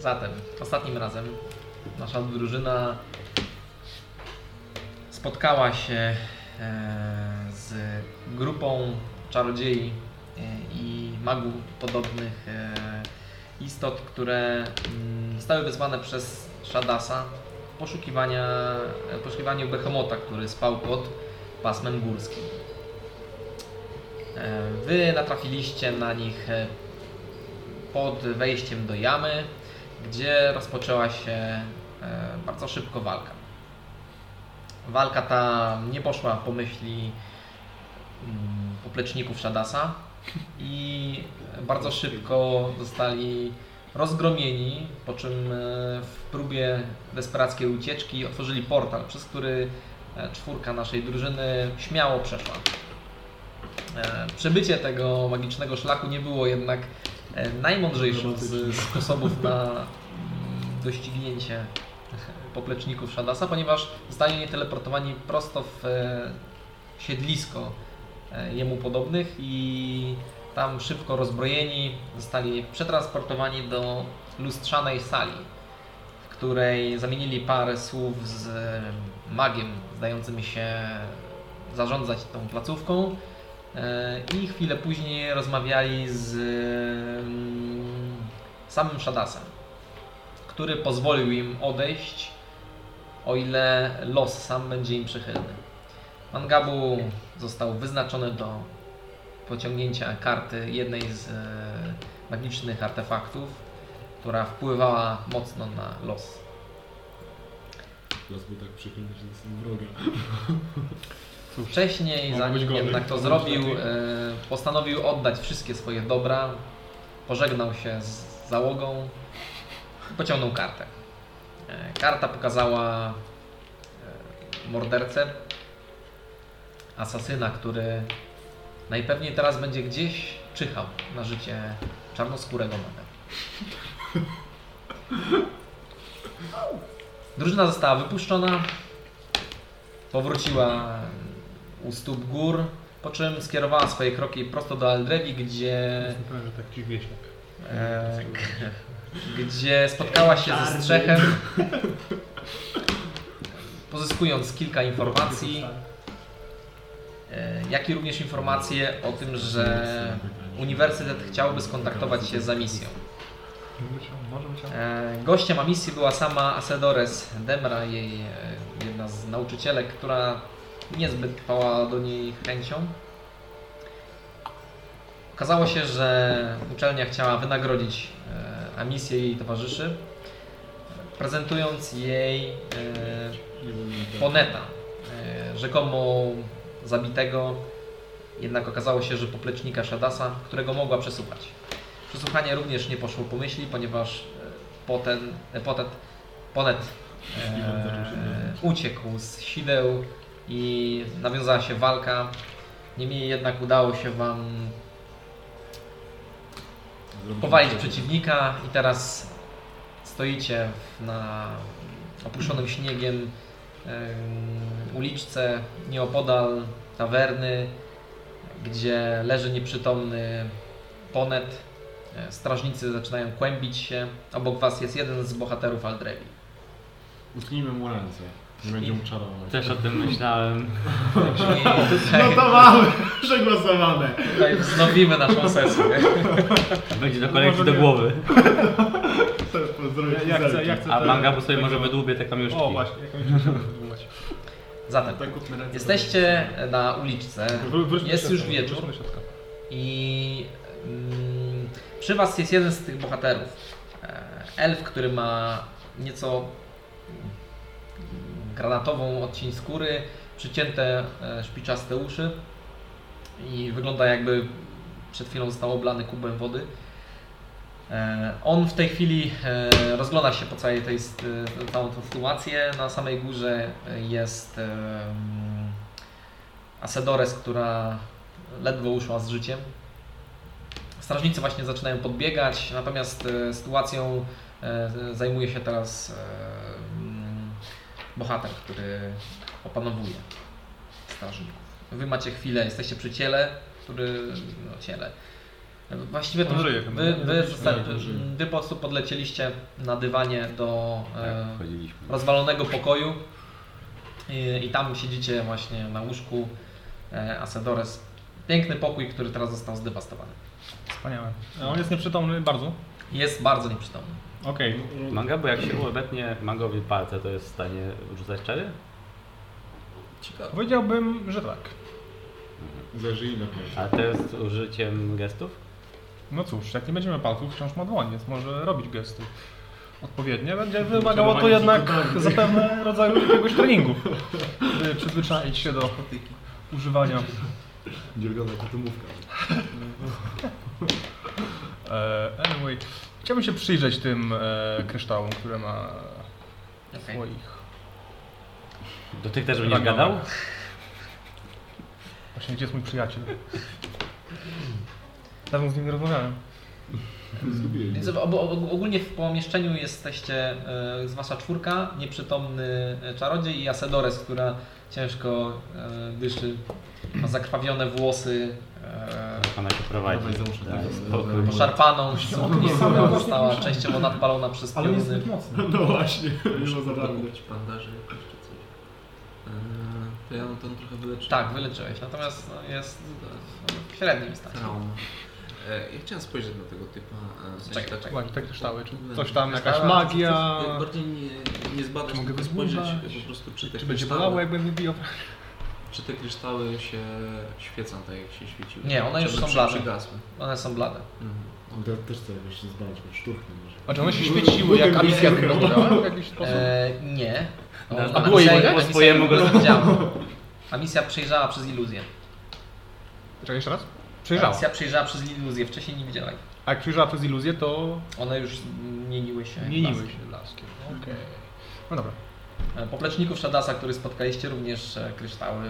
Zatem ostatnim razem nasza drużyna spotkała się z grupą czarodziei i magów podobnych istot, które zostały wezwane przez Shadasa w poszukiwaniu Behemota, który spał pod pasmem górskim. Wy natrafiliście na nich pod wejściem do jamy, gdzie rozpoczęła się bardzo szybko walka. Walka ta nie poszła po myśli popleczników Shadasa i bardzo szybko zostali rozgromieni, po czym w próbie desperackiej ucieczki otworzyli portal, przez który czwórka naszej drużyny śmiało przeszła. Przebycie tego magicznego szlaku nie było jednak najmądrzejszym z sposobów na doścignięcie popleczników Shadasa, ponieważ zostali oni teleportowani prosto w siedlisko jemu podobnych i tam szybko rozbrojeni zostali przetransportowani do lustrzanej sali, w której zamienili parę słów z magiem zdającym się zarządzać tą placówką i chwilę później rozmawiali z samym Shadasem, który pozwolił im odejść, o ile los sam będzie im przychylny. Mangabu został wyznaczony do pociągnięcia karty jednej z magicznych artefaktów, która wpływała mocno na los. Los był tak przychylny, że jest wroga. Wcześniej, zanim jednak to zrobił, postanowił oddać wszystkie swoje dobra, pożegnał się z załogą i pociągnął kartę. Karta pokazała mordercę, asasyna, który najpewniej teraz będzie gdzieś czyhał na życie czarnoskórego maga. Drużyna została wypuszczona, powróciła u stóp gór, po czym skierowała swoje kroki prosto do Aldrewi, gdzie spotkała się ze Strzechem, pozyskując kilka informacji, jak i również informacje o tym, że Uniwersytet chciałby skontaktować się z misją. Gościem misji była sama Asedores Demra, jej jedna z nauczycielek, która niezbyt trwała do niej chęcią. Okazało się, że uczelnia chciała wynagrodzić Amisję i jej towarzyszy, prezentując jej Poneta, rzekomo zabitego, jednak okazało się, że poplecznika Shadasa, którego mogła przesłuchać. Przesłuchanie również nie poszło po myśli, ponieważ Ponet uciekł z sideł i nawiązała się walka. Niemniej jednak udało się Wam powalić przeciwnika i teraz stoicie na opuszczonym śniegiem uliczce nieopodal tawerny, gdzie leży nieprzytomny Ponet. Strażnicy zaczynają kłębić się. Obok Was jest jeden z bohaterów Aldrewi. Utknijmy mu ręce. Nie będzie mu czarować. Też o tym myślałem. No to mamy przegłosowane. Tutaj wznowimy naszą sesję. Będzie do kolejki do głowy. Ja chcę A Mangabu sobie może wydłubie te kamiuszki. O właśnie, Zatem, jesteście na uliczce, jest już wieczór i przy Was jest jeden z tych bohaterów. Elf, który ma nieco granatową odcień skóry, przycięte szpiczaste uszy i wygląda, jakby przed chwilą został oblany kubłem wody. On w tej chwili rozgląda się po całej całą tą sytuację. Na samej górze jest Asedores, która ledwo uszła z życiem. Strażnicy właśnie zaczynają podbiegać, natomiast sytuacją zajmuje się teraz bohater, który opanowuje strażników. Wy macie chwilę, jesteście przy ciele, Właściwie to On żyje chyba. wy po prostu podlecieliście na dywanie do Chodziliśmy. rozwalonego pokoju i tam siedzicie właśnie na łóżku Asedores. Piękny pokój, który teraz został zdewastowany. Wspaniałe. A on jest nieprzytomny bardzo? Jest bardzo nieprzytomny. Okej. Manga, bo jak się obetnie mangowi palce, to jest w stanie rzucać czary? Ciekawe. Powiedziałbym, że tak. Zależy ile masz. A to jest użyciem gestów? No cóż, jak nie będziemy palców, wciąż ma dłoń, więc może robić gesty odpowiednie. Będzie wymagało to jednak zapewne rodzaju jakiegoś treningu, by przyzwyczaić się do używania. Dziergona kotumówka. Anyway, chciałbym się przyjrzeć tym kryształom, które ma Okej. swoich. Do tych też będziesz gadał? Właśnie, gdzie jest mój przyjaciel? Dawno z nim nie rozmawiałem. Zgubiłem. Więc ogólnie w pomieszczeniu jesteście z wasza czwórka, nieprzytomny czarodziej i Asedores, która ciężko dyszy, ma zakrwawione włosy, Ona się prowadzi. Dawaj, załóż Tak, tego. spokój. poszarpaną ścianę, która została częściowo nadpalona przez pioruny. mocny. No właśnie, Muszę mimo zabawne. kupić bandaże jakieś czy coś. To ja no to trochę wyleczyłem. Tak, wyleczyłeś, natomiast jest w średnim stanie. Trauma. Ja chciałem spojrzeć na tego typa. W sensie Czekaj, tak, Właśnie, te kryształy, czy No, coś tam, jakaś kryształy, magia. bardziej nie zbadać, Czy mogę tylko go spojrzeć zbudować? po prostu, czy te Czy będzie kryształy, bolało, jakbym wybijał? czy te kryształy się świecą tak jak się świeciły. Nie, one już Czy są one blade. przygasły. One są blade. Mhm. On też chce jakoś się zbadać, bo szturchnie może. A czy one się świeciły jak Amicia wyglądała w jakiś sposób? Nie. A było jej po swojemu go Misja przejrzała przez iluzję. Czekaj, jeszcze raz? Przejrzała. Misja przejrzała przez iluzję, wcześniej nie widziałeś. A jak przejrzała przez iluzję, to One już mieniły się. mieniły blaskiem. się blaskiem. Okej. No dobra. Popleczników Shadasa, który spotkaliście, również kryształy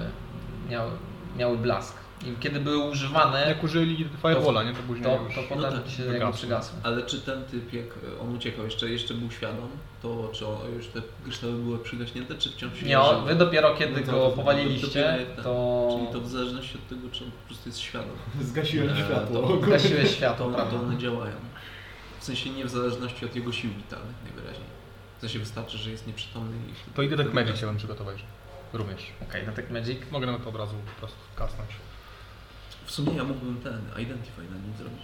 miały blask. I kiedy były używane, Jak użyli Firewalla, nie? To później to już potem tak, się wygasło. jakby przygasło. Ale czy ten typ, jak on uciekał, jeszcze był świadom, to czy już te kryształy były przygaśnięte, czy wciąż się Nie, wy dopiero kiedy go powaliliście, to Czyli to w zależności od tego, czy on po prostu jest świadom. Zgasiłem światło. zgasiłeś światło, To prawda? one działają. W sensie nie w zależności od jego sił witalnych najwyraźniej. W sensie wystarczy, że jest nieprzytomny i... To idę tak Magic chciałem przygotować. Również. Okej, Detect Magic. Mogę nawet od razu po prostu kasnąć. W sumie ja mógłbym ten Identify na nim zrobić.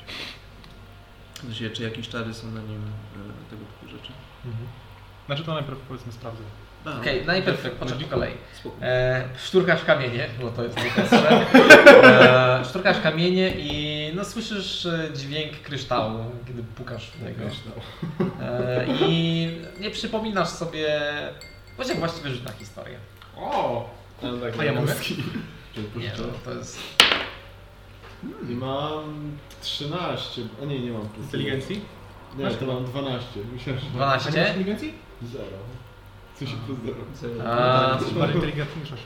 W sensie, czy jakieś czary są na nim tego typu rzeczy. Znaczy to najpierw powiedzmy sprawdzę. Okej, najpierw po kolei. Spoko. Szturkasz kamienie, bo to jest najprostsze. Szturkasz kamienie i no, słyszysz dźwięk kryształu, kiedy pukasz w niego. I nie przypominasz sobie... Właściwie rzuć na historię. O! A ja mogę? Nie, no, to jest... I mam 13. A nie mam plus. Inteligencji? Nie, to mam 12. Myślałem, że 12? Inteligencji? 0. W sensie plus 0. A, Jesteś bardziej inteligentny niż 8.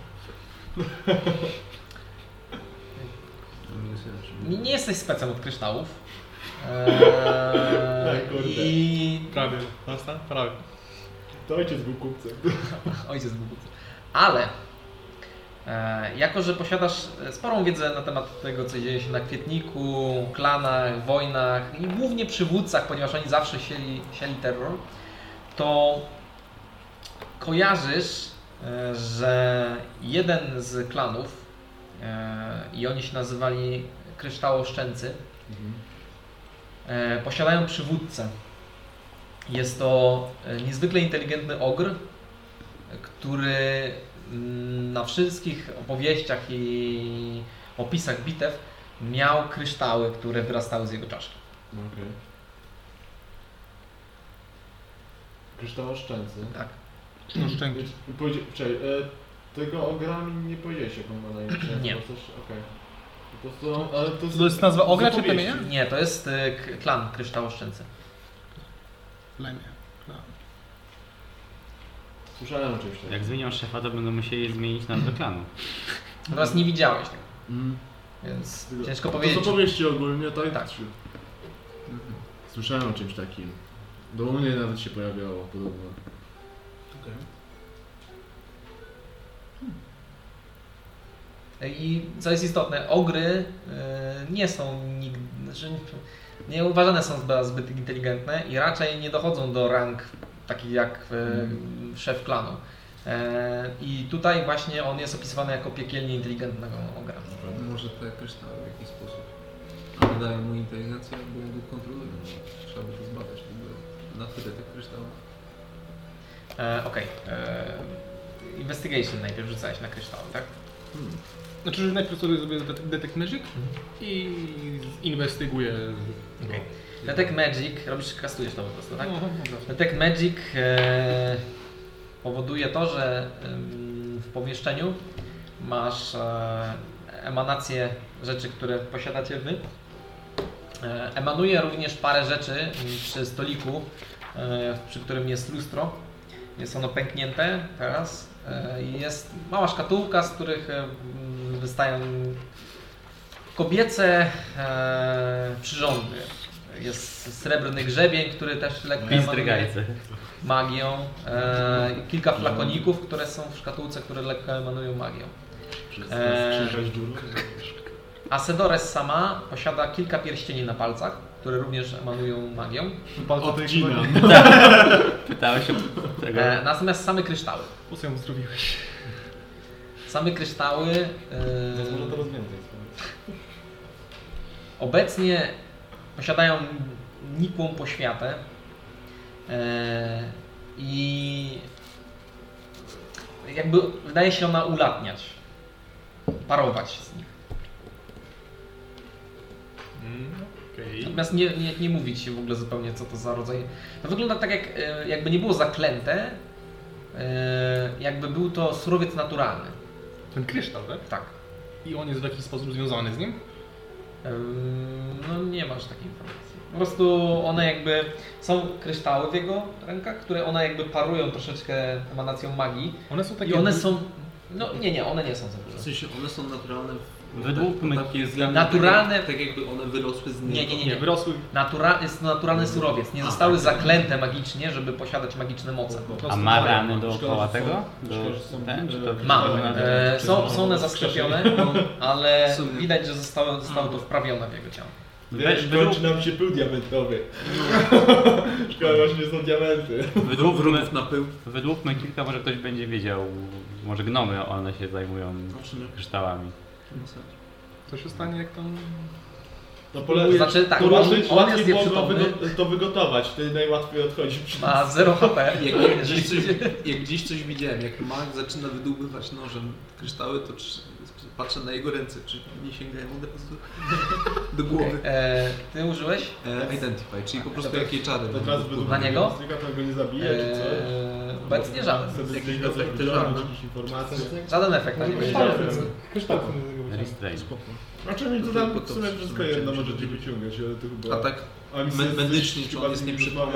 nie jesteś specem od kryształów. kurde. I Prawie. Prawie. To ojciec był kupcem. ojciec był kupcem. Ale jako, że posiadasz sporą wiedzę na temat tego, co dzieje się na Kwietniku, klanach, wojnach i głównie przywódcach, ponieważ oni zawsze sieli terror, to kojarzysz, że jeden z klanów, i oni się nazywali Kryształoszczęcy, posiadają przywódcę. Jest to niezwykle inteligentny ogr, który na wszystkich opowieściach i opisach bitew miał kryształy, które wyrastały z jego czaszki. Okej. Kryształoszczęcy. Tak. No szczęki. Czekaj, tego ogra mi nie powiedziałeś, jak on ma na imię. Nie. Okej. Ale To jest nazwa ogra czy zapowieści. plemienia? Nie, to jest klan Kryształoszczęcy. Plemię. Słyszałem o czymś takim. Jak zmienią szefa, to będą musieli zmienić nazwę klanu. Natomiast nie widziałeś tego, więc ciężko powiedzieć. To zapowieści ogólnie, tak? Tak. Słyszałem o czymś takim. Do mnie nawet się pojawiało podobno. I co jest istotne, ogry nie są nie uważane są zbyt inteligentne i raczej nie dochodzą do rang takich jak szef klanu. I tutaj właśnie on jest opisywany jako piekielnie inteligentnego ogra. Może te kryształy w jakiś sposób nadają mu inteligencję, albo go kontrolują. Trzeba by to zbadać w ogóle na tyle tych kryształów. Okej. Investigation najpierw rzucałeś na kryształy, tak? Znaczy, że najpierw sobie zrobię Detect Magic i inwestyguję. Okay. Detect Magic, kastujesz to po prostu, tak? No, Detect Magic powoduje to, że w pomieszczeniu masz emanację rzeczy, które posiadacie wy. Emanuje również parę rzeczy przy stoliku, przy którym jest lustro. Jest ono pęknięte teraz. Jest mała szkatułka, z których wystają kobiece przyrządy. Jest srebrny grzebień, który też lekko emanuje magią. Kilka flakoników, które są w szkatułce, które lekko emanują magią. Asedores sama posiada kilka pierścieni na palcach, które również emanują magią. Odcinam. Pytałeś o tego. Natomiast same kryształy. Po co ją zrobiłeś? Same kryształy Może to rozwiązać. obecnie posiadają nikłą poświatę i jakby wydaje się ona ulatniać, parować z nich. Okay. Natomiast nie mówi ci w ogóle zupełnie, co to za rodzaj. To wygląda tak, jakby nie było zaklęte, jakby był to surowiec naturalny. Ten kryształ, tak? Tak. I on jest w jakiś sposób związany z nim? No nie masz takiej informacji. Po prostu one jakby są kryształy w jego rękach, które one jakby parują troszeczkę emanacją magii. One są takie... I one są... No nie, one nie są za W duże. sensie one są naturalne Według takie względy, naturalne- tak jakby one wyrosły z niego. Nie. wyrosły... Jest to naturalny surowiec. Nie zostały zaklęte magicznie, żeby posiadać magiczne moce. A ma rany dookoła tego? Ma. Są one zasklepione, ale widać, że zostało to wprawione w jego ciało. Wiesz, kończy nam się pył diamentowy. Szkoda, właśnie są diamenty. Wrogów na pył. Wydłupmy kilka, może ktoś będzie wiedział, może gnomy one się zajmują kryształami. Co się stanie, jak tam... No polecam. Znaczy tak, Łatwiej on jest było nieprzytomny, to wygotować, wtedy najłatwiej odchodzi. ma 0 HP. Jak gdzieś coś widziałem, jak mag zaczyna wydłubywać nożem kryształy, to patrzę na jego ręce, czy nie sięgają od razu do głowy. Ty użyłeś? Identify, czyli po prostu jakie czary. Od razu Na niego? To go nie zabije, czy co? Obecnie żaden. Wtedy Jakieś jakieś efekty żadne. informacje. Żaden efekt na niego nie działa. Restraint. Znaczy mi to tam w sumie wszystko jedno możecie wyciągać, ale to chyba... A tak medycznie, czy on jest nieprzytomny?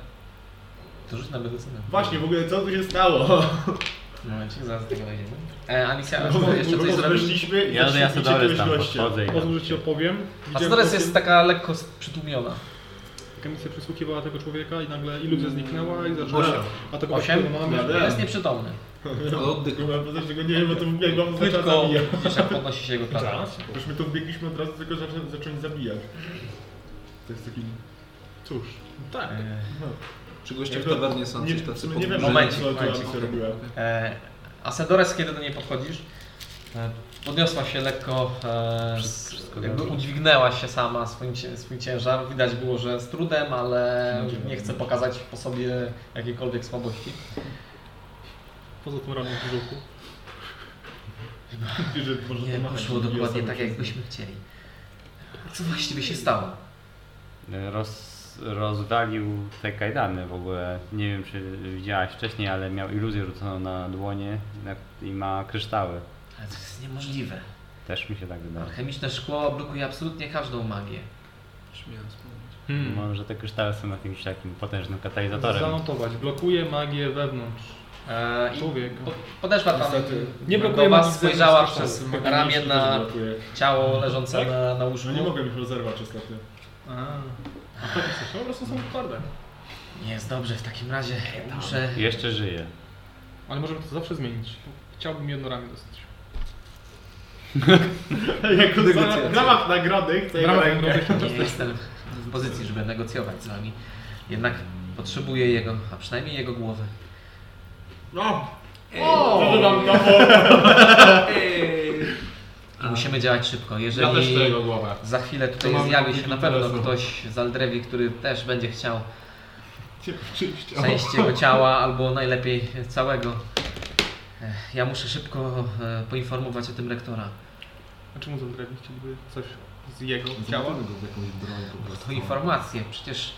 To rzuć na medycynę. Właśnie, w ogóle co tu się stało? Momencik, zaraz do tego wejdziemy. Amisja, jeszcze coś zrobisz? Weszliśmy i Ja do zaczęliście Jasodory kogoś tam gościa. podchodzę i Pozwól, że Ci opowiem. Asedores jest taka lekko przytłumiona. Taka misja przysłuchiwała tego człowieka i nagle iluzja zniknęła i zaczęła Osiem. atakować 8? tego mamy. Jest nieprzytomny. Oddech. Chyba po tego nie wiem, bo to jak wam zaczął Płytko zabijać. widzisz, jak podnosi się jego klata. Już my tu wbiegliśmy od razu, tylko zacząć zabijać. To jest taki... Cóż. Tak. Czy goście w tawernie są coś tacy nie wiem, Momencik, co momencik. Amisja robiła. Asedores, kiedy do niej podchodzisz, podniosła się lekko, jakby udźwignęła się sama swój ciężar. Widać było, że z trudem, ale nie chce pokazać po sobie jakiejkolwiek słabości. Poza tym raną w brzuchu. Nie poszło dokładnie tak, jakbyśmy chcieli. Co właściwie się stało? Rozwalił te kajdany w ogóle. Nie wiem, czy widziałaś wcześniej, ale miał iluzję rzuconą na dłonie i ma kryształy. Ale to jest niemożliwe. Też mi się tak wydaje. Chemiczne szkło blokuje absolutnie każdą magię. Śmiałem wspomnieć. Może te kryształy są jakimś takim potężnym katalizatorem. Zanotować. Blokuje magię wewnątrz. I Człowiek. podeszła tam Nie do blokuje was, magii spojrzała zewnątrz, przez Magiczny ramię też na blokuje. ciało leżące Tak? na łóżku. No nie mogłem ich rozerwać ostatnio. A tak jest, po prostu są twarde. Nie jest dobrze, w takim razie muszę... Jeszcze żyje. Ale możemy to zawsze zmienić. Chciałbym jedno ramię dostać. Jako w ramach nagrody chcę jego rękę. Nie jestem w pozycji, żeby negocjować z wami. Jednak potrzebuję jego, a przynajmniej jego głowy. No! Ej. I musimy działać szybko. Ja też chcę Jeżeli jego głowę. za chwilę tutaj To mamy zjawi się konflikt na pewno interesów. ktoś z Aldrewi, który też będzie chciał Oczywiście. część jego ciała, albo najlepiej całego. Ja muszę szybko poinformować o tym rektora. A czemu Zandrewi chcieliby coś z jego ciała? Ciała? go w jakąś broń po prostu. To informacje, przecież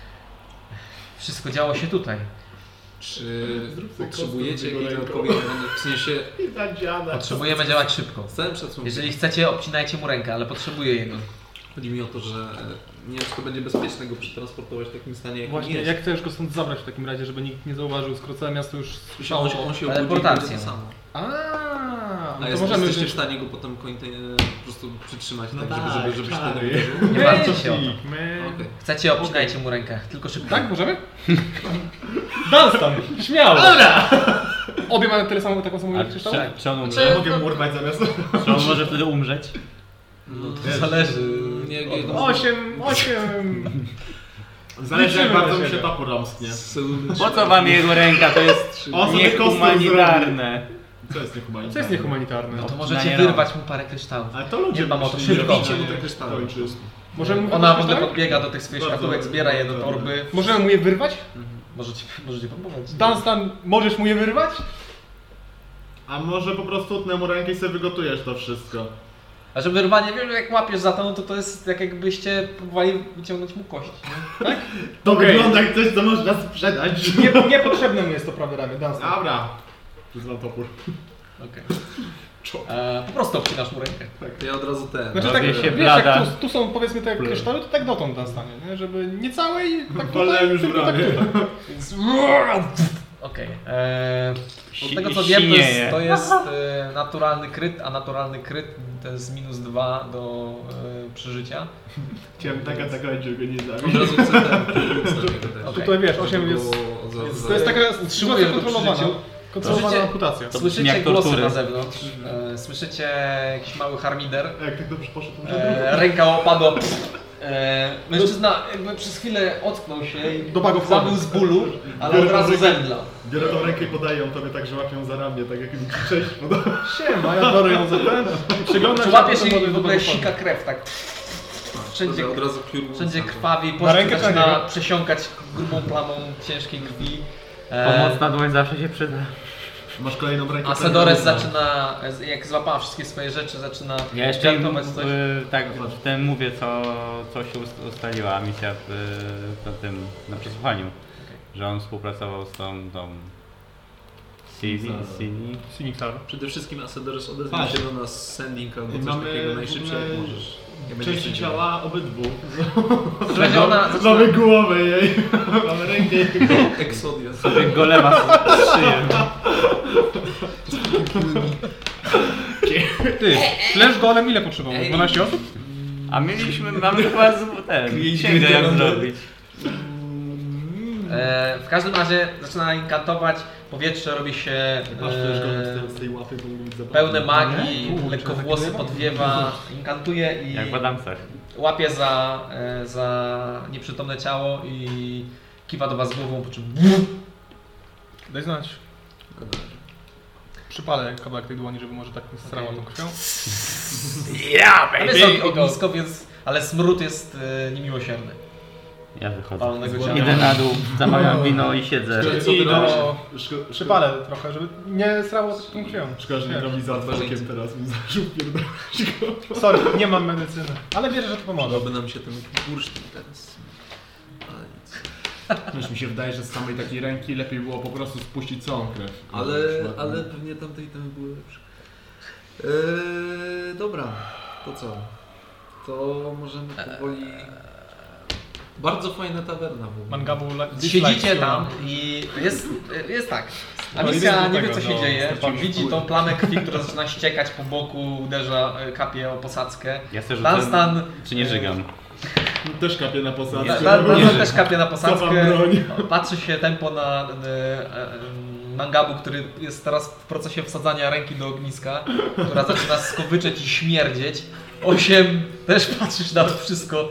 wszystko działo się tutaj. Czy Zrób sobie potrzebujecie kostkę jakiejś tego odpowiedzi? W sensie, I za dziada. Potrzebujemy działać szybko. z całym szacunkiem. Jeżeli chcecie, obcinajcie mu rękę, ale potrzebuję jego. Chodzi mi o to, że nie wiem, czy to będzie bezpieczne go przetransportować w takim stanie, jakim Właśnie, jest. jak chcesz go stąd zabrać w takim razie, żeby nikt nie zauważył, skoro całe miasto już On słyszało... się obudzi i Teleportację. będzie to samo. A, A no to jest, możemy jesteście w wziąć... stanie go potem po prostu przytrzymać, No tak, tak, żeby się tak. ten uderzył? Nie martwcie się o to. Okej. Chcecie, obcinajcie mu rękę, tylko szybko. Tak, możemy? Dunstan, śmiało! Dobra! Obie mają tyle samą, taką samą A ilość kryształów? czy on Ja umrze? mogę mu urwać zamiast... Czy on może wtedy umrzeć? No To zależy. Nie, 8! Zależy jak Liczymy bardzo na mi się siebie. topór romsknie. Po co wam jego ręka? To jest On sobie kostkę niehumanitarne. Co jest niehumanitarne? Co jest niehumanitarne? No to Obcinanie możecie rąk. wyrwać mu parę kryształów. Ale to ludzie Nie dbam o to, myśleli, szybko. że Bijcie mu te się kryształy. kończy. Możemy mu Ona w wyrwać ogóle tak? podbiega do tych swoich Bardzo, szkatułek, zbiera je do bardzo. torby. Możemy mu je wyrwać? Możecie pomagać. Dunstan, możesz mu je wyrwać? A może po prostu utnę mu rękę i sobie wygotujesz to wszystko. A że wyrwanie, wiem, że jak łapiesz za to, no to jest jak jakbyście próbowali wyciągnąć mu kość. Nie? To Okej. wygląda jak coś, co można sprzedać. Niepotrzebne mu jest to prawe ramię, Dunstan. Dobra. Przyznam topór. Okej. Po prostu obcinasz mu rękę. To ja od razu ten. Znaczy tak, Robię się wiesz, blada. jak tu są powiedzmy te kryształy, to tak dotąd Dunstanie, nie? Żeby nie całe i tak Wolę tutaj, już tylko tak bronię. tutaj. Okej. Od tego co wiem, Sinieje. to jest naturalny kryt, a naturalny kryt to jest -2 do przeżycia. Chciałem taka zakończył go nie Od zabić. razu chcę ten. Okej. Tutaj wiesz, 8 jest... To jest taka Utrzymuję sytuacja go przy kontrolowana. życiu. Kontrolowana Słyszycie- amputacja. To brzmi Słyszycie jak głosy tortury. na zewnątrz, słyszycie jakiś mały harmider, Jak tak dobrze poszedł, to może ręka opadła. Mężczyzna jakby przez chwilę ocknął się i Do bagów zabił z bólu, ale od razu zemdlał. biorę tą rękę i podaję ją tobie tak, że łapią za ramię, tak jak mi cześć. Siema, ja biorę ją za ten i przyglądam się, Łapiesz a potem i w ogóle do bagów. sika krew, tak. Wszędzie, Od razu piór wszędzie krwawi, Na rękę pościg czy na zaczyna niego? przesiąkać grubą plamą ciężkiej krwi. Pomocna dłoń zawsze się przyda. Masz kolejną rękę. A Sedores zaczyna, jak złapała wszystkie swoje rzeczy, zaczyna Ja jeszcze żartować coś. tak ten mówię, co się ustaliła misja na przesłuchaniu. Że on współpracował z tą Cini. Siniksar. Przede wszystkim Asedores odezwie Patrz. się do nas sending albo coś Mamy takiego w najszybciej ogóle jak możesz. Nie będzie części sędziego. ciała obydwu. Będzie ona Mamy głowę jej. Mamy rękę jej. Exodia. Sobie golema z szyję. Ty, Flash Golem ile potrzebował? Ej. 12 osób? A mamy chyba księgę jak zrobić. w każdym razie zaczyna inkantować, powietrze robi się Masz też go z tej łapy, bo mógł być zabawny. pełne magii, Kurczę, lekko takie włosy lewa? podwiewa, inkantuje i Jak w Adamsach. łapie za nieprzytomne ciało i kiwa do was głową, po czym Daj znać. Przypalę kawałek tej dłoni, żeby może tak nie strała tą krwią. tam jest ognisko, więc, ale smród jest niemiłosierny. Ja wychodzę. Palnego ciała. Idę na dół, zamawiam wino i siedzę. Co ty I robisz? przypalę trochę, żeby nie strało tą krwią. Szkoda, że nie robi za adwokiem teraz, mi zaczął pierdolić go. Sorry, nie mam medycyny. Ale wierzę, że to pomoże. Podoba nam się ten bursztyn teraz. Ale nic. Już mi się wydaje, że z samej takiej ręki lepiej było po prostu spuścić całą krew. Ale pewnie tamte itemy były lepsze. Dobra, to co? To możemy powoli... Bardzo fajna tawerna w ogóle. Mangabu Siedzicie tam i jest tak. Amicia nie wie co się dzieje, widzi tą plamę krwi, która zaczyna ściekać po boku, uderza, kapie o posadzkę. Ja sobie Dunstan rzucę, czy nie żygam. Też kapie na posadzkę. Dunstan też kapie na Cofam posadzkę. broń. Patrzy się tempo Mangabu, który jest teraz w procesie wsadzania ręki do ogniska, która zaczyna skowyczeć i śmierdzieć. 8, też patrzysz na to wszystko.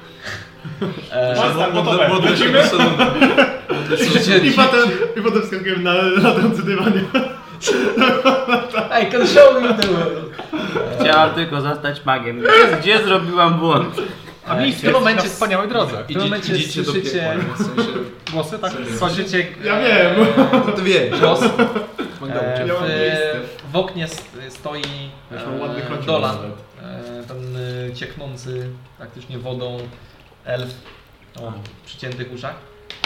I potem wskakujemy na latający dywanie. I can show you the world. Chciałam tylko zostać magiem. Gdzie zrobiłam błąd? A miejsce w tym momencie na wspaniałej drodze. W tym momencie Idziecie do słyszycie, piekła, w sensie... Głosy, tak? słyszycie Ja wiem. To ty wiesz. głos. Ja mam miejsce. W oknie stoi Wiesz, mam ładny kocioł Dolan, nawet. ten cieknący praktycznie wodą elf o przyciętych uszach.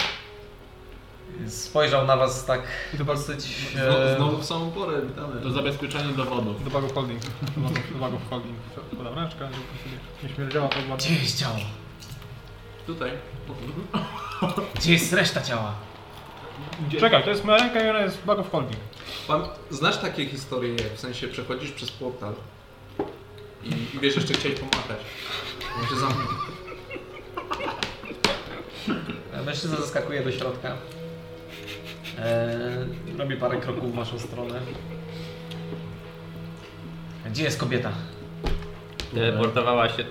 Spojrzał na was tak dosyć... Znowu w samą porę, witamy. To zabezpieczenie dowodów. Do bagów holding. Do bagów holding. Podam ręczkę, żeby sobie nie śmierdziała to ładnie. Gdzie jest ciało? Tutaj. Gdzie jest reszta ciała? Czekaj, to jest moja ręka i ona jest w bagów holding. Znasz takie historie, jak w sensie przechodzisz przez portal i wiesz, jeszcze chciałeś pomachać. On się zamknął. Mężczyzna zaskakuje do środka. Robi parę kroków w waszą stronę. Gdzie jest kobieta? Teleportowała się.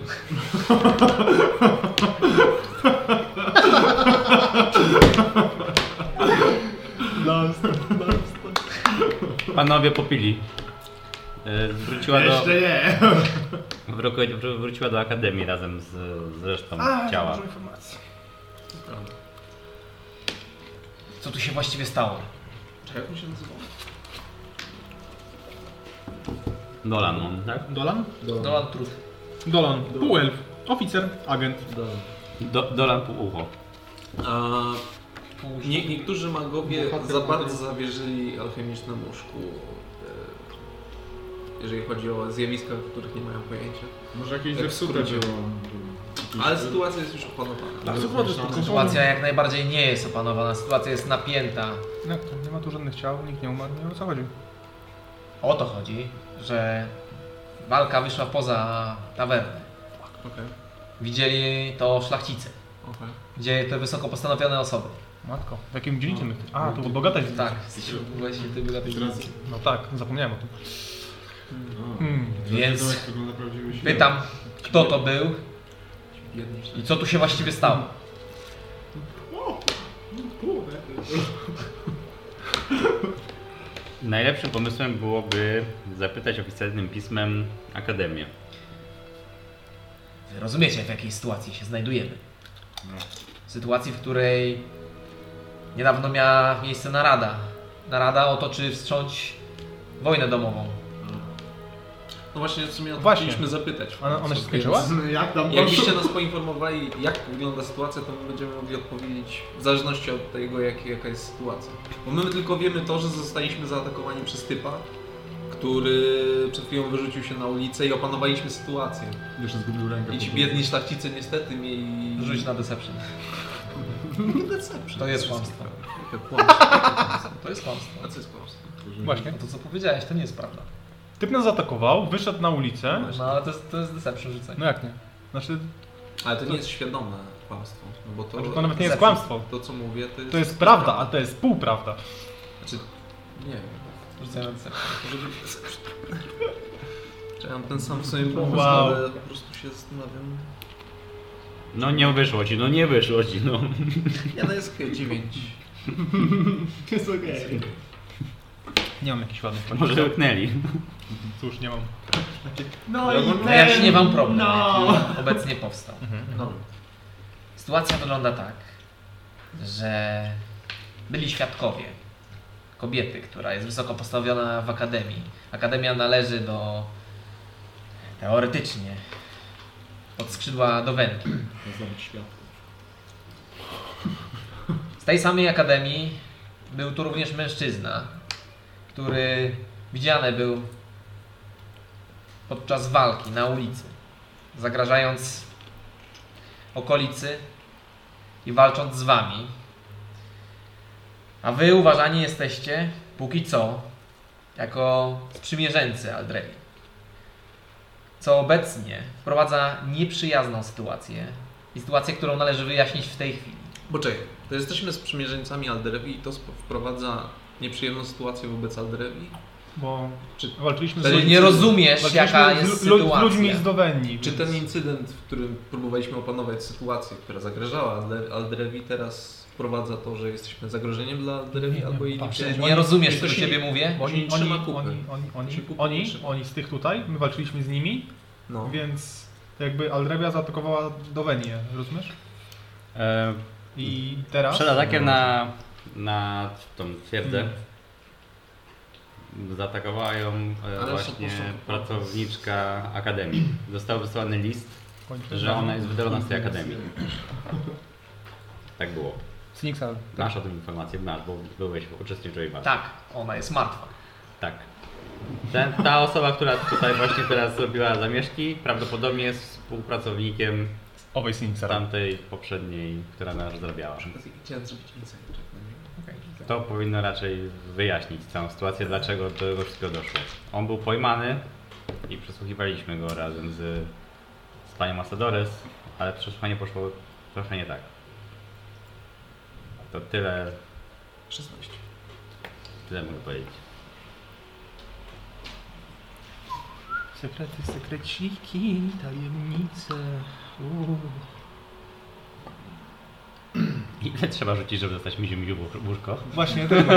Panowie popili. Wróciła do... Jeszcze nie. Wróciła do akademii razem z resztą ciała. Dużo informacji. Co tu się właściwie stało? Czekaj, jak on się nazywał? Dolan, on, tak? Dolan? Dolan Truth. Dolan. Półelf. Oficer. Agent. Dolan pół ucho. Niektórzy magowie za bardzo zawierzyli alchemicznemu szkłu, jeżeli chodzi o zjawiska, o których nie mają pojęcia. Może jakieś Tak zepsute skrócie. było. Ale sytuacja jest już opanowana. Sytuacja jak najbardziej nie jest opanowana, sytuacja jest napięta. Jak to? Nie ma tu żadnych ciał, nikt nie umarł, nie wiem o co chodzi. O to chodzi, że walka wyszła poza tawernę. Okej. Widzieli to szlachcice, gdzie te wysoko postanowione osoby. Matko, w jakim dzielicie my? A, to bogata jest. Tak, właśnie ty była tej Teraz- dzielnicy. No tak, zapomniałem o tym. Więc Zobaczymy, jak wygląda prawdziwy świat. pytam, kto to był Biedny i co tu się właściwie stało. Najlepszym pomysłem byłoby zapytać oficjalnym pismem Akademię. Wy rozumiecie, w jakiej sytuacji się znajdujemy. Sytuacji, w której niedawno miała miejsce narada. Narada o to, czy wstrząć wojnę domową. No właśnie, w sumie o to Właśnie. chcieliśmy zapytać. Ona się Więc skończyła? Jak tam Jakbyście nas poinformowali, jak wygląda sytuacja, to my będziemy mogli odpowiedzieć w zależności od tego, jaka jest sytuacja. Bo my tylko wiemy to, że zostaliśmy zaatakowani przez typa, który przed chwilą wyrzucił się na ulicę i opanowaliśmy sytuację. Jeszcze zgubił rękę. I ci biedni szlachcice niestety mieli... Rzuć na deception. To jest kłamstwo. Jakie kłamstwo. To jest kłamstwo. A co jest kłamstwo? Właśnie. No to co powiedziałeś, to nie jest prawda. Typ nas zaatakował, wyszedł na ulicę. No ale to jest deception rzucenie. No jak nie? Znaczy, Ale to nie jest świadome kłamstwo. No bo to nawet nie jest kłamstwo. To co mówię, to jest... To jest prawda, a to jest półprawda. Znaczy, nie wiem. Rzucenie na deception. Czy ja mam ten sam w sobie pomysł, Wow. ale po prostu się zastanawiam. No nie wyszło ci, no nie wyszło ci, no. Nie, no jest okej, 9. Jest okej. Nie mam jakichś ładnych Może łyknęli. Cóż, nie mam. No i Wyjaśnię wam problem, No. jaki obecnie powstał. No. Sytuacja wygląda tak, że byli świadkowie kobiety, która jest wysoko postawiona w akademii. Akademia należy do, teoretycznie, pod skrzydła Dowenki. Zdobyć świat. Z tej samej akademii był tu również mężczyzna, który widziany był podczas walki na ulicy, zagrażając okolicy i walcząc z wami. A wy uważani jesteście, póki co, jako sprzymierzeńcy Aldreli. Co obecnie wprowadza nieprzyjazną sytuację i sytuację, którą należy wyjaśnić w tej chwili. Bo czekaj, to jesteśmy sprzymierzeńcami Alderewi i to wprowadza nieprzyjemną sytuację wobec Aldrevi? Bo Czy- walczyliśmy Czyli nie rozumiesz, walczyliśmy jaka jest z ludźmi sytuacja. z Dowenii. Czy więc- ten incydent, w którym próbowaliśmy opanować sytuację, która zagrażała Aldrevi, teraz wprowadza to, że jesteśmy zagrożeniem dla Aldrevi albo jej nie patrz, Czy przyjaciół? nie rozumiesz, co do Jesteśmy- ciebie mówię? Bo Oni trzyma kupy. Oni z tych tutaj, my walczyliśmy z nimi, No. więc jakby Aldrevia zaatakowała Dowenię, rozumiesz? I teraz... Przed atakiem na tą twierdzę zaatakowała ją Ale właśnie są pracowniczka Akademii. Został wysłany list, że ona jest wydalona z tej Akademii. Tak było. Snixal. Masz o tym informację, bo uczestniczyłeś w walce. Tak, ona jest martwa. Tak. Ta osoba, która tutaj właśnie teraz zrobiła zamieszki, prawdopodobnie jest współpracownikiem Owej Snixal. tamtej poprzedniej, która nas rozrabiała. Chciałem zrobić insight check na niego. To powinno raczej wyjaśnić całą sytuację, dlaczego do tego wszystkiego doszło. On był pojmany i przesłuchiwaliśmy go razem z panią Asadores, ale przesłuchanie poszło trochę nie tak. To tyle 16. mogę powiedzieć. Sekrety, sekreciki, tajemnice. Ile trzeba rzucić, żeby dostać miziu w łóżko? Właśnie tego.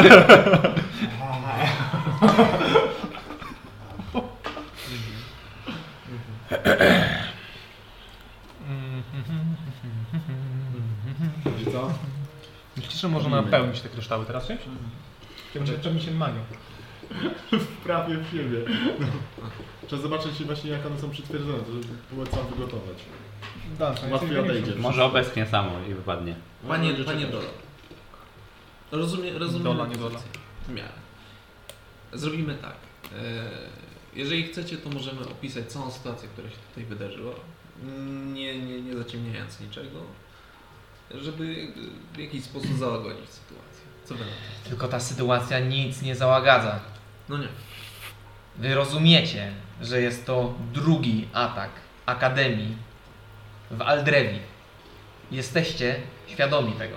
Wiecie co? Myślisz, że można napełnić te kryształy teraz czymś? Czym się magią. Prawie w siebie. Trzeba zobaczyć właśnie jak one są przytwierdzone, to żeby pomóc sam wygotować. Łatwiej odejdzie. Może obecnie samo i wypadnie. Panie Dola. Rozumiem Dola, nie Dola. w miarę. Zrobimy tak. Jeżeli chcecie, to możemy opisać całą sytuację, która się tutaj wydarzyła. Nie zaciemniając niczego. Żeby w jakiś sposób załagodzić sytuację. Co wy na to? Tylko ta sytuacja nic nie załagadza. No nie. Wy rozumiecie, że jest to drugi atak Akademii w Aldrevi. Jesteście świadomi tego.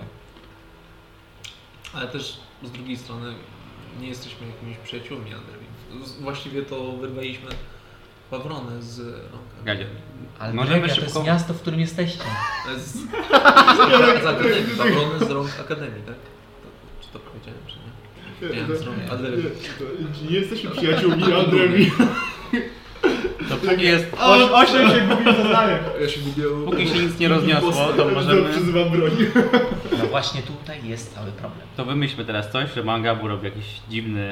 Ale też z drugiej strony nie jesteśmy jakimiś przyjaciółmi Aldrevi. Właściwie to wyrwaliśmy Pawronę z rąk Gadzie. Aldrevia Możemy to szybko... jest miasto, w którym jesteście. Z Akademii. Pawrony z rąk Akademii, tak? Czy to powiedziałem, czy nie? Miałem z rąk Aldrevi. Nie jesteśmy przyjaciółmi Aldrevi. To póki jest... 8 się gubi w zadaniach. Ja się gubię. Póki się nic nie rozniosło, to możemy... Przyzywam broń. No właśnie tutaj jest cały problem. To wymyślmy teraz coś, że Mangabu robi jakiś dziwny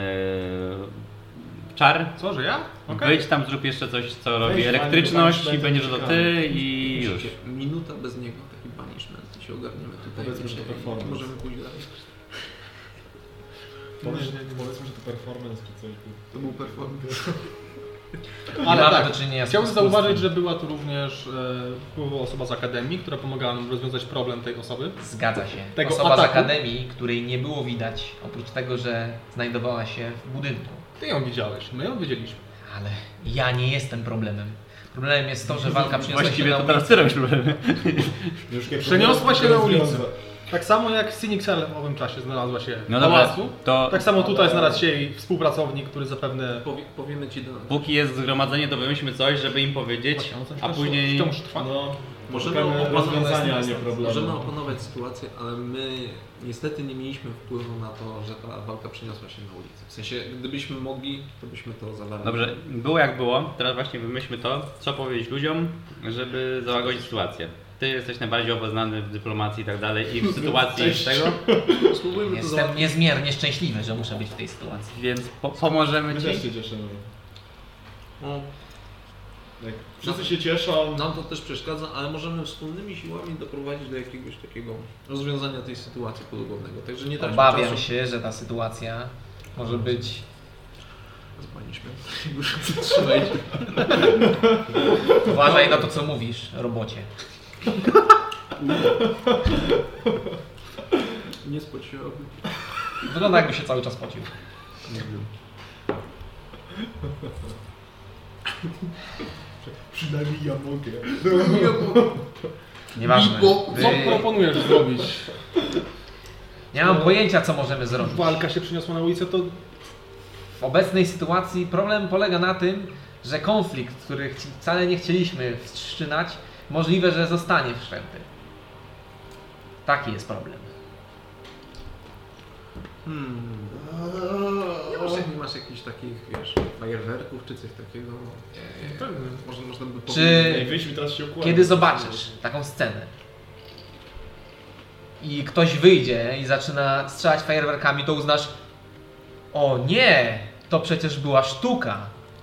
czar. Co, że ja? Wejdź tam, zrób jeszcze coś, co robi Wejdź, elektryczność będzie i będzie, że to ty i już. Musicie, minuta bez niego, taki banishment, i się ogarniemy tutaj. Powiedzmy, że to performance. Możemy pójść dalej. Powiedzmy, że to performance czy coś. To był performance. Ale Ale mamy tak, do czynienia z chciałbym pospólstwem. zauważyć, że była tu również była osoba z Akademii, która pomagała nam rozwiązać problem tej osoby. Zgadza się. Tego Osoba z ataku? Akademii, której nie było widać, oprócz tego, że znajdowała się w budynku. Ty ją widziałeś, my ją wiedzieliśmy. Ale ja nie jestem problemem. Problemem jest to, że walka przyniosła się Właściwie na to ulicę. teraz ty robisz problemy. Przeniosła się na ulicę. Tak samo jak Sinixel w owym czasie znalazła się No w dobra, pałacu, to tak samo tutaj znalazł się jej współpracownik, który zapewne... Powiemy ci do... póki jest zgromadzenie, to wymyślmy coś, żeby im powiedzieć, a później... Wciąż trwa. No, Możemy szukamy rozwiązania, a nie problemu. Możemy opanować sytuację, ale my niestety nie mieliśmy wpływu na to, że ta walka przeniosła się na ulicę. W sensie, gdybyśmy mogli, to byśmy to zawarli. Dobrze, było jak było, teraz właśnie wymyślmy to, co powiedzieć ludziom, żeby załagodzić sytuację. Ty jesteś najbardziej obeznany w dyplomacji i tak dalej i w sytuacji tego, Spróbujmy to Jestem załatwić. niezmiernie szczęśliwy, że muszę być w tej sytuacji. więc pomożemy My ci. też się cieszymy. No, Jak wszyscy się cieszą. nam to też przeszkadza, ale możemy wspólnymi siłami doprowadzić do jakiegoś takiego rozwiązania tej sytuacji polubownego. Także nie traćmy Obawiam czasu. się, że ta sytuacja może być... Zapaliśmy. Już zatrzymajcie. Uważaj na to, co mówisz, robocie. Nie spać się robi. Wygląda, jakby się cały czas pocił. Przynajmniej ja mogę. Nieważne. Co proponujesz zrobić? Nie mam pojęcia, co możemy zrobić. Walka się przyniosła na ulicę, to W obecnej sytuacji problem polega na tym, że konflikt, który wcale nie chcieliśmy wszczynać, możliwe, że zostanie wszczęty. Taki jest problem. Nie masz jakichś takich, wiesz, fajerwerków czy coś takiego? Może można by Czy Wyjdźmy teraz się układać. kiedy zobaczysz taką scenę i ktoś wyjdzie i zaczyna strzelać fajerwerkami, to uznasz: o nie, to przecież była sztuka.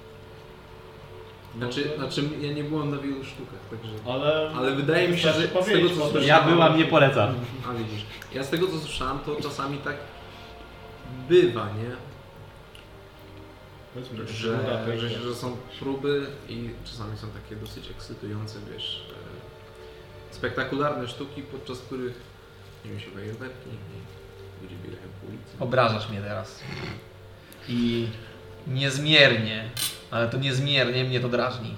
Znaczy ja nie byłem na wielu sztukach, także... Ale, Ale wydaje mi się, że z tego powiedzieć, co bo Ja byłam, nie polecam. A widzisz, ja z tego co słyszałem, to czasami tak bywa, nie? Powiedzmy, Że są próby i czasami są takie dosyć ekscytujące, wiesz, spektakularne sztuki, podczas których nie wiem, się fajerwerki i ludzie biegają po ulicy. Obrażasz mnie teraz. I niezmiernie, ale to niezmiernie mnie to drażni.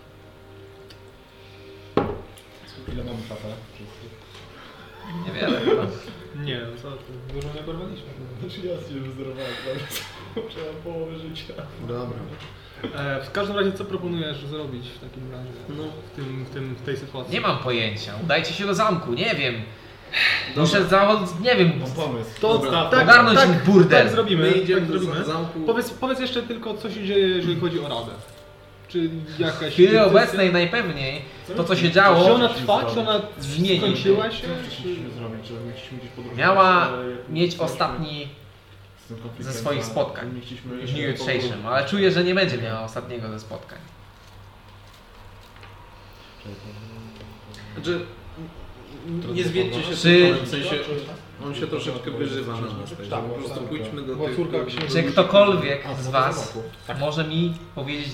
Ile mamy fatę? Niewiele chyba. nie, co ty, dużo nie porwaliśmy. Znaczy ja się wyzerowałem, trzeba połowę życia. Dobra. W każdym razie, co proponujesz zrobić w takim razie? No. W tej sytuacji? Nie mam pojęcia. Udajcie się do zamku, nie wiem. Dobra. Muszę nie wiem, Mam pomysł. To Odstaw. tak, ogarnąć ten burdel. Tak zrobimy. My idziemy tak do zrobimy. zamku. Powiedz jeszcze tylko, co się dzieje, jeżeli chodzi o Radę. Czy jakaś W chwili decyzja? obecnej najpewniej to, co się Czy działo, ona trwa? Czy ona zmieni. skończyła się? Co chcieliśmy zrobić, że my chcieliśmy gdzieś podróżować, miała ale mieć jesteśmy ostatni z tym konfliktem, ze swoich a spotkań nie chcieliśmy w jeszcze dniu jutrzejszym, powrócić. ale czuję, że nie będzie miała ostatniego ze spotkań. Znaczy, nie zwiedźcie się Czy- w sensie, on się troszeczkę wyżywa na nas, także po prostu pójdźmy do tych... córka księża- Czy ktokolwiek z Was może mi powiedzieć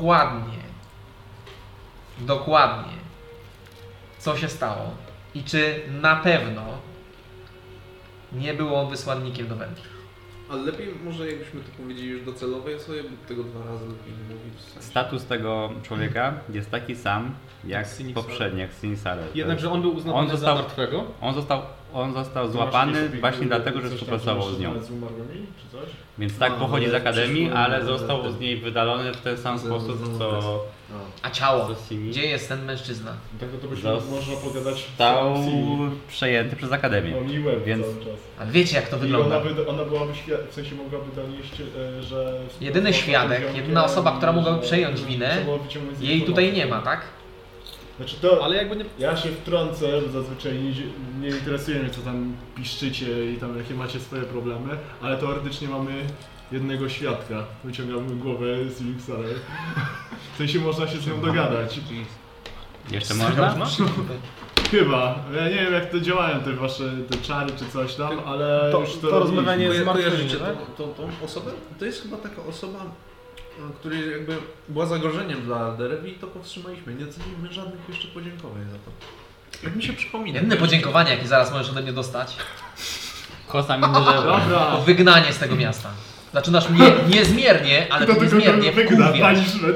dokładnie, co się stało i czy na pewno nie był on wysłannikiem do Wędrów? Ale lepiej może jakbyśmy to powiedzieli już docelowej osobie, bo tego 2 razy lepiej nie mówić. w sensie. Status tego człowieka jest taki sam jak Sinisar. poprzedni, jak Sinisare. Jednakże on był uznawany On za został- martwego. On został złapany właśnie dlatego, że współpracował z nią. Z umarłymi, czy coś? Więc tak A, pochodzi z ale akademii, przyszło- ale został z niej wydalony w ten sam sposób, co A ciało? Sini. Gdzie jest ten mężczyzna? Tak to byśmy można pogadać Został przejęty przez akademię. o miłe Więc- cały czas. Ale wiecie, jak to I wygląda. ona byłaby w sensie mogłaby donieść, że... Jedyny świadek, jedyna osoba, która mogłaby przejąć winę, jej tutaj nie ma, tak? Znaczy to, Ale jakby nie... ja się wtrącę, bo zazwyczaj nie interesuje mnie, co tam piszczycie i tam jakie macie swoje problemy, ale teoretycznie mamy jednego świadka. Wyciągamy głowę z Elixara. W sensie można się z nią dogadać. Jeszcze można? Chyba. Ja nie wiem, jak to działają te wasze te czary czy coś tam, ale To- już to robiliśmy. rozmawianie jest martwymi, Kojarzycie tak? tą osobę? To jest chyba taka osoba, której jakby była zagrożeniem dla Derewi i to powstrzymaliśmy. Nie cenimy żadnych jeszcze podziękowań za to. Jak mi się przypomina. Jedyne podziękowanie, jakie zaraz możesz ode mnie dostać, Kosa między drzewa. Dobra. to wygnanie z tego miasta. Zaczynasz mnie niezmiernie, ale to niezmiernie wygna, wkurwiać. punishment.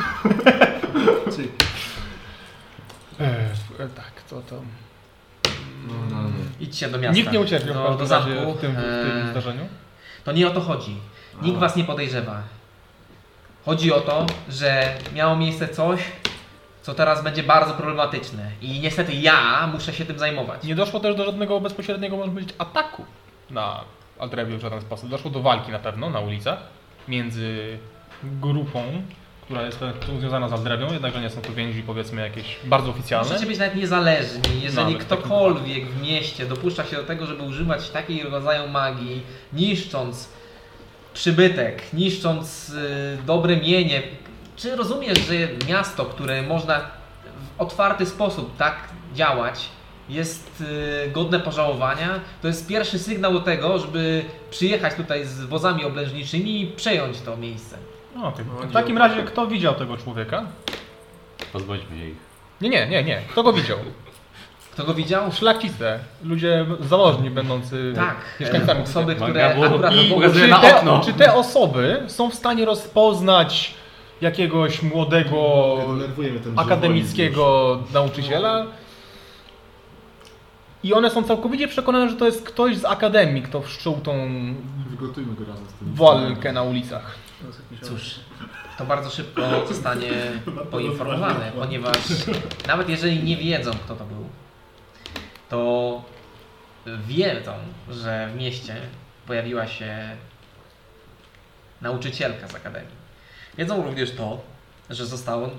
Tak, to... Idźcie do miasta. Nikt nie ucierpiał w do każdym razie zamku. w tym zdarzeniu. To nie o to chodzi. Nikt was nie podejrzewa. Chodzi o to, że miało miejsce coś, co teraz będzie bardzo problematyczne. I niestety ja muszę się tym zajmować. Nie doszło też do żadnego bezpośredniego, można powiedzieć, ataku na Aldrewię w żaden sposób. Doszło do walki na pewno na ulicach między grupą, która jest związana z Aldrewią, jednakże nie są to więzi, powiedzmy, jakieś bardzo oficjalne. Możecie być nawet niezależni, jeżeli Nawet w takim ktokolwiek w mieście dopuszcza się do tego, żeby używać takiego rodzaju magii, niszcząc przybytek, niszcząc dobre mienie. Czy rozumiesz, że miasto, które można w otwarty sposób tak działać, jest godne pożałowania? To jest pierwszy sygnał do tego, żeby przyjechać tutaj z wozami oblężniczymi i przejąć to miejsce. Okay. W takim razie, kto widział tego człowieka? Pozbądźmy się ich. Nie. Kto go widział? Kto go widział? Szlachcice, ludzie zamożni, będący Tak, mieszkańcami. osoby, Manga które było- akurat I- mogą pokazuje Czy na te, okno. czy te osoby są w stanie rozpoznać jakiegoś młodego Denerwuje mnie ten akademickiego nauczyciela? I one są całkowicie przekonane, że to jest ktoś z akademii, kto wszczął tą Wygotujmy go razem z tym. walkę na ulicach. Cóż, to bardzo szybko zostanie poinformowane, ponieważ nawet jeżeli nie wiedzą, kto to był, to wiedzą, że w mieście pojawiła się nauczycielka z akademii. Wiedzą również to, że został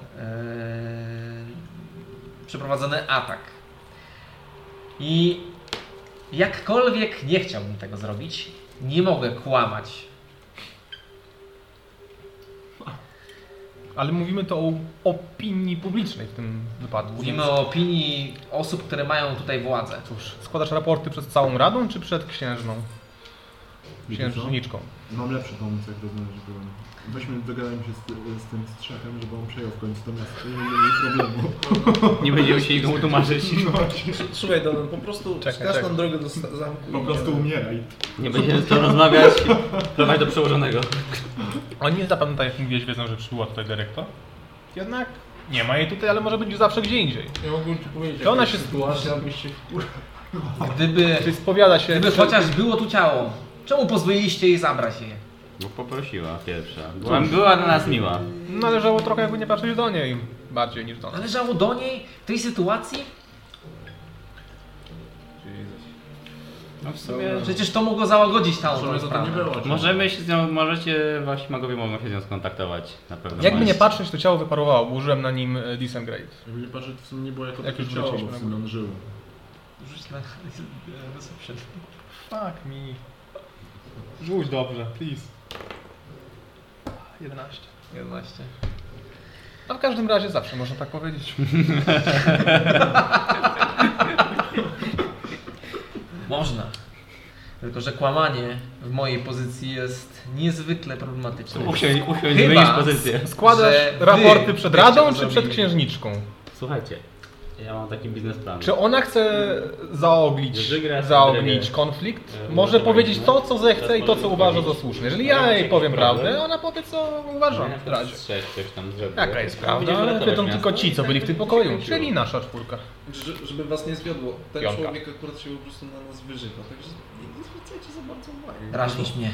przeprowadzony atak. I jakkolwiek nie chciałbym tego zrobić, nie mogę kłamać. Ale mówimy to o opinii publicznej w tym wypadku. Mówimy o opinii osób, które mają tutaj władzę. Cóż, składasz raporty przed całą radą, czy przed księżną? Wiecie co? Księżniczką. Mam lepszy pomysł, jak rozmawiać byłem. Weźmy, dogadajmy się z tym strzechem, żeby on przejął w końcu to miasto i nie będzie mieli problemu. Nie będziemy się nikomu tłumaczyć. Słuchaj, Donan, po prostu wskaż nam drogę do zamku. Po prostu umieraj. Nie będziemy z tym rozmawiać. Prowadź do przełożonego. Oni zapewne, tak jak mówiłeś, wiedzą, że przybyła tutaj dyrektor. Jednak nie ma jej tutaj, ale może być zawsze gdzie indziej. Ja mógłbym ci powiedzieć, To ona jaka się jest sytuacja, abyście... Gdyby spowiada się. chociaż było tu ciało, czemu pozwoliliście jej zabrać je? Bo poprosiła pierwsza. Była dla nas miła. Należało trochę jakby nie patrzeć do niej bardziej niż do nas. Należało do niej w tej sytuacji? No w sumie... Przecież to mogło załagodzić całą Może tą to sprawę. nie było. Możemy się z nią, możecie, wasi magowie mogą się z nią skontaktować na pewno. Jakby nie macie. patrzeć, to ciało wyparowało, bo użyłem na nim Disengrade. Jakby nie patrzeć, to w sumie nie było jako Jak takie już ciało, bo wróciliśmy w sumie na on żył. Rzuć na reception. Fuck me. Rzuć dobrze, please. 11. 11. No w każdym razie zawsze można tak powiedzieć. Można. Tylko że kłamanie w mojej pozycji jest niezwykle problematyczne. Usiądź, Chyba- wymienić pozycję. Składasz Że wy raporty przed byście radą, to czy przed zrobili. księżniczką? Słuchajcie, ja mam taki biznesplan. Czy ona chce zaognić konflikt? Może powiedzieć to, co zechce i to, co uważa za słuszne. Jeżeli ja jej powiem prawdę, ona powie, co uważa w razie. Coś tam zrobił. Jaka jest prawda? Będziemy Ale ratować wiedzą miasto. tylko ci, co byli w tym pokoju, czyli nasza czwórka. Żeby was nie zwiodło, ten Piątka. człowiek akurat się po prostu na nas wyżywa, także nie zwracajcie za bardzo uwagi. Drażnisz mnie.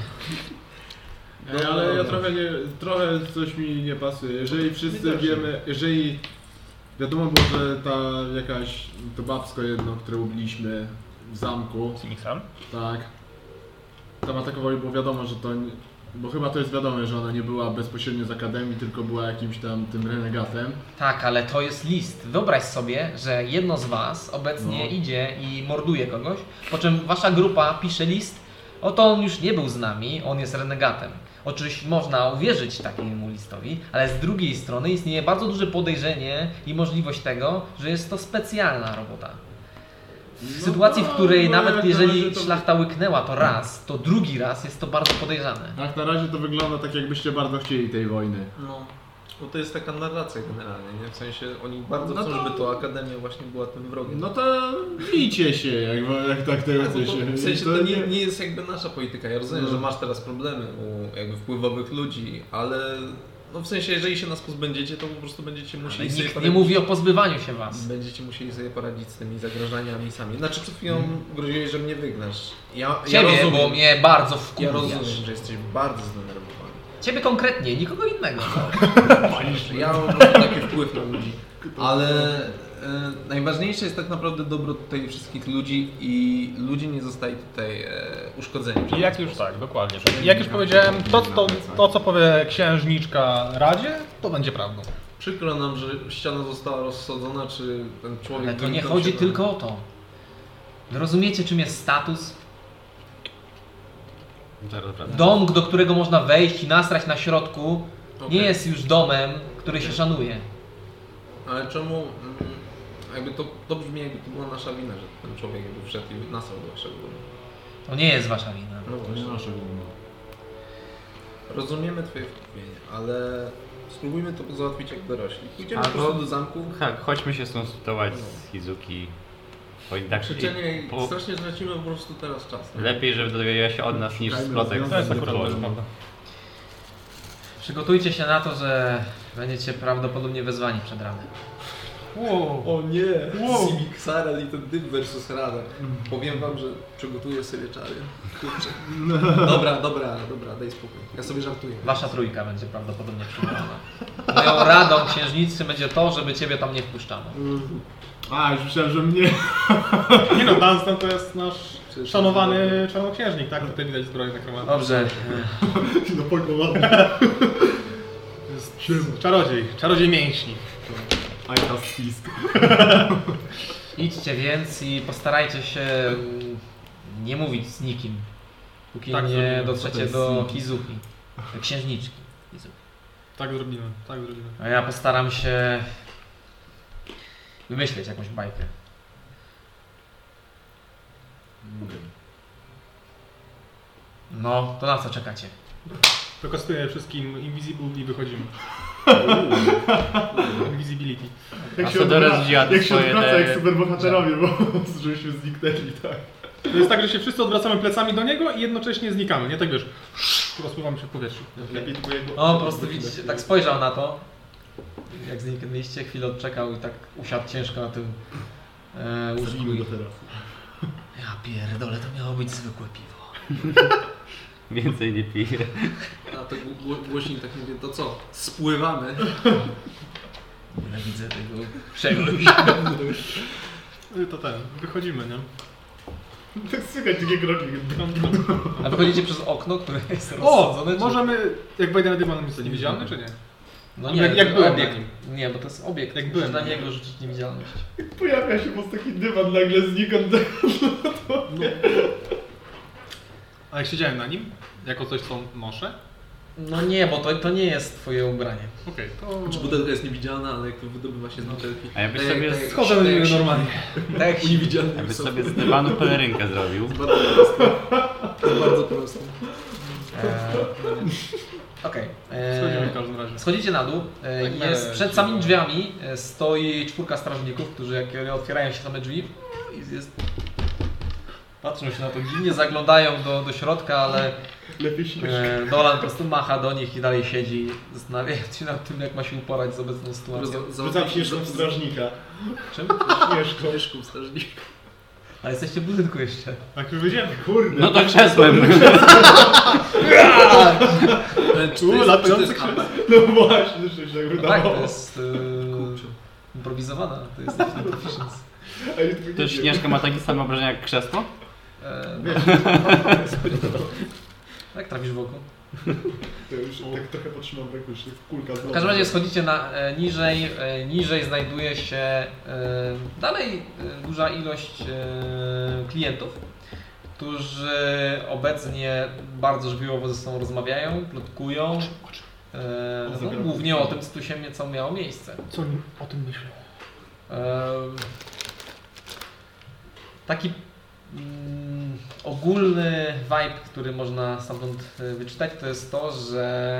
Ej, ale ja trochę coś mi nie pasuje. Jeżeli wszyscy wiemy, jeżeli wiadomo było, że ta jakaś, to babsko jedno, które ubiliśmy w zamku, Phoenixem? tak, tam atakowali, bo wiadomo, że to, bo chyba to jest wiadome, że ona nie była bezpośrednio z Akademii, tylko była jakimś tam tym renegatem. Tak, ale to jest list. Wyobraź sobie, że jedno z was obecnie No. idzie i morduje kogoś, po czym wasza grupa pisze list, oto on już nie był z nami, on jest renegatem. Oczywiście można uwierzyć takiemu listowi, ale z drugiej strony istnieje bardzo duże podejrzenie i możliwość tego, że jest to specjalna robota. W sytuacji, w której no, nawet jak na jeżeli razie to- szlachta łyknęła to raz, to drugi raz jest to bardzo podejrzane. Jak na razie to wygląda tak, jakbyście bardzo chcieli tej wojny. No, bo to jest taka narracja generalnie, nie? W sensie oni bardzo No chcą, to- żeby to Akademia właśnie była tym wrogiem. No to bijcie się, jak tak tego Tak, bo chcecie. to, w sensie to nie jest jakby nasza polityka. Ja rozumiem, że masz teraz problemy u jakby wpływowych ludzi, ale no w sensie jeżeli się nas pozbędziecie, to po prostu będziecie Ale musieli sobie nikt nie poradzić. mówi o pozbywaniu się was. Będziecie musieli sobie poradzić z tymi zagrożeniami sami. Znaczy przed chwilą groziłeś, że mnie wygnasz. Ja Ciebie, rozumiem, bo mnie bardzo ja wkurwiasz. rozumiem, że jesteś bardzo zdenerwowany. Ciebie konkretnie, nikogo innego. Ja mam po prostu taki wpływ na ludzi. Ale najważniejsze jest tak naprawdę dobro tutaj wszystkich ludzi i ludzie nie zostali tutaj uszkodzeni. w I żaden jak już sposób. tak, dokładnie. Jak już powiedziałem, to co powie księżniczka Radzie, to będzie prawdą. Przykro nam, że ściana została rozsadzona, czy ten człowiek... Ale to nie wymknął chodzi się tylko o to. Rozumiecie, czym jest status? Zaraz wracam. Dom, do którego można wejść i nasrać na środku, nie Okej. jest już domem, który się szanuje. Ale czemu... jakby to brzmi, jakby to była nasza wina, że ten człowiek jakby wszedł i nasrał do waszego domu. To nie jest wasza wina. No To właśnie. nie nasze wina. Rozumiemy twoje wkurwienie, ale spróbujmy to załatwić jak dorośli. Pójdziemy po Albo- prostu do zamku. Tak, chodźmy się skonsultować z Hizuki. Bo i tak Krzyczenie po- strasznie stracimy po prostu teraz czas. nie? lepiej, żeby dowiedziała się od nas niż z Szukajmy plotek rozwiązań z do podporu. problemu. prawda. Przygotujcie się na to, że będziecie prawdopodobnie wezwani przed radę. O nie! Wow. Simic-Sarel i ten typ versus Radar. Powiem wam, że przygotuję sobie czary. Kurczę. Dobra, daj spokój. Ja sobie żartuję. Wasza trójka będzie prawdopodobnie przywołana. Moją radą księżniczcy będzie to, żeby ciebie tam nie wpuszczano. A, już myślałem, że mnie. Nie no, Dunstan to jest nasz Przecież- szanowany czarnoksiężnik, tak? Tutaj widać zbroję nekromanta. Dobrze. No Pokémon. Czarodziej mięśni. I have fist. Idźcie więc i postarajcie się nie mówić z nikim, póki Tak nie zrobimy. dotrzecie do Kizuki, księżniczki Kizuki. Tak zrobimy. A ja postaram się wymyśleć jakąś bajkę. No, to na co czekacie? Wykostuję wszystkim Invisible i wychodzimy. Invisibility. Masadores wzięła jak się swoje odwraca te- jak superbohaterowie, bo żebyśmy zniknęli, tak. To jest tak, że się wszyscy odwracamy plecami do niego i jednocześnie znikamy, nie? Tak wiesz, rozpływamy się w powietrzu. Lepiej tylko jego... No, po prostu widzicie, tak spojrzał na to, jak zniknęliście, chwilę odczekał i tak usiadł ciężko na tym łóżku. Zabijmy go teraz. Ja pierdolę, to miało być zwykłe piwo. Więcej nie piję. A to głośniej tak mówię, to co? Spływamy. Nienawidzę tego czegoś. To wychodzimy, nie? Tak słychać takie kroki. A wychodzicie przez okno, które jest O! rozsadzone? czy- Możemy, jak wejdę na dywan, jest niewidzialny, czy nie? No nie, jak byłem obiekt. na nim. Nie, bo to jest obiekt. Jak Musisz byłem na na nim. niego rzucić niewidzialność. Pojawia się po prostu taki dywan nagle znikąd. A jak siedziałem na nim? Jako coś, co noszę? No nie, bo to nie jest twoje ubranie. Okej, to... Czy butelka jest niewidzialna, ale jak to wydobywa się z butelki. A jakbyś Tak sobie jak- z- Schodzę na niego normalnie. Tak jak Niewidzialny Jakbyś sobie. sobie z dywanu pelerynkę zrobił. Bardzo prosto. To jest bardzo prosto. Okej. Schodzimy w każdym razie. Schodzicie na dół. Tak, Jest na- przed samymi drzwiami stoi 4 strażników, którzy jak otwierają się same drzwi, patrzą się na to dziwnie, zaglądają do środka, ale Lepiej śmiesznie. Dolan po prostu macha do nich i dalej siedzi, zastanawiając się nad tym, jak ma się uporać z obecną sytuacją. Rzucam śnieżką w strażnika. Czym? Śnieżką. Śnieżką strażnika. Ale jesteście w budynku jeszcze. Tak już wyjdziemy. Kurde. No to krzesłem. latający atak? No właśnie, że się No tak, wydawało. to jest improwizowana, to jest proficiency. A ja tego nie To wiem. Śnieżka ma takie same obrażenia jak krzesło? No. Tak trafisz w oko. To już tak trochę podtrzymam w ręku, już kulka z W każdym razie schodzicie niżej, niżej znajduje się dalej duża ilość klientów, którzy obecnie bardzo żywiołowo ze sobą rozmawiają, plotkują, no, głównie o tym, co tu się nieco miało miejsce. Co oni o tym myślą? Taki ogólny vibe, który można stamtąd wyczytać, to jest to, że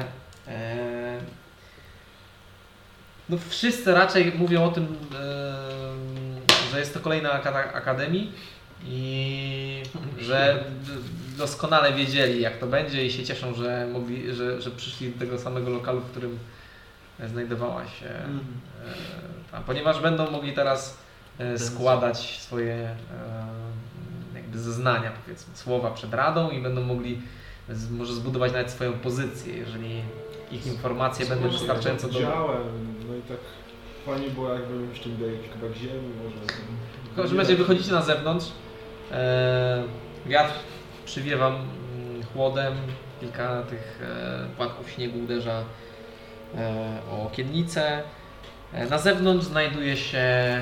no wszyscy raczej mówią o tym, że jest to kolejna akademii i że doskonale wiedzieli, jak to będzie i się cieszą, że mogli, że przyszli do tego samego lokalu, w którym znajdowała się tam, ponieważ będą mogli teraz składać swoje jakby zeznania, powiedzmy, słowa przed Radą i będą mogli może zbudować nawet swoją pozycję, jeżeli ich informacje będą wystarczająco dobre. Widziałem, no i tak fajnie było, jakby jeszcze mi dali jakiś kawałek ziemi, może... W każdym razie wychodzicie na zewnątrz, wiatr przywiewa chłodem, kilka tych płatków śniegu uderza o okiennicę. Na zewnątrz znajduje się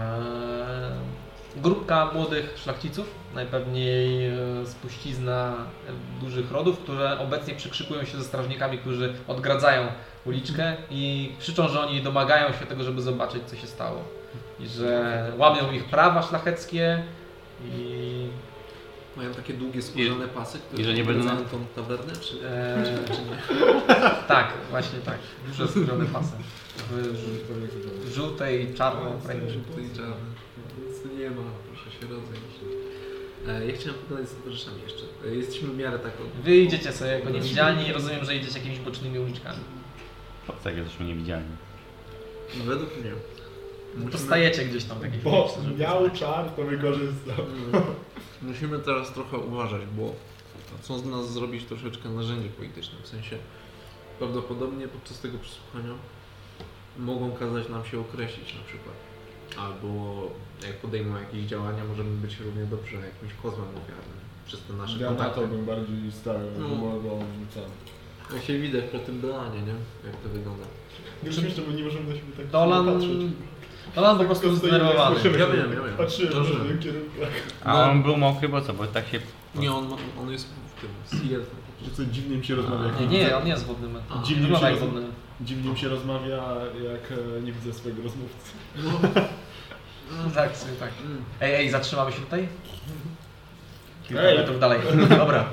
grupka młodych szlachciców, najpewniej spuścizna dużych rodów, które obecnie przekrzykują się ze strażnikami, którzy odgradzają uliczkę i krzyczą, że oni domagają się tego, żeby zobaczyć, co się stało. I że łamią ich prawa szlacheckie i... Mają takie długie skórzane pasy, które i że nie będą odgradzają tą tawernę, czy nie? Tak, właśnie tak. Duże skórzane pasy. W żółtej, czarnej prędzi. Żółty i czarny. Nic tu nie ma, proszę się rozejść. Ja chciałem pogadać z towarzyszami jeszcze. Jesteśmy w miarę tak Wy idziecie sobie jako niewidzialni i rozumiem, że idziecie jakimiś bocznymi uliczkami. Po co jak jesteśmy niewidzialni? Według mnie. Dostajecie gdzieś tam w jakiejś Bo miejscu, żeby miał znać. czar, to wykorzystał. Musimy teraz trochę uważać, bo chcą z nas zrobić troszeczkę narzędzie polityczne. W sensie prawdopodobnie podczas tego przesłuchania mogą kazać nam się określić na przykład. Albo jak podejmą jakieś działania, możemy być równie dobrze jakimś kozłem ofiarnym przez te nasze Ja na kontakty. to bym bardziej stawiał, No. że mogą Jak się widać po tym Delanie, nie? Jak to wygląda. Nie śmieszne, bo nie możemy na siebie tak Dolan po prostu Tylko stoimy, zdenerwowany. słyszymy Ja się. wiem. Patrzymy w Dobrze. różnych kierunkach. A on był mokry, bo co? Bo tak się... Nie, on jest w tym Seattle. Że co dziwnie mi się rozmawia. jak Nie, widzę- on nie jest wodnym. A, Nie wygląda jak wodny. Dziwnie mi się rozmawia, jak nie widzę swojego rozmówcy. Tak, sobie tak. Ej, zatrzymamy się tutaj? Kilka Ej. metrów dalej. Dobra.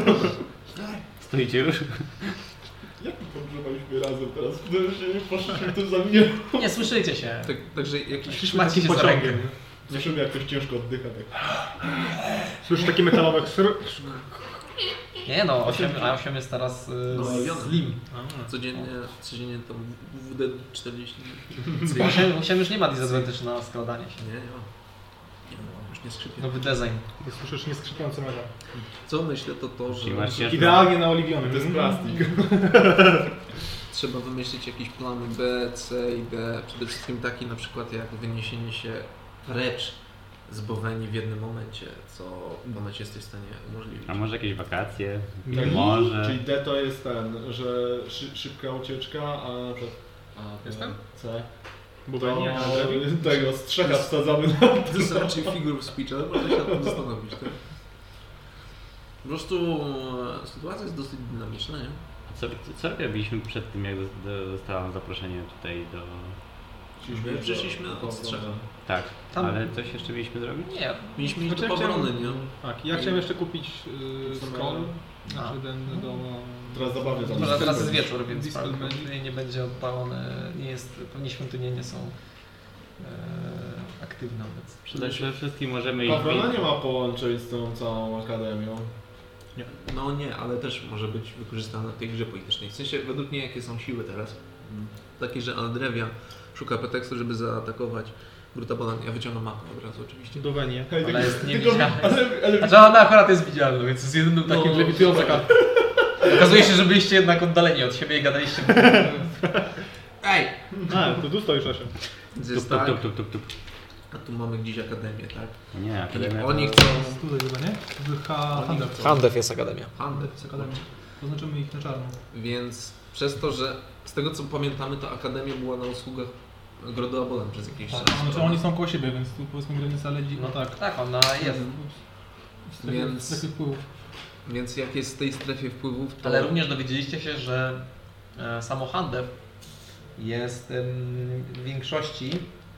Stoicie już? Jak my pogrzebaliśmy razem teraz? Wtedy się nie poszliśmy tu za mnie. Nie słyszycie się. Także jakiś Trzymacie się za rękę. Słyszymy, jak ktoś ciężko oddycha. Tak. Słyszysz takie metalowe Nie no, 8 jest teraz No, slim. codziennie tam WD-40. 8 już nie ma disadvantage na składanie się. Nie ma. Nie ma, już nie skrzypie. Nowy design. Słyszysz nieskrzypiący metal. Co myślę to, że Czyli masz ciężko. Idealnie naoliwiony. To jest plastik. trzeba wymyślić jakieś plany B, C i D. Przede wszystkim taki na przykład jak wyniesienie się precz z Bowenii w jednym momencie, co ponoć jesteś w stanie umożliwić. A może jakieś wakacje? Tak. Może. Czyli D to jest ten, że szybka ucieczka, a na przykład Jestem? C. Bowenii, To a Drewi? tego strzecha wsadzamy na To jest raczej figure of speech, ale można się nad tym zastanowić. Tak? Po prostu sytuacja jest dosyć dynamiczna, nie? Co robiliśmy przed tym, jak dostałam zaproszenie tutaj do... My przyszliśmy od strzecha. Tak, Tam- ale coś jeszcze mieliśmy zrobić? Nie. Mieliśmy iść do Znaczy, ja obrony, chciałem- nie? Tak, ja chciałem jeszcze kupić scroll, A. znaczy ten do... Teraz zabawnie tam. Może teraz jest wieczór, więc Dispel prawdopodobnie nie będzie odpalone. Nie jest, pewnie świątynie nie są aktywne obecnie. Przede wszystkim możemy iść... Pawrona nie ma połączeń z tą całą akademią. No nie, ale też może być wykorzystane w tej grze politycznej. W sensie, według mnie, jakie są siły teraz? Takie, że Aldrevia szuka pretekstu, żeby zaatakować Brutabolan. Ja wyciągnę mapę od razu oczywiście. Dowenię. Ona jest Tylko- niewidzialna. ale Znaczy ona akurat jest widzialna, więc jest jedyną takim No, lewitującą kartą. Okazuje się, że byliście jednak oddaleni od siebie i gadaliście. Ej! A, to tu stoisz, Asia. Więc Tup, jest tup, tak, tup, tup, tup, tup. a tu mamy gdzieś akademię, tak? Nie, I akademia oni to- chcą... Tutaj chyba, nie? W Oni Handel. chcą- Handew jest akademia. Handel. Akademia. Oznaczymy ich na czarno. Więc przez to, że z tego co pamiętamy, to akademia była na usługach Grodu Abolan przez jakiś Tak, czas. znaczy oni są koło siebie, więc tu powiedzmy granica leci, no tak. Tak, ona jest. Więc- W strefie wpływów. Więc jak jest w tej strefie wpływów, to... Ale również dowiedzieliście się, że samo Handew jest w większości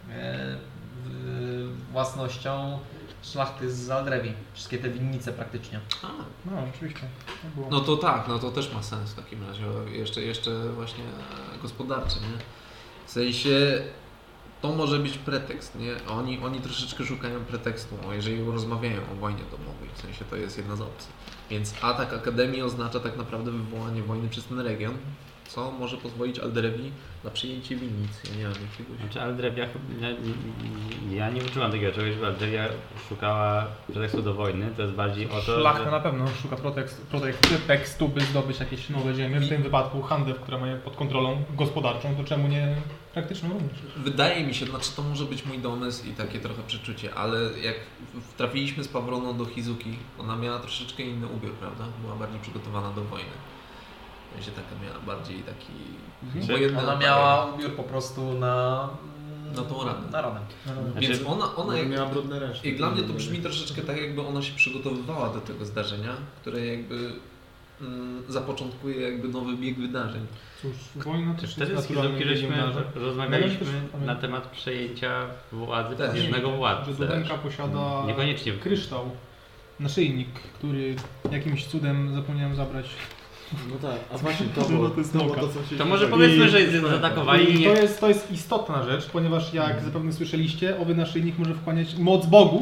własnością szlachty z Aldrewi. Wszystkie te winnice praktycznie. A, No, rzeczywiście. Tak było. no to tak, no to też ma sens w takim razie. Jeszcze właśnie gospodarczy, nie? W sensie to może być pretekst, nie? Oni troszeczkę szukają pretekstu, jeżeli rozmawiają o wojnie domowej. W sensie to jest jedna z opcji. Więc atak Akademii oznacza tak naprawdę wywołanie wojny przez ten region, co może pozwolić Aldrewi na przyjęcie winnic. Ja nie mam jakiegoś... Znaczy Aldrevia, ja nie wyczułam takiego czegoś, że Aldrevia szukała pretekstu do wojny, to jest bardziej o to, Szlachta że... na pewno szuka pretekstu, by zdobyć jakieś nowe ziemie. W tym wypadku Handew, która ma je pod kontrolą gospodarczą, to czemu nie praktyczną również? Wydaje mi się, znaczy to może być mój domysł i takie trochę przeczucie, ale jak trafiliśmy z Pawroną do Hizuki, ona miała troszeczkę inny ubiór, prawda? Była bardziej przygotowana do wojny. Ja się taka miała bardziej taki wojenny Ona atak. miała ubiór po prostu na tą radę. Na radę. Więc Znaczy- ona jak... miała brudne reszty. I dla mnie to brzmi troszeczkę tak, jakby ona się przygotowywała do tego zdarzenia, które jakby zapoczątkuje jakby nowy bieg wydarzeń. Cóż, wojna też Wtedy jest z naturalnym Hizuki biegiem żeśmy wydarzeń. rozmawialiśmy Pamiętam, na temat przejęcia władzy Też. przez jednego Że władcę. Dowenka posiada Niekoniecznie. kryształ, naszyjnik, który jakimś cudem zapomniałem zabrać. No tak, a właśnie to No było to jest to, nauka. to, co się To może dzieje. powiedzmy, że zaatakowali i I nie... to jest istotna rzecz, ponieważ jak zapewne słyszeliście, owy naszyjnik może wchłaniać moc bogów.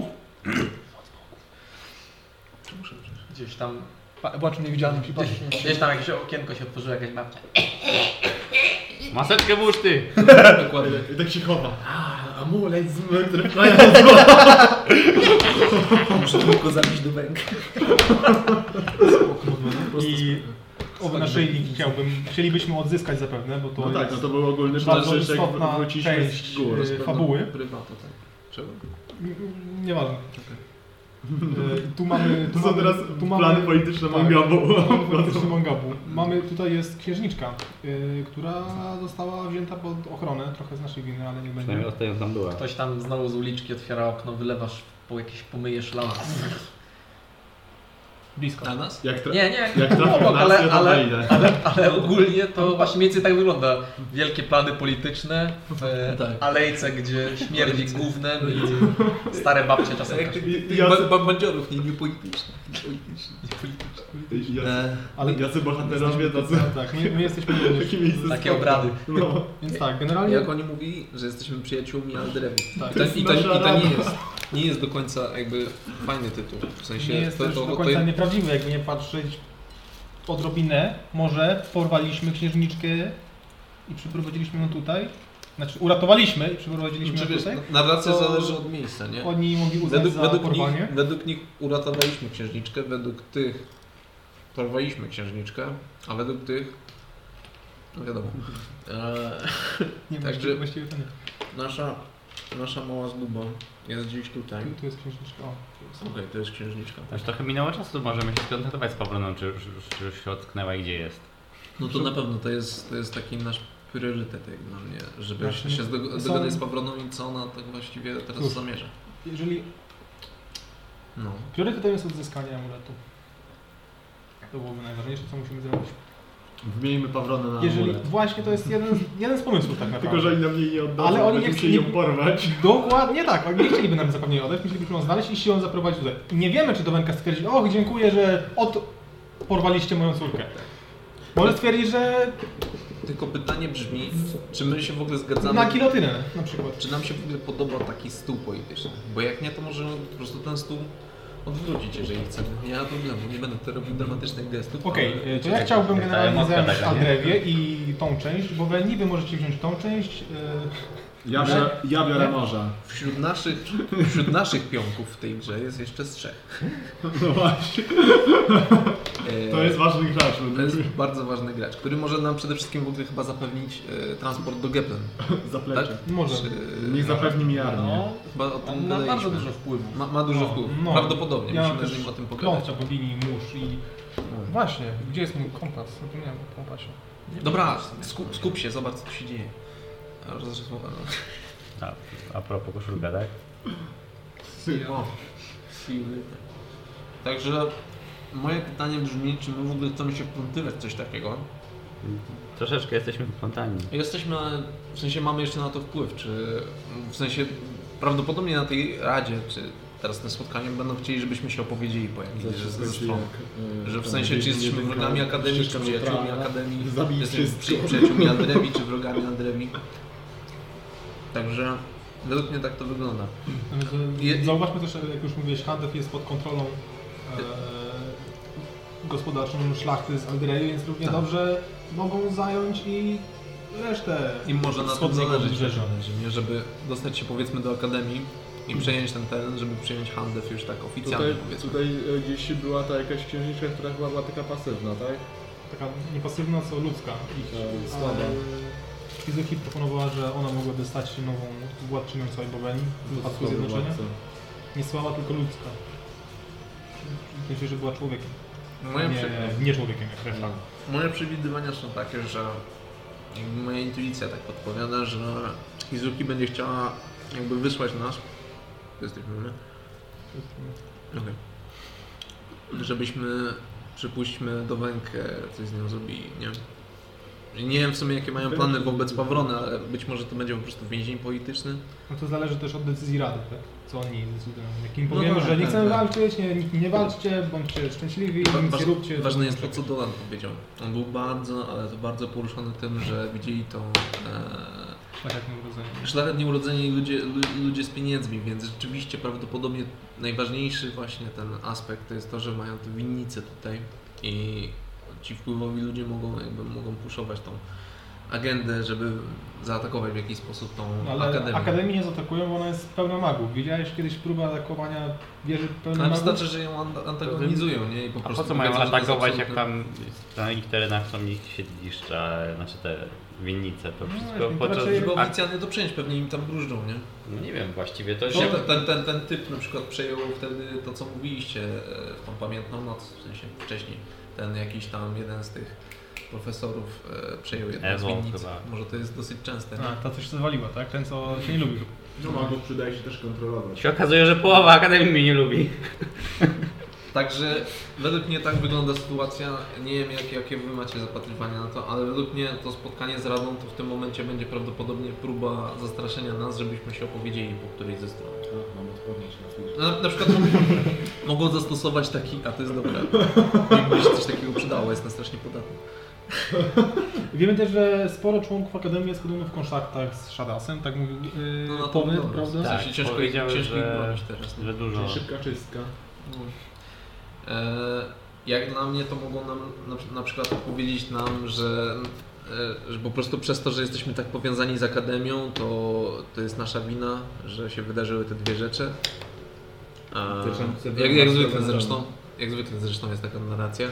Gdzieś tam, Bądź niewidzialnym i patrz. gdzieś tam jakieś okienko się otworzyło, jakaś babcia. Maseczkę włóż ty! Dokładnie. I tak się chowa. Hamulec, który wpływa na zło. Muszę tylko zabić do węgla. I owy naszyjnik chcielibyśmy odzyskać zapewne, bo to No tak, jest no to był ogólny bardzo szczyt, jak istotna wróciliśmy część z gór. fabuły. Prywata, tak. Czego? Nieważne. Tu mamy... To są teraz plany polityczne Mangabu. Polityczny Mangabu. Mamy, tutaj jest księżniczka, która została wzięta pod ochronę, trochę z naszej winy, ale nie będzie. Przynajmniej ostatnio tam była. Ktoś tam znowu z uliczki otwiera okno, wylewasz po jakieś pomyjesz lampy. Blisko. Na nas? Jak Nie, jak trafię obok, na nas, ja tam wejdę. ale ogólnie to właśnie mniej więcej tak wygląda. Wielkie plany polityczne w Tak. alejce, gdzie śmierdzi gównem i stare babcie czasem. Jak tych bandziorów, nie politycznych. Ale Jacy bohaterowie tacy. tak, my jesteśmy również. Takie miejsce Takie spotkania. obrady. No. Więc tak, generalnie... Jak oni mówili, że jesteśmy przyjaciółmi Aldrewi. Tak. I to nie jest do końca jakby fajny tytuł. W sensie Nie jest też do to końca nieprawdziwy, jakby nie patrzeć odrobinę. Może porwaliśmy księżniczkę i przyprowadziliśmy ją tutaj. Znaczy uratowaliśmy i przyprowadziliśmy ją tutaj. narracja to zależy od miejsca, nie? Oni mogli uznać za porwanie. Według nich uratowaliśmy księżniczkę, według tych porwaliśmy księżniczkę, a według tych no wiadomo. Nie, Także- właściwie to nie. Nasza mała zguba jest gdzieś tutaj. Tu jest księżniczka. O. Okej, to jest księżniczka. Już trochę minęło czasu, możemy się skontaktować z Pawloną, czy już się ocknęła i gdzie jest. No to na pewno to jest taki nasz priorytet jak dla mnie, żeby Właśnie się są- dogadać z Pawroną i co ona tak właściwie teraz Cóż. zamierza. Jeżeli No. priorytetem jest odzyskanie amuletu. To byłoby najważniejsze, co musimy zrobić. Wmiejmy Pawronę na Jeżeli amulet. właśnie to jest jeden z pomysłów tak naprawdę. Tylko, że oni nam jej nie oddadzą, Ale oni nie musieli ją porwać. Dokładnie tak, oni nie chcieliby nam zapewne oddać, musielibyśmy ją znaleźć i siłą zaprowadzić tutaj. I nie wiemy, czy do Wenka stwierdzi, och, dziękuję, że porwaliście moją córkę. Może stwierdzić, że Tylko pytanie brzmi, czy my się w ogóle zgadzamy, na kilotynę na przykład. czy nam się w ogóle podoba taki stół polityczny? Bo jak nie, to możemy po prostu ten stół odwrócić, jeżeli chcemy. Nie ma problemu, nie będę tutaj robił dramatycznych gestów. Okej, ale- to ja chciałbym generalnie emocja zająć taka, nie? Aldrewię i tą część, bo Weni wy możecie wziąć tą część. Ja biorę morza. Wśród naszych pionków w tej grze jest jeszcze z trzech. No właśnie. To jest ważny gracz. To jest bardzo ważny gracz, który może nam przede wszystkim w ogóle chyba zapewnić transport do Geplen. Zaplecze. Może. Niech zapewni mi armię. No, Chyba o tym on ma bardzo gadaliśmy. dużo wpływu. Ma duży No, wpływ. no. Prawdopodobnie. Ja mam Musimy też z nim o tym pogadać. klątwę bogini, mórz i... Właśnie, gdzie jest mój kompas? Zapomniałem o kompasie. Dobra, skup się, zobacz co tu się dzieje. A propos koszulka, tak? O, Także moje pytanie brzmi, czy my w ogóle chcemy się wplątywać w coś takiego? Troszeczkę jesteśmy wplątani. Jesteśmy, w sensie mamy jeszcze na to wpływ, czy w sensie prawdopodobnie na tej radzie, czy teraz na spotkaniu będą chcieli, żebyśmy się opowiedzieli po jakiejś ze stron. Że w sensie, czy jesteśmy wrogami Akademii, czy przyjaciółmi Akademii, Zabij jesteśmy wszystkich. przyjaciółmi Aldrewi, czy wrogami Aldrewi. Także według mnie tak to wygląda. Zauważmy też, jak już mówiłeś, Handew jest pod kontrolą gospodarczą szlachty z Aldrei, więc równie Tak. dobrze mogą zająć i resztę Im może na tym wschodniego zależeć, wybrzeża. nie? Żeby dostać się powiedzmy do Akademii i przejąć ten teren, żeby przyjąć Handew już tak oficjalnie powiedzmy. Tutaj gdzieś była ta jakaś księżniczka, która chyba była taka pasywna, tak? Taka nie pasywna, co ludzka. Słaba. Izuki proponowała, że ona mogłaby stać się nową władczynią całej Bowenii w wypadku zjednoczenia. Nie słaba, tylko ludzka. Myślę, że była człowiekiem. Nie człowiekiem, jak reszta. Moje przewidywania są takie, że jakby moja intuicja tak podpowiada, że Izuki będzie chciała jakby wysłać nas. Jesteśmy, nie? Okej. Żebyśmy, przypuśćmy, do Wenkę coś z nią zrobili, nie? Nie wiem w sumie jakie mają plany wobec Pawrony, ale być może to będzie po prostu więzień polityczny. No to zależy też od decyzji Rady, tak? Co oni decydują. Jak im No powiemy, tak, że nie tak, chcemy tak. walczyć, nie walczcie, bądźcie szczęśliwi, nic nie róbcie. Ważne jest to, co Dolan powiedział. On był bardzo, ale to bardzo poruszony tym, że widzieli to Szlachetne urodzenie. szlachetnie urodzeni ludzie z pieniędzmi, więc rzeczywiście prawdopodobnie najważniejszy właśnie ten aspekt to jest to, że mają te winnice tutaj i ci wpływowi ludzie mogą puszować tą agendę, żeby zaatakować w jakiś sposób tą Ale akademię. Akademii nie zaatakują, bo ona jest pełna magów. Widziałeś kiedyś próbę atakowania wieży pełnej Ale magów? wystarczy, że ją antagonizują, nie? I po A prostu po co mają powiedzą, że to jest atakować, jak absolutny- tam na ich terenach są ich siedliszcza, znaczy te winnice, to wszystko właśnie, to podczas... raczej- Żeby A, oficjalnie to przejąć, pewnie im tam brużdżą, nie? no nie wiem, właściwie to Że się... ten typ na przykład przejął wtedy to, co mówiliście w tą pamiętną noc, w sensie wcześniej. Ten jakiś tam jeden z tych profesorów przejął jedną z Ewo winnic. chyba. Może to jest dosyć częste. Nie? A, to coś zwaliła, tak? Ten, co się nie lubił. No magów przydaje się też kontrolować. Się okazuje, że połowa Akademii mnie nie lubi. Także według mnie tak wygląda sytuacja. Nie wiem jakie wy macie zapatrywania na to, ale według mnie to spotkanie z Radą to w tym momencie będzie prawdopodobnie próba zastraszenia nas, żebyśmy się opowiedzieli po którejś ze stron. Mam odporność na swój. Na przykład mogą zastosować taki, a to jest dobre, jakby się coś takiego przydało, jest na strasznie podatny. Wiemy też, że sporo członków Akademii jest podobno w kontaktach z Shadasem, tak mówił No, to Pomet, dobra. prawda? Tak. Tak, ciężko powiedziały, ich że, bronić teraz, nie? że dużo... Szybka czystka. Jak dla mnie to mogą nam na przykład powiedzieć nam, że po prostu przez to, że jesteśmy tak powiązani z Akademią, to jest nasza wina, że się wydarzyły te dwie rzeczy. Jak zwykle zresztą jest taka narracja.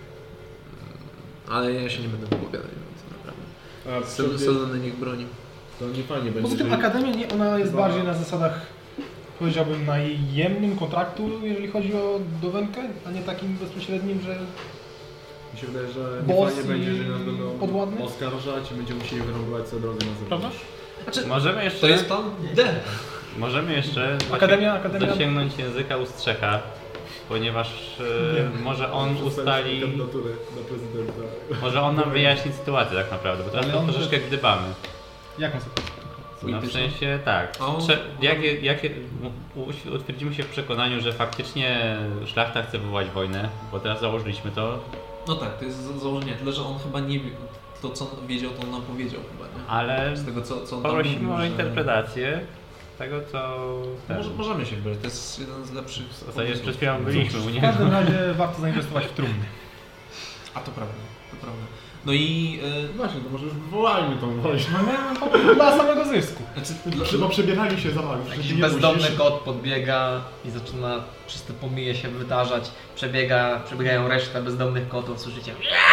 Ale ja się nie będę wypowiadać, więc naprawdę. Solony niech broni. To nie fajnie będzie. Poza tym jeżeli- Akademia, nie, ona jest Chyba- bardziej na zasadach, powiedziałbym, najemnym kontraktu, jeżeli chodzi o Dowenkę, a nie takim bezpośrednim, że Mi się wydaje, że nie Boss fajnie będzie, że nas i będą podwładny? oskarżać i będziemy musieli wyrąbywać sobie drogę na prawda? zewnątrz. Znaczy, Możemy jeszcze... to jest plan D. Możemy jeszcze Akademia- zasięgnąć języka Ustrzecha, ponieważ może on Przedstawić ustali, kandydaturę na prezydenta. może on nam wyjaśni sytuację tak naprawdę, bo teraz Ale to on troszeczkę gdybamy. jaką sobie? No w Polityczną? sensie tak, A on- utwierdzimy się w przekonaniu, że faktycznie szlachta chce wywołać wojnę, bo teraz założyliśmy to, No tak, to jest założenie, tyle że on chyba nie wie, to co wiedział, to on nam powiedział chyba, nie? ale Z tego co on tam prosimy mówił, o że- interpretację tego, co... Możemy się wybrać, to jest jeden z lepszych W zasadzie pomysłów. przed chwilą byliśmy u W niego. każdym razie warto zainwestować w trumny. A to prawda, to prawda. No i... Właśnie, to może już wywołajmy tą wojnę. No nie, dla samego zysku. Trzeba przebierali się za magów. Jakiś żeby nie bezdomny musisz- kot podbiega i zaczyna wszyscy pomyje się wydarzać. Przebiegają resztę bezdomnych kotów, słyszycie.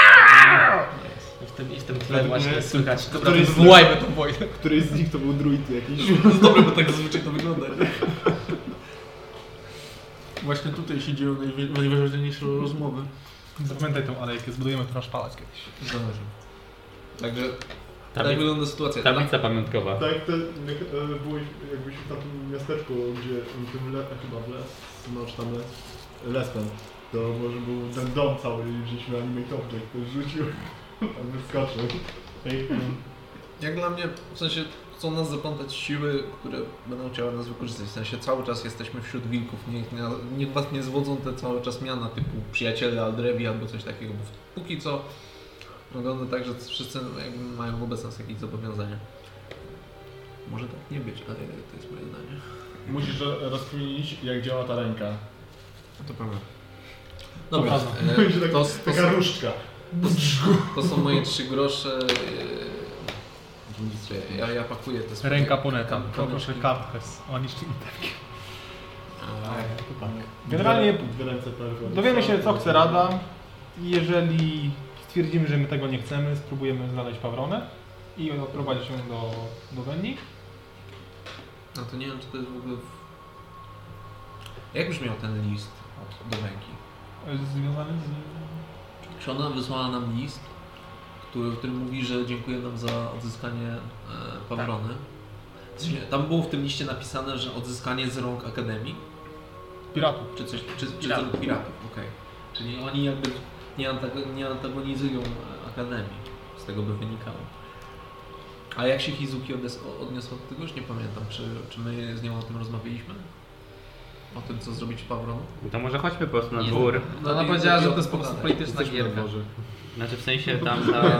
I w tym tle Według właśnie mnie- słychać. Dobra, któryś z- wywołajmy tą wojnę. Któryś z nich to był druid jakiś. Dobre, bo tak zazwyczaj to wygląda. Właśnie tutaj się dzieją najważniejsze rozmowy. Zapamiętaj tą alejkę, zbudujemy to nasz pałac kiedyś. Zależy. Także tak Tablica, wygląda sytuacja. tablica pamiątkowa. Tak jak byłeś jakbyś w takim miasteczku, gdzie tym chyba w Les, no czy tam Lespen, to może był ten dom cały i wzięliśmy animate object, ktoś rzucił, tam wyskoczył. Jak dla mnie, w sensie chcą nas zaplątać siły, które będą chciały nas wykorzystać. W sensie cały czas jesteśmy wśród wilków. Niech was nie zwodzą te cały czas miana typu przyjaciele Aldrewi albo coś takiego, bo póki co wygląda tak, że wszyscy jakby mają wobec nas jakieś zobowiązania. Może tak nie być, ale to jest moje zdanie. Musisz rozkminić, jak działa ta ręka. To prawda. Dobra, prawda. Będzie taka różdżka. to są moje 3 grosze. Ja pakuję te swoje... Ręka poneta, kamyczki. proszę karthes, o niszczyli literki. A, Generalnie Dwie ręce prawie. dowiemy się, co chce Rada. Jeżeli stwierdzimy, że my tego nie chcemy, spróbujemy znaleźć Pawronę i odprowadzić ją do Wenni. No to nie wiem, czy to jest w ogóle... Jak brzmiał ten list do ręki? Związany z... Czy ona wysłała nam list, w którym mówi, że dziękuję nam za odzyskanie Pawrony? W sensie, tam było w tym liście napisane, że odzyskanie z rąk Akademii? Piratów. Czy coś, czy Piratów. z rąk piratów, okej. Czyli oni jakby nie antagonizują Akademii, z tego by wynikało. A jak się Hizuki odniosła do tego, już nie pamiętam, czy my z nią o tym rozmawialiśmy? O tym, co zrobić z Pawroną? To może chodźmy po prostu na Nie. dwór. To ona i- powiedziała, i że o to jest po tym prostu pogadać. polityczna Jesteśmy na gierka. dworze. Znaczy w sensie tam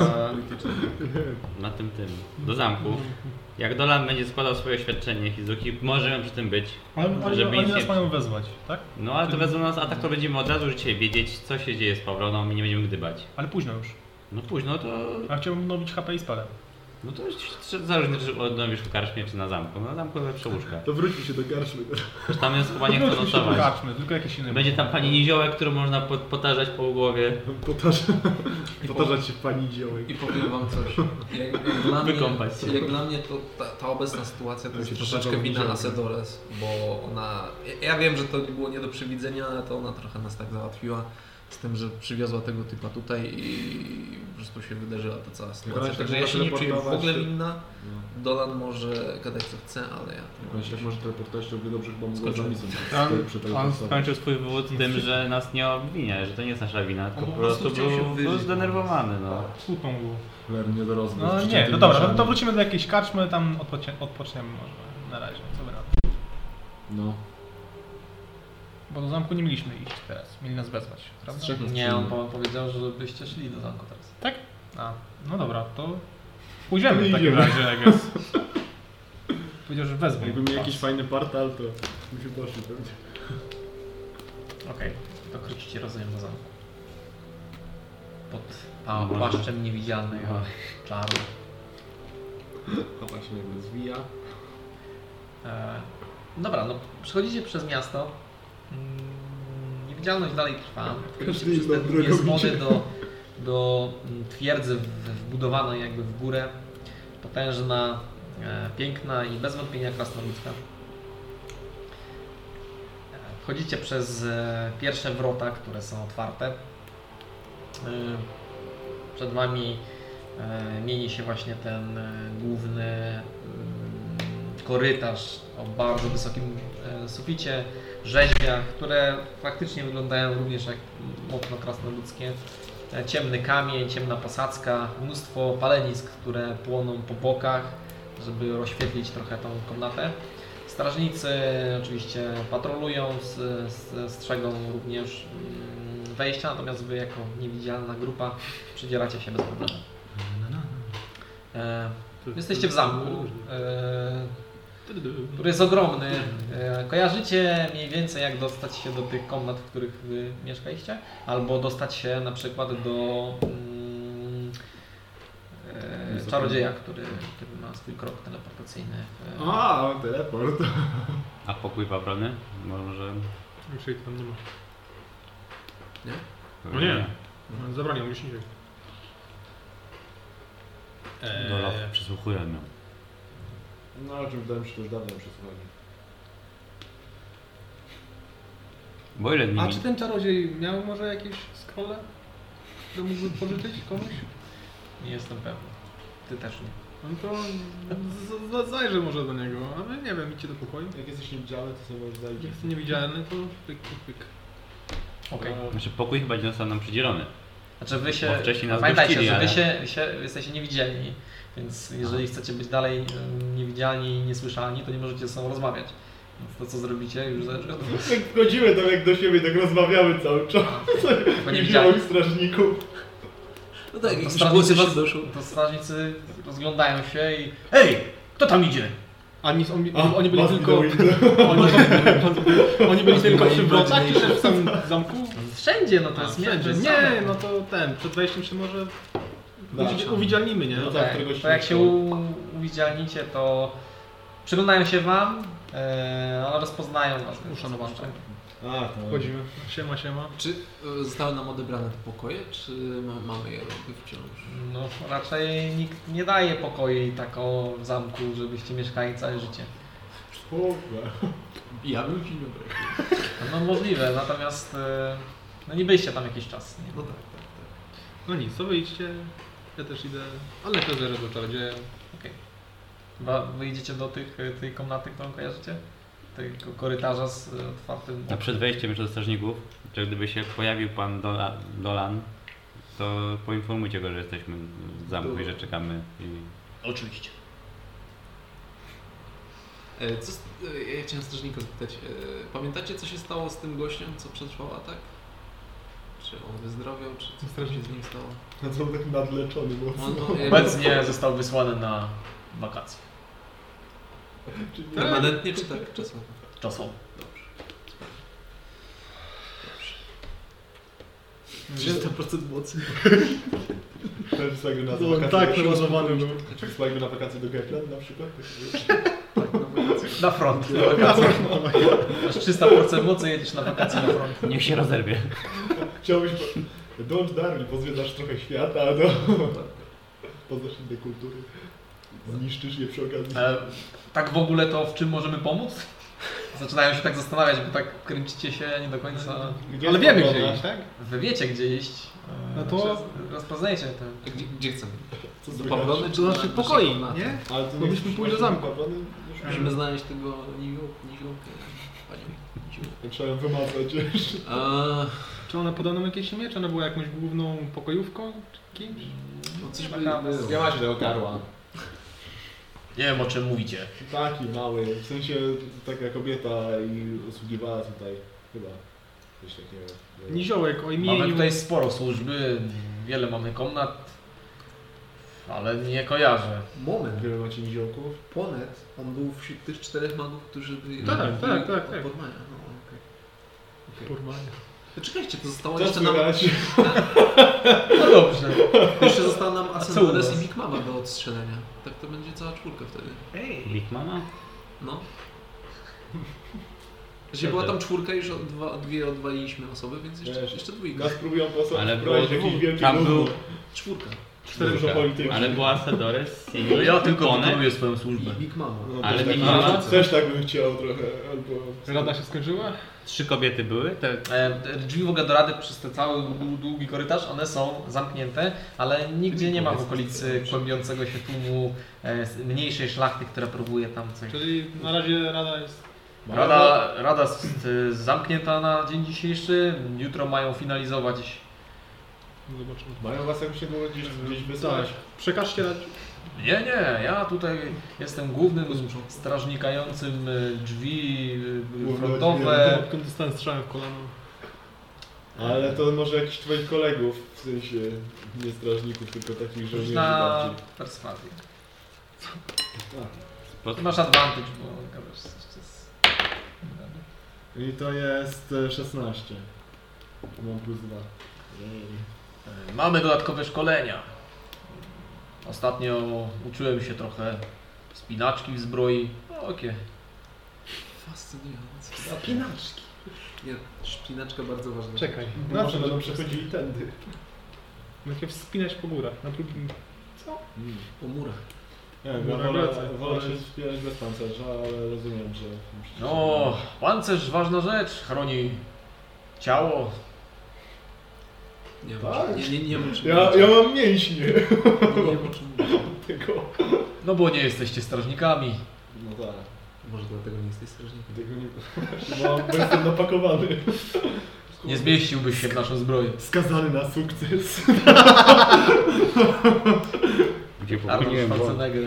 na tym, do zamku. Jak Dolan będzie składał swoje oświadczenie Hizuki, możemy przy tym być. Ale Żeby oni nic nas nie- mają wezwać, tak? No ale to wezmą nas, a tak to będziemy od razu dzisiaj wiedzieć, co się dzieje z Pawroną i nie będziemy gdybać. Ale późno już. No późno to... Ja chciałbym odnowić HP i spelę. No to zależy, czy odnowisz w karczmie, czy na zamku. Na zamku lepsze łóżka. To wróćmy się do karczmy. Tam jest chyba nie chcę notować. Kaczmy, tylko jakieś inne. Będzie tam pani Niziołek, którą można potarzać po głowie. Potarzać się w pani dziołek. I powiem wam coś. Wykąpać się. Jak dla mnie to ta obecna sytuacja to jest się troszeczkę potarzał wina na Niziołek. Sedores, bo ona... Ja wiem, że to było nie do przewidzenia, ale to ona trochę nas tak załatwiła z tym, że przywiozła tego typa tutaj i po prostu się wydarzyła ta cała sytuacja. Ona się Także tak ja się nie czuję w ogóle teleportować, winna. Dolan może gadać co chce, ale ja... On się tak może teleportować, to by dobrze chyba mogło Skoczył. On skończył swój wywód tym, że nas nie obwinia, że to nie jest nasza wina, tylko On po po prostu prostu chciał się był wyżyć. zdenerwowany. No. Smutną było. Nie dorosły. No nie, no dobra, to wrócimy do jakiejś karczmy, tam odpoczniemy może na razie, co wy na to? No. Bo do zamku nie mieliśmy iść teraz, mieli nas wezwać, prawda? Nie, on powiedział, żebyście szli do zamku teraz. Tak? A, no dobra, to pójdziemy w takim Idziemy. razie, I guess. Powiedział, że wezmą. Jakby miał was. jakiś fajny portal, to by się poszli pewnie. Okej, to kroczycie rozumiem do zamku. Pod Może. płaszczem niewidzialnego czaru. Chowa się nagle zwija. Dobra, no przechodzicie przez miasto. Niewidzialność dalej trwa. Wchodzicie przez te inną długie drogą schody idzie. do twierdzy wbudowanej jakby w górę. Potężna, piękna i bez wątpienia krasnoludzka. Wchodzicie przez pierwsze wrota, które są otwarte. Przed Wami mieni się właśnie ten główny korytarz o bardzo wysokim suficie, rzeźbiach, które faktycznie wyglądają również jak mocno krasnoludzkie. Ciemny kamień, ciemna posadzka, mnóstwo palenisk, które płoną po bokach, żeby rozświetlić trochę tą komnatę. Strażnicy oczywiście patrolują, strzegą również wejścia, natomiast Wy jako niewidzialna grupa przydzieracie się bez problemu. Jesteście w zamku, który jest ogromny. Kojarzycie mniej więcej jak dostać się do tych komnat, w których Wy mieszkaliście? Albo dostać się na przykład do czarodzieja, który ma swój krok teleportacyjny. A, teleport. A pokój wawrony? Może... Już jej tam nie ma. Nie? No nie. Zabronią mi się nie. Dola przysłuchuje mnie. No, o czym wydaje mi się, to już dawno przesłuchali. Bo ile dni A czy ten czarodziej miał może jakieś scrolle, które mógłby pożyczyć komuś? Nie jestem pewny. Ty też nie. No to zajrzę może do niego, ale nie wiem, idźcie do pokoju. Jak jesteś niewidzialny, to sobie możesz Jak zajść. jestem niewidzialny, to pyk, pyk, pyk. Okej. Znaczy pokój chyba nie został nam przydzielony. Znaczy Wy się, Bo wcześniej nas pamiętajcie, gościli, że Wy ale- się jesteście niewidzialni, więc jeżeli chcecie być dalej niewidzialni i niesłyszalni, to nie możecie ze sobą rozmawiać. Więc to co zrobicie już zależy od Was. Jak wchodzimy tam jak do siebie, tak rozmawiamy cały czas. Jako niewidzialni. Niewidzialnych strażników. No tak, To jak strażnicy, was doszło. to strażnicy rozglądają się i hej! Kto tam idzie? Oni byli was tylko... Oni byli tylko przy wrotach, czy też w samym zamku? Wszędzie, no to jest Wszędzie. między Nie, no to przed wejściem się może uwidzialnimy, nie? No Tak, któregoś to jak się uwidzialnicie, to przyglądają się Wam, ale rozpoznają Was. więc Uszanowane. A, to... Wchodzimy. Siema, siema. Czy zostały nam odebrane te pokoje, czy mamy je jakby wciąż? No raczej nikt nie daje pokoi tak o w zamku, żebyście mieszkali całe życie. Ja bym ci nie brał. No możliwe, natomiast no nie byliście tam jakiś czas. Nie? No tak. No nic, to wyjdźcie. Ja też idę. Ale to zależy do czarodzieja. Okej. Wy idziecie do tej komnaty, którą kojarzycie? Tego korytarza z otwartym... A przed wejściem jeszcze do strażników, że gdyby się pojawił pan Dolan, to poinformujcie go, że jesteśmy w zamku i że czekamy. Oczywiście. Ja chciałem strażnika zapytać, pamiętacie co się stało z tym gościem, co przetrwał atak? Czy on wyzdrowiał, czy co się z nim stało? No co tak nadleczony mocno. Obecnie został wysłany na wakacje. Permanentnie czy tak czasowo? Czasowo. Dobrze. 300% mocy. Ten wysłał na No, wakacje tak do- wylosowany był. Wysłał na wakacje do Gepland na przykład. Na front. Na wakacje. Masz 300% mocy, jedziesz na wakacje na front. Niech się rozerwie. Chciałbyś... Dołącz do armii, pozwiedzasz trochę świata, poznasz inne kultury. Zniszczysz je przy okazji. Tak w ogóle to w czym możemy pomóc? Zaczynają się tak zastanawiać, bo tak kręcicie się nie do końca. Ale wiemy gdzie iść, tak? Wy wiecie gdzie iść. No to- rozpoznajecie to. Gdzie chcemy? Co Do słychać? Pawlony czy To do naszych naszej pokoi, komnaty? nie? Ale to Mogliśmy pójść do zamku. Musimy znaleźć tego niziołkę. Panią niziołkę. Trzeba ją wymazać jeszcze. Czy ona podała nam jakieś imię? Czy ona była jakąś główną pokojówką? Czy kimś? No coś Taka- by... Ja macie tego karła. Nie wiem o czym mówicie. Taki mały, w sensie taka kobieta i usługiwała tutaj chyba. Coś takiego. Niziołek o Mamy imieniu. tutaj sporo służby, wiele mamy komnat, ale nie kojarzę. Moment. Wiele macie niziołków? Ponet, on był wśród tych 4 magów, którzy by... Tak, byli tak, tak, od tak. Podmania. No, okej. Porwania. To czekajcie, to zostało Co jeszcze nam... słychać? No dobrze. Jeszcze została nam co u Ascendores was? i Big Mama do odstrzelenia. Tak to będzie cała czwórka wtedy. Big Mama? No. Znaczy była tam czwórka, już dwie odwaliliśmy osoby, więc Wiesz, jeszcze dwójka. Nas próbują Ale wprowadzić było jakiś wielki tam był- gówno. Czwórka. Dużo polityki. Ale była Sadores, No ja tylko Ponet. wykonuję swoją I służbę. Big Mama. No, Ale też tak, Big Mama? też tak bym chciał trochę, albo... Rada się skończyła? 3 kobiety były. Drzwi w ogóle do rady przez ten cały długi korytarz, one są zamknięte, ale nigdzie nie ma w okolicy kłębiącego się tłumu mniejszej szlachty, która próbuje tam coś. Czyli na razie rada jest... Rada jest zamknięta na dzień dzisiejszy, jutro mają finalizować. Zobaczymy. Mają was jakoś niedługo gdzieś wysłać? Tak. Przekażcie rad... Nie, ja tutaj jestem głównym strażnikającym drzwi frontowe. Potem dostałem strzałem w kolano. Ale to może jakiś twoich kolegów, w sensie nie strażników, tylko takich żołnierzy Na bardziej. perswazję. A, Ty masz advantage, bo gadasz jeszcze z... I to jest 16. Mam plus 2. Mamy dodatkowe szkolenia. Ostatnio uczyłem się trochę spinaczki w zbroi. Okej. Fascynujące. Spinaczki. Nie, szpinaczka bardzo ważna. Czekaj. Na co będą przechodzili tędy? Jak się wspinać po górach. Na drugim... Po murach. Nie, Dobra, ja wracaj. wolę się wspierać bez pancerza, ale rozumiem, że... No, pancerz ważna rzecz. Chroni ciało. Nie wiem, Tak? nie wiem czym Ja mam mięśnie nie wiem o czym mówić. tego. No bo nie jesteście strażnikami. No tak. Może dlatego nie jesteś strażnikiem. Tego nie... Bo jestem napakowany. Nie zmieściłbyś się w naszą zbroję. Skazany na sukces. Gdzie Arnold popełniłem błąd. Schwarzenegger.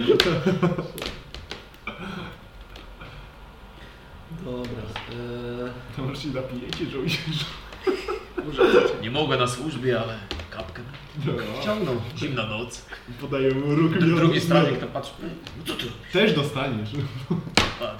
Dobra. To może się napijecie, żołnierze. Nie mogę na służbie, ale kapkę ściągnął. Zimna noc. Podaję mu ruch. Drugi strażnik to patrzy. No co ty robisz? Też dostaniesz. A,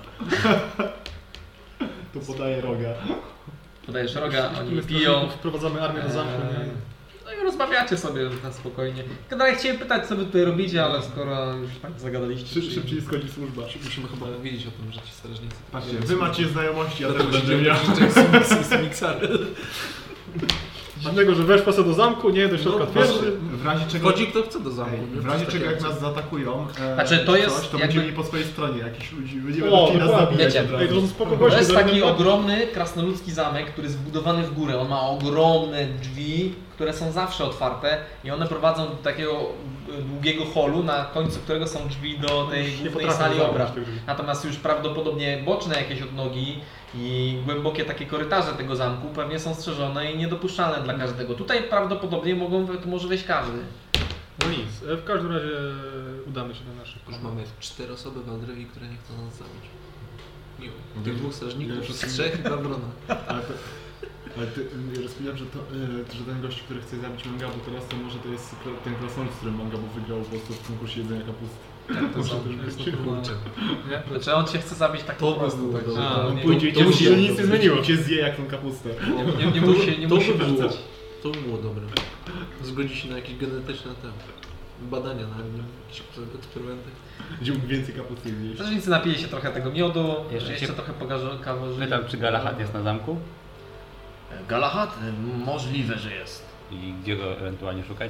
To podaję roga. podajesz roga, oni My piją. wprowadzamy armię do zamku. Nie? No i rozmawiacie sobie na spokojnie. Generalnie chciałem pytać, co wy tutaj robicie, ale skoro już tak zagadaliście. Szybciej schodzi służba. Musimy chyba powiedzieć o tym, że ci strażnicy... Patrzcie, wy macie znajomości, ja też Dlatego będę miał. z Mixarem. Dziwnego, że weszła sobie do zamku, nie do środka twierdzę. W razie czego... Chodzi kto chce do zamku. nie? W razie Coś czego jak takiego. nas zaatakują, Znaczy, to jest coś, to jakby- będziemy mieli po swojej stronie jakichś ludzi. Będziemy O, chcieli nas dokładnie. zabijać Wiecie, od Ej, to razu. są spoko To goście. jest to taki będą- ogromny krasnoludzki zamek, który jest zbudowany w górę. On ma ogromne drzwi, które są zawsze otwarte i one prowadzą do takiego długiego holu, na końcu którego są drzwi do tej Nie głównej potrafię sali zamknąć obrad. tych drzwi. Natomiast już prawdopodobnie boczne jakieś odnogi i głębokie takie korytarze tego zamku pewnie są strzeżone i niedopuszczalne dla każdego. Tutaj prawdopodobnie tu może wejść każdy. No nic, w każdym razie udamy się do naszych Już mamy 4 osoby w Aldrewi, które nie chcą nas zabić. Miło. Mhm. Tych 2 strażników, Ja z 3 i Gabrona. Ale ty, rozpinam, że ten gość, który chce zabić Mangabu teraz, to może to jest ten krasnolud, z którym Mangabu wygrał po prostu w konkursie jedzenia kapusty. To są, Kurczę. Znaczy on cię chce zabić tak To po prostu. by było także dobre. to On nie- pójdzie i to cię musi zje, się nic nie zmieniło. cię zje jak tą kapustę. nie musi To wracać. To by było dobre. Zgodzi się na jakieś genetyczne badania, na jakieś eksperymenty. Będzie mógł więcej kapucyny jeść. Strażnicy napili się trochę tego miodu, Jeszcze jeszcze się- trochę pokazali. Pytam, czy Galahad jest na zamku? Galahad? Możliwe, że jest. I gdzie go ewentualnie szukać?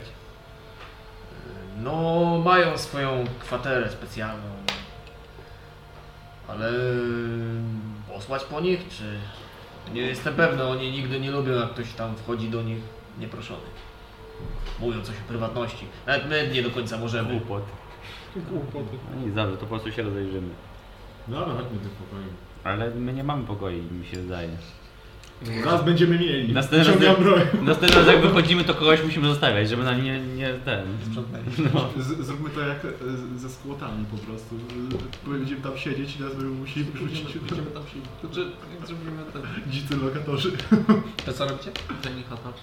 No, mają swoją kwaterę specjalną. Ale posłać po nich, czy... Nie jestem pewny, oni nigdy nie lubią, jak ktoś tam wchodzi do nich nieproszony. Mówią coś o prywatności. Nawet my nie do końca możemy. Głupot. Głupoty. No nic, dobrze, to po prostu się rozejrzymy. Dobra, chodźmy do pokoju. Ale my nie mamy pokoi, mi się wydaje. Zaraz będziemy mieli. Następny Ciągam broń. raz jak wychodzimy, to kogoś musimy zostawiać, żeby nam nie ten... Sprzątnęli. Zróbmy to jak ze skłotami po prostu. Będziemy tam siedzieć i nas będziemy musieli wyrzucić. Będziemy tam się... Znaczy, jak zrobimy ten... Dzicy lokatorzy. To co robicie? Tiny hatacz.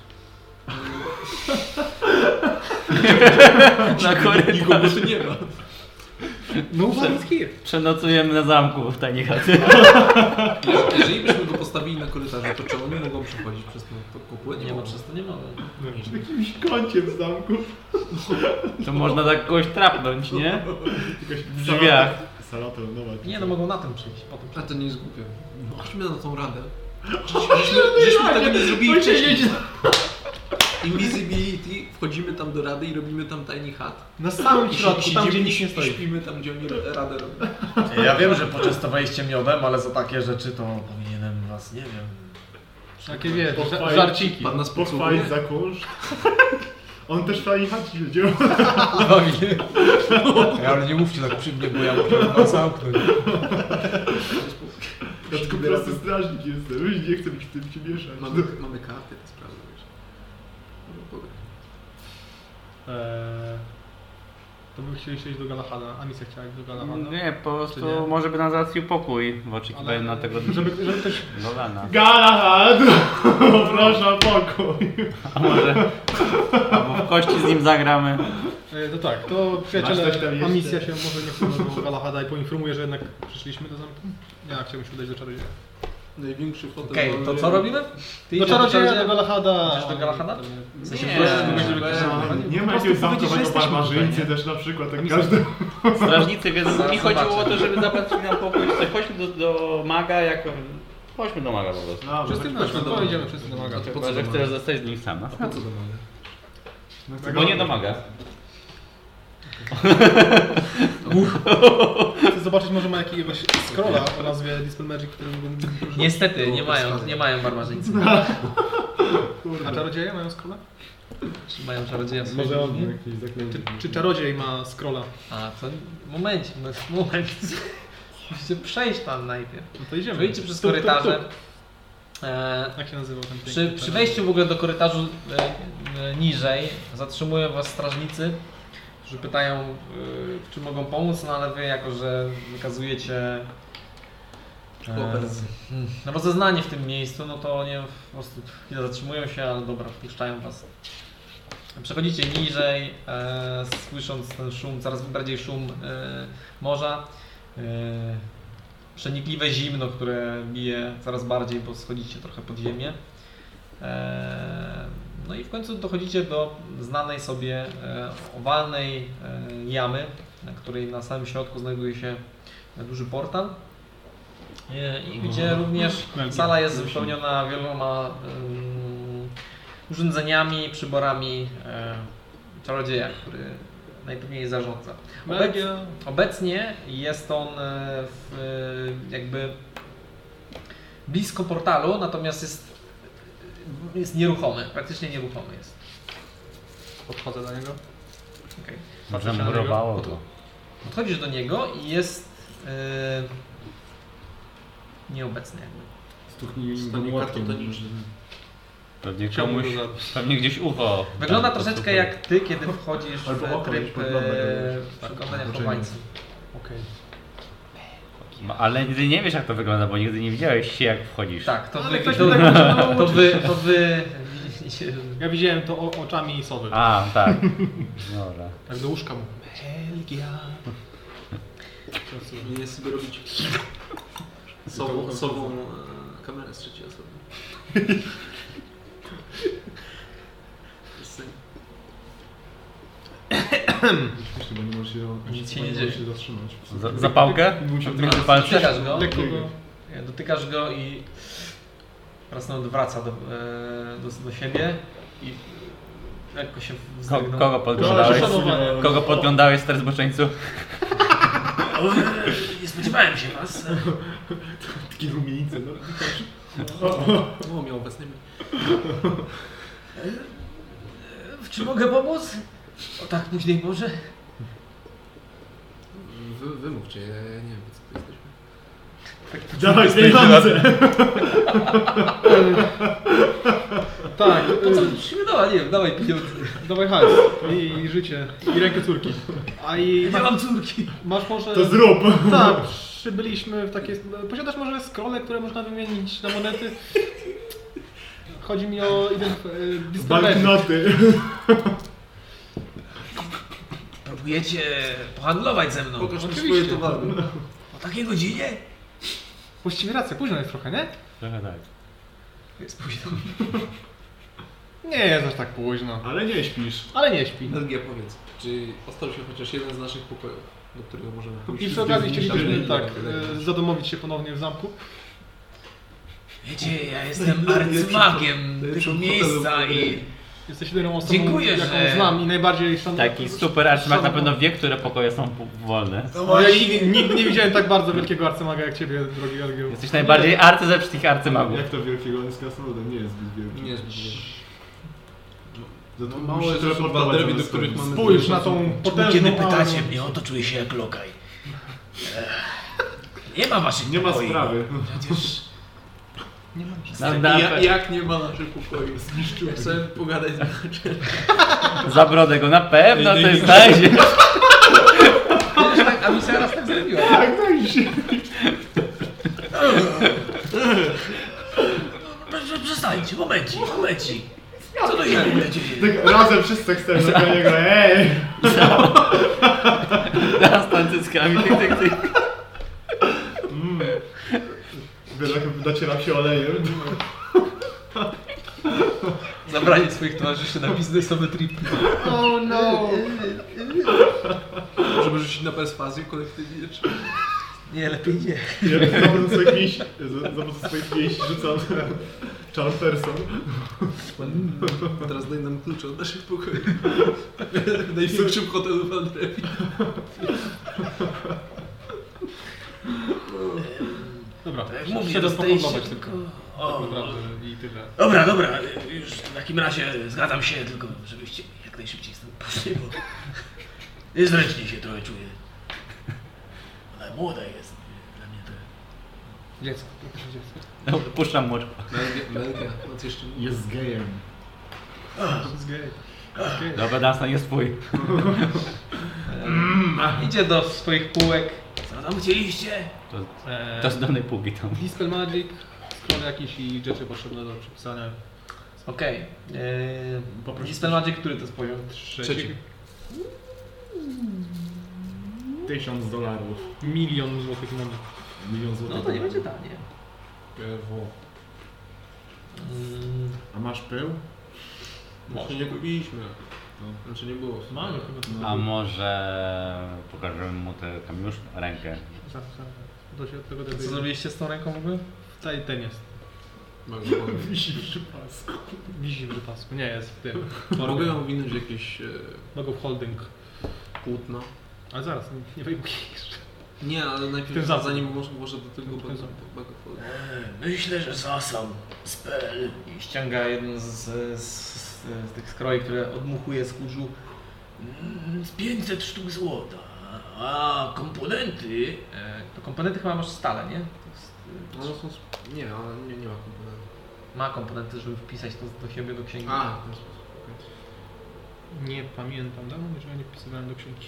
Na korytarzu. Nikogo tu nie ma. No one is here. Przenocujemy na zamku w tajnej chacie. Jeżeli byśmy go postawili na korytarzu, to czy oni mogą przechodzić przez tą kopułę? Nie ma, przez to nie mogę. W jakimś kącie w zamku. To można tak kogoś trapnąć, nie? Jakaś W drzwiach. Salata lądowa. Nie, no mogą na tym przyjść. Potem A to nie jest głupie. Chodźmy na tą radę. Żeśmy tego nie zrobili wcześniej. Invisibility, wchodzimy tam do rady i robimy tam tiny hat. Na samym środku, tam gdzie Siedzimy nikt nie i stoi. śpimy tam, gdzie oni radę robią. Ja wiem, że poczęstowaliście miodem, ale za takie rzeczy to powinienem was, nie wiem... Takie wiesz, Pochwalić. żarciki. Pan nas podsłuchuje. Pochwalić za kunszt. On też w fajnej chacie siedział. Ale nie mówcie tak przy mnie, bo ja muszę was zamknąć. Ja tylko prosty strażnik jestem. Nie chcę być w tym się mieszać. Mamy karty, te sprawy, wiesz. To by chcieli iść do Galahada, a misja chciała iść do Galahada. Nie, po Czy prostu nie? może by nam załatwił pokój w oczekiwaniu na tego Żeby ktoś... Nolana. Galahad! Proszę o pokój. A może... Albo w kości z nim zagramy. To tak, to Masz przyjaciele, coś tam a jeszcze? misja się może nie wpływa do Galahada i poinformuje, że jednak przyszliśmy do zamku. Ja chciałbym się udać do czarodzieja. Największy fotel. Okej, to co robimy? Ty Do idziesz czarodzieja, do Galahada. Idziesz do Galahada? W sensie Nie, prosisz kogoś, żeby bez- ktoś Nie ma prostu jakiegoś powiedzieć, że zamkowego jesteśmy barbarzyńcy tutaj, nie? też na przykład, tak Misja- każdy. Strażnicy, więc Zaraz mi chodziło o zobaczę. to, żeby zapłacić nam pokój. Chodźmy do maga jako... Chodźmy do maga po prostu. Wszyscy chodźmy, to idziemy wszyscy do maga. To po Chyba, co że do chcesz maga? zostać z nim sam. A po co do maga? Bo nie do maga. Chcę zobaczyć, może ma jakiegoś scrolla o nazwie Dispel Magic, który mógłbym... Niestety, nie mają barbarzyńcy. A czarodzieje mają scrolla? Czy mają czarodzieja w Może on swojej jakieś zaklęcie. Czy czarodziej ma scrolla? A, to moment. Musicie przejść tam najpierw. No to idziemy. Przejdźcie przez Tup, tup, korytarze. tup. Jak się nazywał ten Przy piękny wejściu w ogóle do korytarzu niżej zatrzymują was strażnicy, którzy pytają, czy mogą pomóc, no ale wy jako, że wykazujecie Kooperacja. rozeznanie w tym miejscu, no to nie po prostu chwilę zatrzymują się, ale dobra, wpuszczają was. Przechodzicie niżej, słysząc ten szum, coraz bardziej szum morza. Przenikliwe zimno, które bije coraz bardziej, bo schodzicie trochę pod ziemię. No i w końcu dochodzicie do znanej sobie owalnej jamy, na której na samym środku znajduje się duży portal. I gdzie również sala jest wypełniona wieloma urządzeniami, przyborami czarodzieja, który najpewniej zarządza. Magia. Obecnie jest on jakby blisko portalu, natomiast jest nieruchomy, praktycznie nieruchomy jest. Podchodzę do niego. Okay. Może murowało go. Podchodzisz do niego i jest nieobecny jakby. Stuknij Stanie młotkiem. kartotoniczny. Pewnie Chciałbym komuś, go zabić. pewnie gdzieś ucho. Wygląda tam troszeczkę posłuchuje. jak ty, kiedy wchodzisz Albo w oko tryb gdzieś podgląda go. przeglądania Otoczenie. chowańców. Okej. No, ale nigdy nie wiesz jak to wygląda, bo nigdy nie widziałeś się jak wchodzisz. Tak, to Ale wy, ktoś to, mi tak powiedział, to wy widzicie, że Ja widziałem to oczami sowy. A, tak. Dobra. Tak do łóżka mu. Belgia. Nie sobie robić sobą kamerę z trzeciej osoby. Śmiesznie, bo nie możesz się, Nic się nie nie dzieje. możesz się zatrzymać. Zapałkę? Między palców? Dotykasz go i krasnolud wraca do siebie i lekko się wzdrygnął. Kogo podglądałeś, stary zboczeńcu? Nie spodziewałem się was. Takie rumienice, no. O, miał obecnymi. W czym mogę pomóc? O tak później może? Wymówcie, ja nie wiem, co tu jesteśmy. Dawaj pieniądze! Tak, Po co musimy dawać? Nie wiem, dawaj pieniądze. dawaj hajs i życie, i rękę córki. A i Nie mam córki. masz może... To zrób! Tak, przybyliśmy w takie... Posiadasz może scrolle, które można wymienić na monety? Chodzi mi o Banknoty! Próbujecie pohandlować ze mną. Pokaż mi Oczywiście. swoje towary. O takiej godzinie? Właściwie racja, późno jest trochę, nie? Trochę tak. Jest późno. Nie jest aż tak późno. Ale nie śpisz. Ale nie śpi. Energia, powiedz, czy ostał się chociaż jeden z naszych pokojów, do którego możemy pójść? I przy okazji chcielibyśmy Nie, tak nie. zadomowić się ponownie w zamku. Wiecie, ja jestem arcymagiem tego miejsca i Jesteś jedyną osobą, Dziękuję, jaką że- znam i najbardziej szanuję. Taki super arcymak na pewno wie, które pokoje są wolne. No, ja nigdy nie widziałem tak bardzo wielkiego arcymaga jak ciebie, drogi Algieł. Jesteś najbardziej arcy ze wszystkich arcymagów. Jak to wielkiego, on jest krasnoludem, nie jest zbyt wielki. Nie jest wielki. Zato Mało musisz jest osób w teleportować Alderwi, do zamiast których chodzić. mamy... Spójrz na tą potężną kiedy pytacie aurę. mnie o to, czuję się jak lokaj. Nie ma waszych Nie ma pokoi. sprawy. Przecież Jak nie ma naszych pokoi? Zniszczyłem. Chcę pogadać z Maczem. Za brodę go na pewno coś znajdzie. Wiesz, tak, a misja raz tak zrobiła. Tak, tak się. Przestańcie, momencik. Co to się w ogóle dzieje? Tak razem wszyscy chcemy do niego, ej! Teraz tancyckami, tyk. Wydech docieram się olejem. Zabranie swoich towarzyszy na biznesowy trip. Oh no! Żeby rzucić na perswazję kolektywnie, czy... Nie, lepiej nie. Ja za pomocą swoich pięści rzucam charm person. Teraz daj nam klucze od naszych pokoi. W największym hotelu w Alderwi. Dobra, Tak jak muszę mówię, się dostajecie pohandlować tylko... tylko. O, Tak naprawdę i tyle. Dobra, już w takim razie zgadzam się, tylko żebyście jak najszybciej stąd poszli, bo niezręcznie się trochę czuję. Ona młoda jest, dla mnie to... Dziecko, proszę dziecko. No, puszczam młoczko. Melgia, no jeszcze nie. Jest gejem. Jest gej. Dobra, Dunstan jest twój. Idzie do swoich półek. Co tam chcieliście? To z dolnej półki tam. Dispel Magic, scroll jakiś i rzeczy potrzebne do przepisania. Okej. Poproszę. Dispel Magic, który to jest poziom? Trzeci. $1000. Milion złotych monet. Milion złotych. No to nie będzie tanie. A masz pył? Może nie kupiliśmy. Znaczy nie było. Mamy chyba. A może pokażemy mu tę kamiusz rękę. Zaraz. Do tego Co dobiegnie. zrobiliście z tą ręką w ogóle? Ten jest. Wisi w przypasku. Wisi w pasku. Nie, jest w tym. Mogę ją winąć jakieś Mogę w holding. płótno. Ale zaraz, nie wyjmuję jeszcze. Nie, ale Tym najpierw zamku. zanim może do tego Tym zamku. bagofold. Myślę, że zasam spell. I ściąga jeden z tych skroi, które odmuchuje z kurzu. Z 500 sztuk złota. A komponenty... To komponenty chyba masz stale, nie? To jest, One są... Nie, ale nie ma komponentów. ma komponenty, żeby wpisać to do siebie do księgi. A, w ten sposób. okej. Nie pamiętam, dawno że ja nie wpisywałem do książki.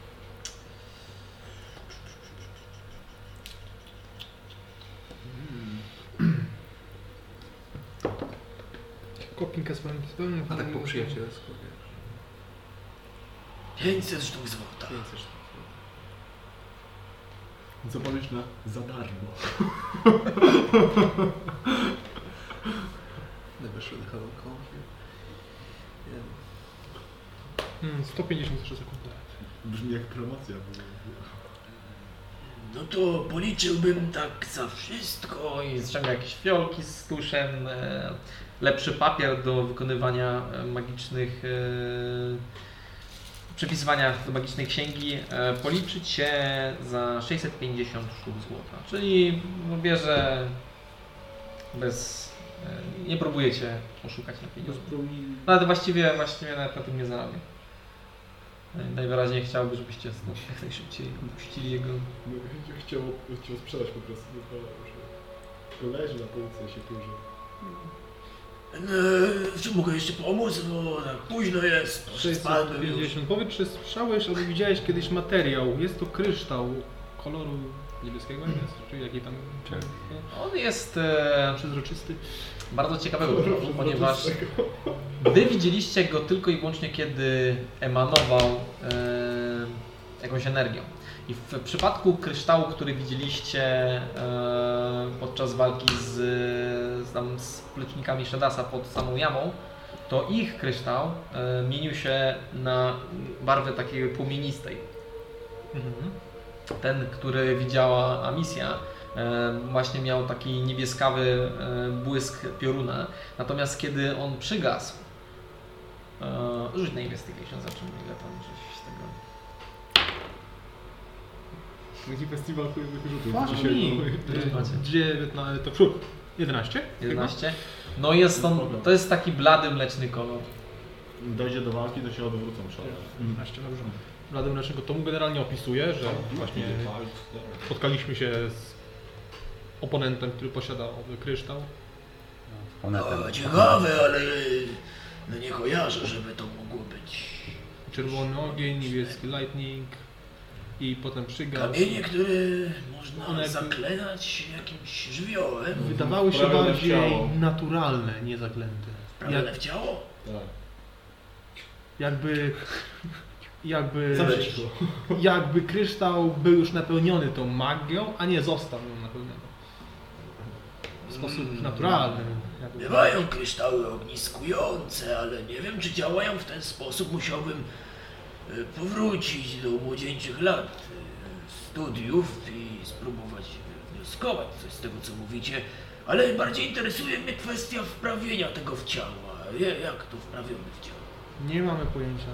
Kopinkę swoją zupełnie. A tak po przyjacielsku, wiesz. 500 sztuk złota. 500 sztuk. Co powiesz na za darmo? Never should have come here. 153 sekundy. Brzmi jak promocja. No to policzyłbym tak za wszystko i ściąga jakieś fiolki z tuszem, lepszy papier do wykonywania magicznych, przepisywania do magicznej księgi, policzyć się za 650 sztuk złota, czyli bierze bez, nie próbujecie oszukać na pieniądze. Nawet właściwie nawet na tym nie zarabia. Najwyraźniej chciałby, żebyście jak najszybciej opuścili jego... Chciał sprzedać po prostu. Tylko leży na półce i się kurzy. W czym mogę jeszcze pomóc? Bo tak późno jest. 650. Powiedz, czy słyszałeś albo widziałeś kiedyś materiał? Jest to kryształ koloru niebieskiego, czy jaki tam? On jest Przezroczysty. bardzo ciekawego koloru, ponieważ wy widzieliście go tylko i wyłącznie kiedy emanował jakąś energią. I w przypadku kryształu, który widzieliście podczas walki z plecznikami Shadasa pod samą jamą, to ich kryształ mienił się na barwę takiej płomienistej. Ten, który widziała Amisja, właśnie miał taki niebieskawy błysk pioruna. Natomiast kiedy on przygasł, rzuć na investigation, zobaczymy ile tam żeś z tego... Taki festiwal rzutów. Fajnie. 19, to przód. 11? 11. No jest on, to jest taki blady mleczny kolor. Dojdzie do walki, to się odwrócą szale. 11, dobrze. Blady mlecznego tomu generalnie opisuje, że właśnie spotkaliśmy się z oponentem, który posiada owy kryształ. Onetem. Ciekawe, ale no nie kojarzę, żeby to mogło być. Czerwony ogień, niebieski lightning i potem przygasł. Kamienie, które można One zaklinać jakimś żywiołem. Wydawały się Wprawione w bardziej ciało. naturalne, nie zaklęte. Wprawione w ciało? Tak. Jakby kryształ był już napełniony tą magią, a nie został ją napełniony. W sposób naturalny. Jakby. Bywają kryształy ogniskujące, ale nie wiem, czy działają w ten sposób. Musiałbym powrócić do młodzieńczych lat studiów i spróbować wnioskować coś z tego, co mówicie. Ale bardziej interesuje mnie kwestia wprawienia tego w ciało. Jak to wprawione w ciało? Nie mamy pojęcia.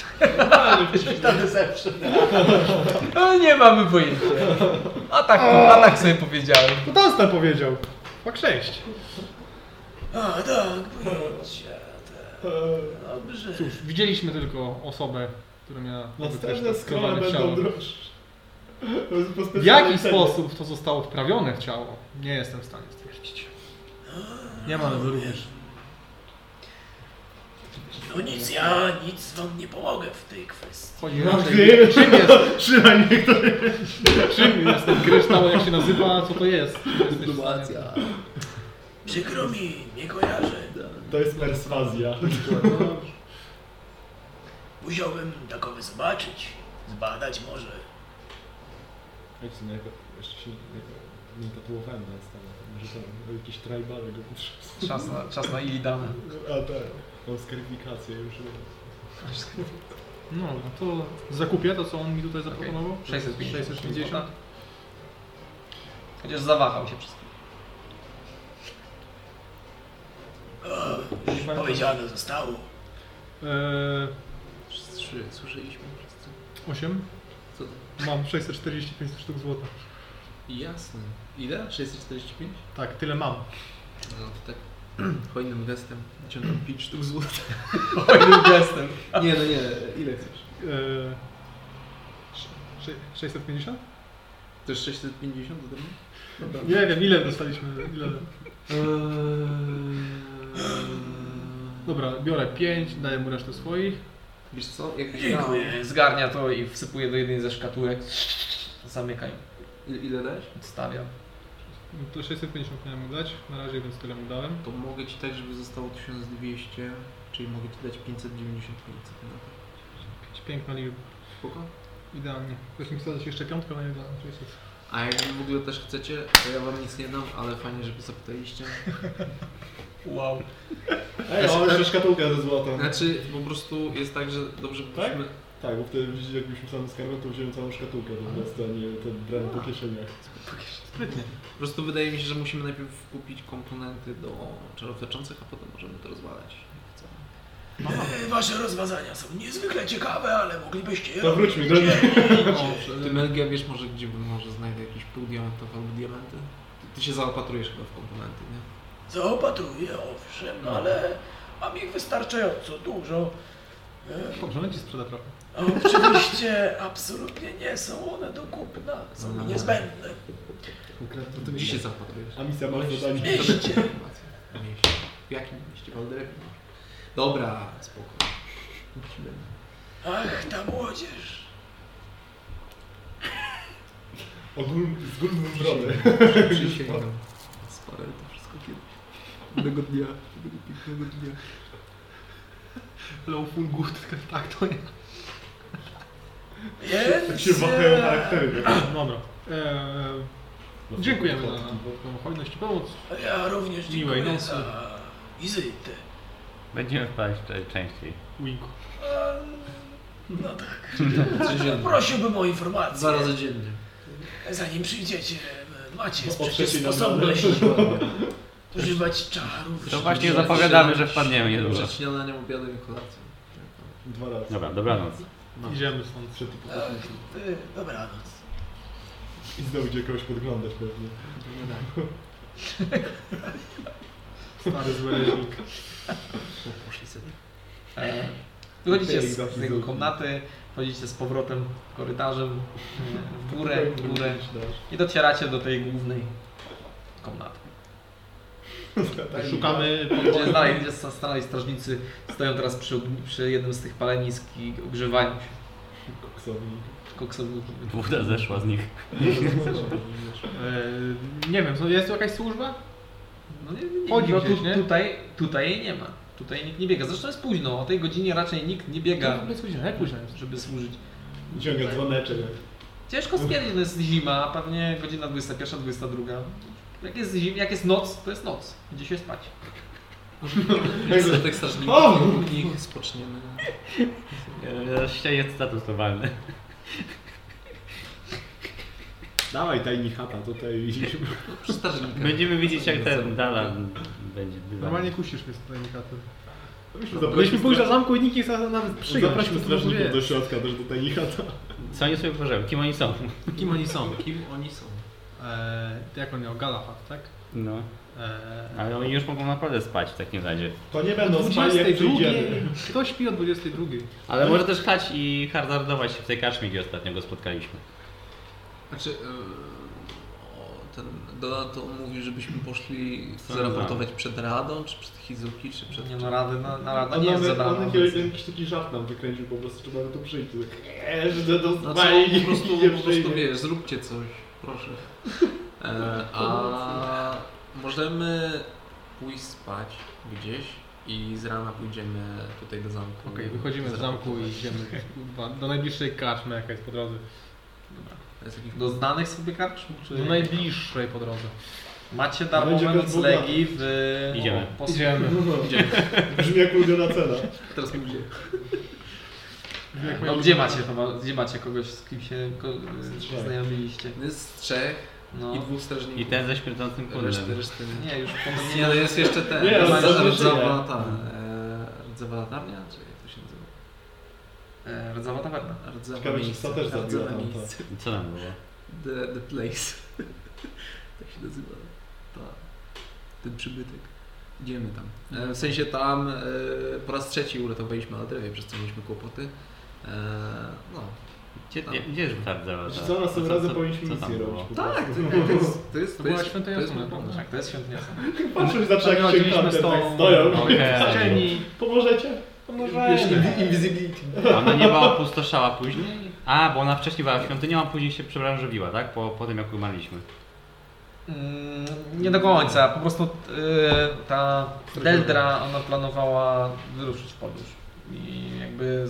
No, nie mamy pojęcia. A tak sobie powiedziałem. To Dunstan powiedział. Fakt 6. A tak, pojęcia. Tak. Dobrze. Cóż, widzieliśmy tylko osobę, która miała Następne scrolle wprawione w ciało. będą droższe. W jaki sposób to zostało wprawione w ciało? Nie jestem w stanie stwierdzić. Nie mamy również. No nic, ja nic wam nie pomogę w tej kwestii. Chodzi No, raczej, ty- czym jest, Przynajmniej niektóre. czym jest ten kryształ, jak się nazywa, co to jest? Przykro mi, nie kojarzę. To jest perswazja. Musiałbym takowe zobaczyć, zbadać może. Jak się jeszcze się nie tatuowałem na stole. Może tam jakiś tribal go potrzebny. Czas na Illidana. A tak, mam skaryfikację już. No to zakupię to, co on mi tutaj zaproponował. 650. 650. Chociaż zawahał się przez Już powiedziane zostało. Słyszeliśmy wszyscy. 8. Co? Mam 645 sztuk złota. Jasne. Ile? 645? Tak, tyle mam. No to tak hojnym gestem ciągam 5 sztuk złota. hojnym gestem. Nie, no nie. Ile chcesz? 650? Też 650 ode mnie? Dobra. Nie wiem, ile dostaliśmy. Ile? Dobra, biorę 5, daję mu resztę swoich. Wiesz co? Jak Dziękuję. Zgarnia to i wsypuje do jednej ze szkatułek. Zamykaj. Ile dałeś? Odstawia. To 650 miałem mu dać, na razie, więc tyle mu dałem. To mogę ci tak, żeby zostało 1200, czyli mogę ci dać 595 na to. Piękna liczba. Spoko? Idealnie. Ktoś mi chce dać jeszcze piątkę, ale nie dam. A jak w ogóle też chcecie, to ja wam nic nie dam, ale fajnie, żeby zapytaliście. Wow. Ej, mam jeszcze szkatułkę ze złotem. Znaczy, po prostu jest tak, że dobrze byśmy... Tak, bo wtedy jak byliśmy sami skarbem, to wziąłem całą szkatułkę, to nie te brałem po kieszeniach. Sprytnie. Po prostu wydaje mi się, że musimy najpierw kupić komponenty do czarów leczących, a potem możemy to rozwalać. Wasze rozwiązania są niezwykle ciekawe, ale moglibyście je To robić wróćmy do gdzie- Ty Melgia, wiesz może gdzie bym może znajdę jakiś pół diamentów albo diamenty? Ty się zaopatrujesz chyba w komponenty, nie? Zaopatruję, owszem, ale mam ich wystarczająco dużo. Dobrze, leci sprzeda trochę. A oczywiście absolutnie nie są one do kupna, są mi niezbędne. To ty gdzie się zaopatrujesz? A misja ma zadanie. Mieście. W jakim mieście? Walderek? Dobra, spoko. Musimy. Ach, ta młodzież. Z góry brody. Przysięgam. Spalę to wszystko kiedyś. Tego dnia. Tego pięknego dnia. Low full good, tak to nie. Tak Więc... się wahają charaktery. Dobra. Dziękujemy za tą hojność i pomoc. Ja również Miłej dziękuję nocy. za wizytę. Będziemy wpadać częściej. Winku. No tak. Codziennie. Prosiłbym o informację. 2 razy dziennie. Zanim przyjdziecie, macie O trzeciej nad sposobność ranem. używać czarów. To właśnie zapowiadamy, że wpadniemy niedługo. Przed śniadaniem, obiadem i kolacją. 2 razy. Dobra, dobranoc. No. Idziemy stąd. Przed Ach, dobranoc. I znowu idzie kogoś podglądać pewnie. Stary złeleźnik. Poszli sobie. Wychodzicie z tego komnaty, wchodzicie z powrotem korytarzem w górę i docieracie do tej głównej komnaty. Szukamy Gdzie stanęli strażnicy, stoją teraz przy jednym z tych palenisk i ogrzewają się. Koksowniki. Woda zeszła z nich. Nie wiem, jest tu jakaś służba? No nie, Chodzi no, gdzieś, nie? Tutaj jej nie ma. Tutaj nikt nie biega. Zresztą jest późno, o tej godzinie raczej nikt nie biega, Jak późno jest? żeby służyć. Ciąga dzwoneczek. Ciężko stwierdzić, no jest zima, pewnie godzina 21, 22. Jak jest noc, to jest noc. Idzie się spać. Tak strażników, obok nich spoczniemy. Dzisiaj jest status totalny. Dawaj tajni chata, tutaj Przy strażnikach. Będziemy widzieć jak ten Dala będzie bywał. Normalnie kusisz mnie z tutaj indikator. Zaprosimy Byliśmy pójść do zamku i nikt nie chce nawet przyjąć. Zaprosimy strażników do środka, też do tajni chata. Co oni sobie wyobrażają? Kim oni są? Kim oni są? Kim oni są? Jak on miał? Galahad, tak? No. Ale oni już mogą naprawdę spać w takim razie. To nie będą spali jak przyjdziemy. Kto śpi o 22? Ale może też chać i hazardować się w tej karczmie, gdzie ostatnio go spotkaliśmy. Znaczy, ten Donato mówi, żebyśmy poszli zaraportować przed Radą, czy przed Hizuki, czy przed... Nie no, na radę On nie jest nawet zadana. jakiś taki żart nam wykręcił po prostu, czy mamy tu przyjść. Że to No spali, po prostu, nie po prostu przyjdzie. wiesz, zróbcie coś, proszę. A możemy pójść spać gdzieś i z rana pójdziemy tutaj do zamku. Okej, wychodzimy z zamku i idziemy do najbliższej karczmy jaka jest po drodze. To jest jakiś... Do znanych sobie karczm? Czy... Do najbliższej po drodze. Macie Będzie darmowe jakaś noclegi w... Idziemy. Idziemy. Brzmi jak ulubiona cena. Teraz mi gdzie? No, gdzie macie kogoś, z kim się znajomiliście? Jest 3 No. i 2 strażników. I ten ze śmierdzącym kundem. Reszty nie. Nie, już potem Nie, ale jest jeszcze ten. Nie, ale rdzawa ta. Rdzawa latarnia? Czy jak to się nazywa? Rdzawa tawerna. Rdzawa Ciekawe, czy miejsce. to też zabiła Rdzawe tam, miejsce. Co tam było? The place. Tak się nazywa. Ta. Ten przybytek. Idziemy tam. W sensie tam po raz trzeci uratowaliśmy Aldrewie, przez co mieliśmy kłopoty. No. Gdzie jest Rdzawa? Co następnym razem powinniśmy co tam misję było? robić? Tak, To była świątynia to jest mój Suna, pomysł. Tak, to jest świątynia. Patrzę, zawsze jak Chodziliśmy się z tą- tak stoją. Okej. Cieni. Pomożecie? Invisibility. Ona nie była opustoszała później? A, bo ona wcześniej była świątynią, a później się przebranżowiła, tak? Po tym jak umarliśmy. Nie do końca, po prostu ta Deldra, ona planowała wyruszyć w podróż i jakby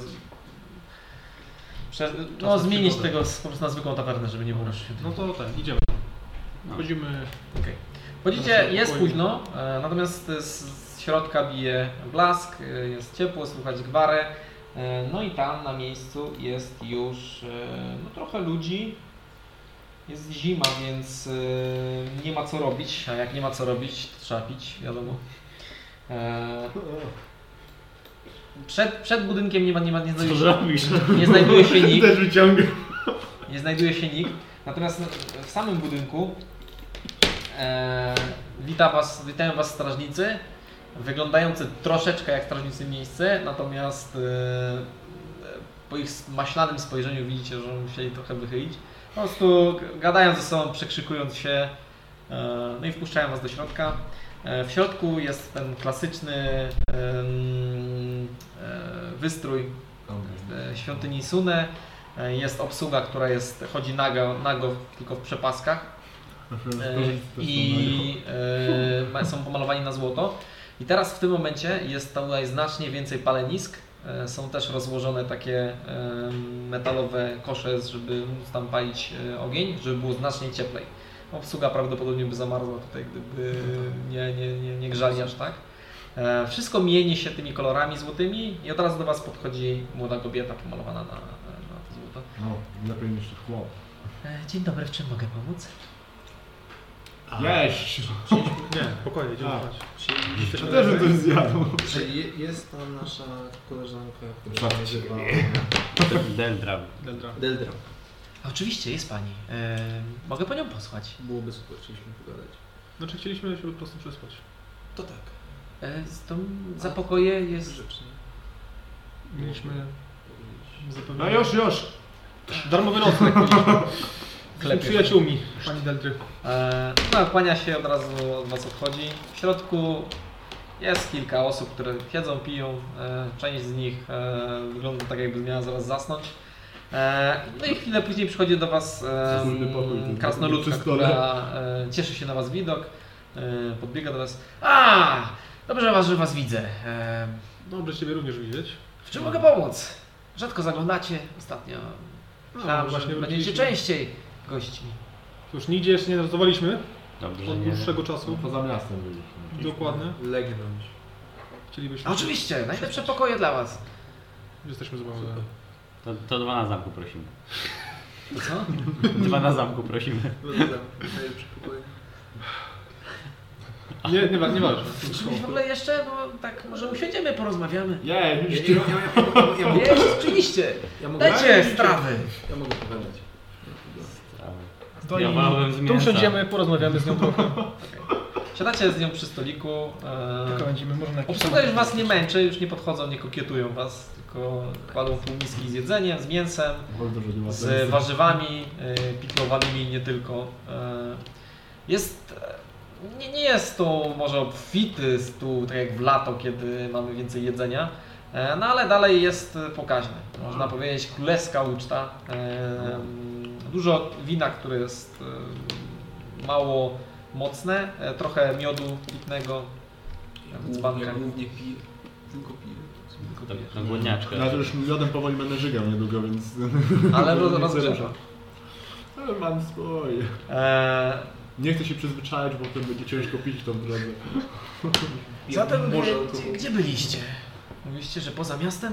zmienić tego po prostu na zwykłą tawernę, żeby nie było No to idziemy. Chodzimy. Okay. Chodzicie, jest późno, natomiast z środka bije blask, jest ciepło, słychać gwarę. No i tam na miejscu jest już trochę ludzi. Jest zima, więc nie ma co robić, a jak nie ma co robić, to trzeba pić, wiadomo. Przed budynkiem nie znajduje się nikt. Też wyciągam. Nie znajduje się nikt. Natomiast w samym budynku witają Was strażnicy, wyglądający troszeczkę jak strażnicy miejscy, natomiast po ich maślanym spojrzeniu widzicie, że musieli trochę wychylić. Po prostu gadają ze sobą, przekrzykując się, no i wpuszczają Was do środka. W środku jest ten klasyczny wystrój świątyni Sune. Jest obsługa, która chodzi nago tylko w przepaskach i są pomalowani na złoto. I teraz w tym momencie jest tutaj znacznie więcej palenisk. Są też rozłożone takie metalowe kosze, żeby móc tam palić ogień, żeby było znacznie cieplej. Obsługa prawdopodobnie by zamarzła tutaj, gdyby nie grzali aż tak. Wszystko mieni się tymi kolorami złotymi i od razu do Was podchodzi młoda kobieta pomalowana na to złoto. No, lepiej niż chłop. Dzień dobry, w czym mogę pomóc? Jeść! Nie, spokojnie, idziemy spać. Ja też bym coś zjadł. Czy jest tam nasza koleżanka, która Żarcie. nazywa Deldra. Deldra? Oczywiście, jest Pani. Mogę po nią posłać. Byłoby super, chcieliśmy pogadać. Znaczy chcieliśmy się po prostu przespać. To tak. Za pokoje jest... Grzecznie. Mieliśmy No zapewnione... już! Darmowy nocleg. Z Klepie. przyjaciółmi pani Deldry. No, kłania się, od razu od Was odchodzi. W środku jest kilka osób, które siedzą, piją. Część z nich wygląda tak, jakby miała zaraz zasnąć. No i chwilę później przychodzi do Was krasnoludka, która cieszy się na Was widok. Podbiega do Was. Dobrze, że Was widzę. Dobrze Ciebie również widzieć. W czym mogę pomóc? Rzadko zaglądacie ostatnio. Myślałem, właśnie że będziecie wróciliśmy. częściej gośćmi. Cóż, nigdzie jeszcze nie nocowaliśmy Dobrze, że od nie. dłuższego czasu. Poza miastem byliśmy. Dokładnie. Legnąć. Chcielibyśmy... Oczywiście, najlepsze pokoje dla Was. Jesteśmy zobowiązani. To dwa na zamku prosimy. To co? Dwa na zamku prosimy. Najlepszy pokój. Nie ważne. Czy w ogóle jeszcze? Bo tak może usiądziemy, porozmawiamy. Już Jest, oczywiście. Dajcie strawy. Ja mogę pogadać. To Ja i wolałbym z tu mięsa. usiądziemy, porozmawiamy z nią trochę. Siadacie z nią przy stoliku. Będziemy może na jakiś Obsługa temat już Was nie męczy, już nie podchodzą, nie kokietują Was, tylko kładą pół miski z jedzeniem, z mięsem, z warzywami piklowanymi nie tylko. Nie jest to może obfity stół, tak jak w lato, kiedy mamy więcej jedzenia, no ale dalej jest pokaźny. Można powiedzieć królewska uczta. Dużo wina, które jest mało mocne, trochę miodu pitnego, dzbanka. Głównie piję. Tylko piję. To głodniaczka. Ja to już miodem powoli będę żygał niedługo, więc... Ale Nie chcę rozgrzewa. ruszać. Ale mam swoje. Nie chcę się przyzwyczaić, bo potem będzie ciężko pić to w drodze. Zatem Może gdzie byliście? Mówiliście, że poza miastem?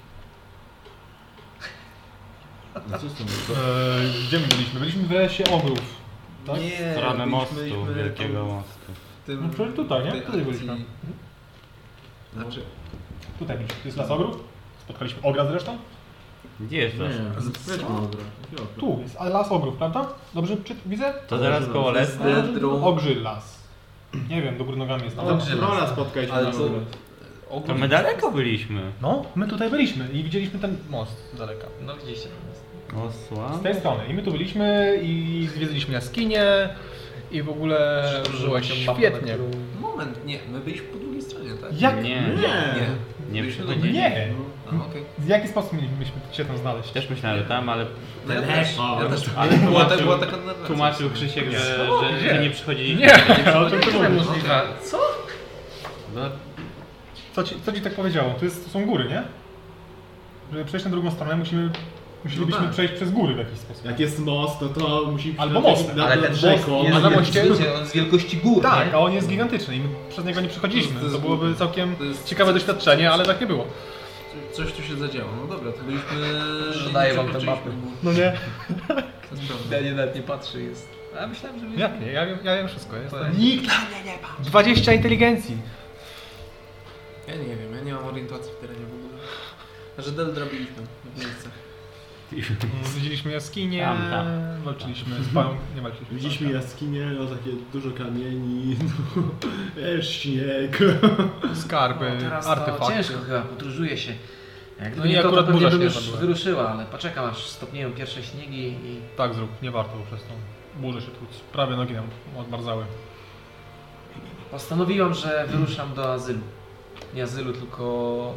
No co z tym? Gdzie my byliśmy? Byliśmy w lesie ogrów. Tak? Nie, Stronę mostu, byliśmy wielkiego tam mostu. w tym- No przecież tutaj, nie? tej Tutaj akcji. byliśmy. Znaczy, Tutaj byliśmy. To jest las ogrów. Spotkaliśmy ogra zresztą. Gdzie jest las? Weźmy dobra. Tu jest las ogrów, prawda? Dobrze widzę? To zaraz koło Lesna. Deldrą. Ogrzy las. Nie wiem, do góry nogami jest. Rola spotkaliśmy Ale na to... ogród. To my daleko byliśmy. No, my tutaj byliśmy i widzieliśmy ten most z daleka. No widzieliście. Osła. Z tej strony. I my tu byliśmy i zwiedziliśmy jaskinię i w ogóle było świetnie. Moment, nie, my byliśmy po drugiej stronie, tak? Jak? Nie. Nie. Nie Byliśmy przychodzili. Nie! A, okej. W jaki sposób mieliśmy się tam znaleźć? Też myślałem, że tam, ale No ja też. Ale Była tłumaczył- taka narracja. tłumaczył Krzysiek, Gdzie? że nie przychodziliśmy. Nie! O czym ty mówisz? Możliwe. Co? No, Co ci tak powiedziało? To są góry, nie? Żeby przejść na drugą stronę musielibyśmy No tak. przejść przez góry w jakiś sposób. Jak jest most, to musi... Albo mostem. Ale ten most jest, a na moście? on z wielkości gór, Tak, nie? a on jest gigantyczny i my przez niego nie przechodziliśmy. To jest- To byłoby całkiem to jest- ciekawe doświadczenie, ale tak nie było. coś tu się zadziało. No dobra, to byliśmy... Że daję wam te mapy. No nie? To jest prawda. Ja nawet nie patrzę, jest. A ja myślałem, że... Jak nie? Ja wiem wszystko. Ja To jestem... Nikt na mnie nie patrzy. 20 inteligencji. Ja nie wiem, ja nie mam orientacji w terenie w ogóle. A że Deldra byliśmy w miejscach. Widzieliśmy jaskinie, Tam. walczyliśmy z panią, nie walczyliśmy. Widzieliśmy jaskinie, no takie dużo kamieni, śnieg. Skarby, No, teraz to artefakty. ciężko chyba, podróżuje się. Jak No to i nie to, to akurat pewnie burza bym już śnieżna była. wyruszyła, ale poczekam aż stopnieją pierwsze śniegi i... Tak zrób, nie warto przez tą burzę się tłuc. Prawie nogi nam odmarzały. Postanowiłam, że wyruszam do azylu. Nie azylu, tylko...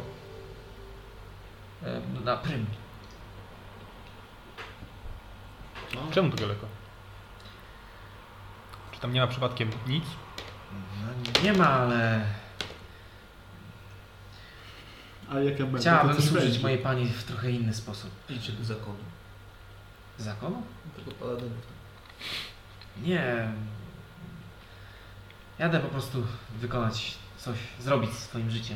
na Prym. Czemu tak daleko? Czy tam nie ma przypadkiem nic? No, nie ma, ale... A jaka będzie? Chciałabym to coś służyć będzie. mojej pani w trochę inny sposób. Idźcie do zakonu. Zakonu? Tego paladynów. Nie. Jadę po prostu wykonać coś, zrobić swoim życiem.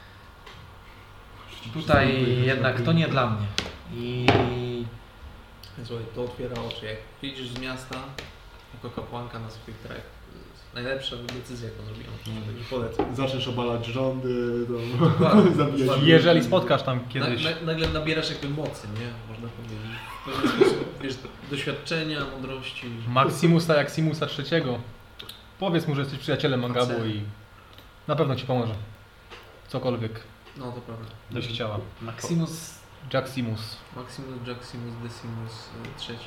Tutaj jednak to nie dla mnie. I Słuchaj, to otwiera oczy. Jak wyjdziesz z miasta jako kapłanka na swój trek, najlepsza decyzja, jaką zrobiłam. Nie polecam. Zaczniesz obalać rządy, Dokładnie. zabijać ludzi. Jeżeli spotkasz tam kiedyś... Nagle nabierasz jakby mocy, nie? Można powiedzieć. W pewien sposób, wiesz, doświadczenia, mądrości. Maximusa Jaximusa III. Powiedz mu, że jesteś przyjacielem Mangabu i na pewno ci pomoże. Cokolwiek No to prawda. byś chciała. Maximus... Jaximus. Maximus, Jaximus, Decimus III.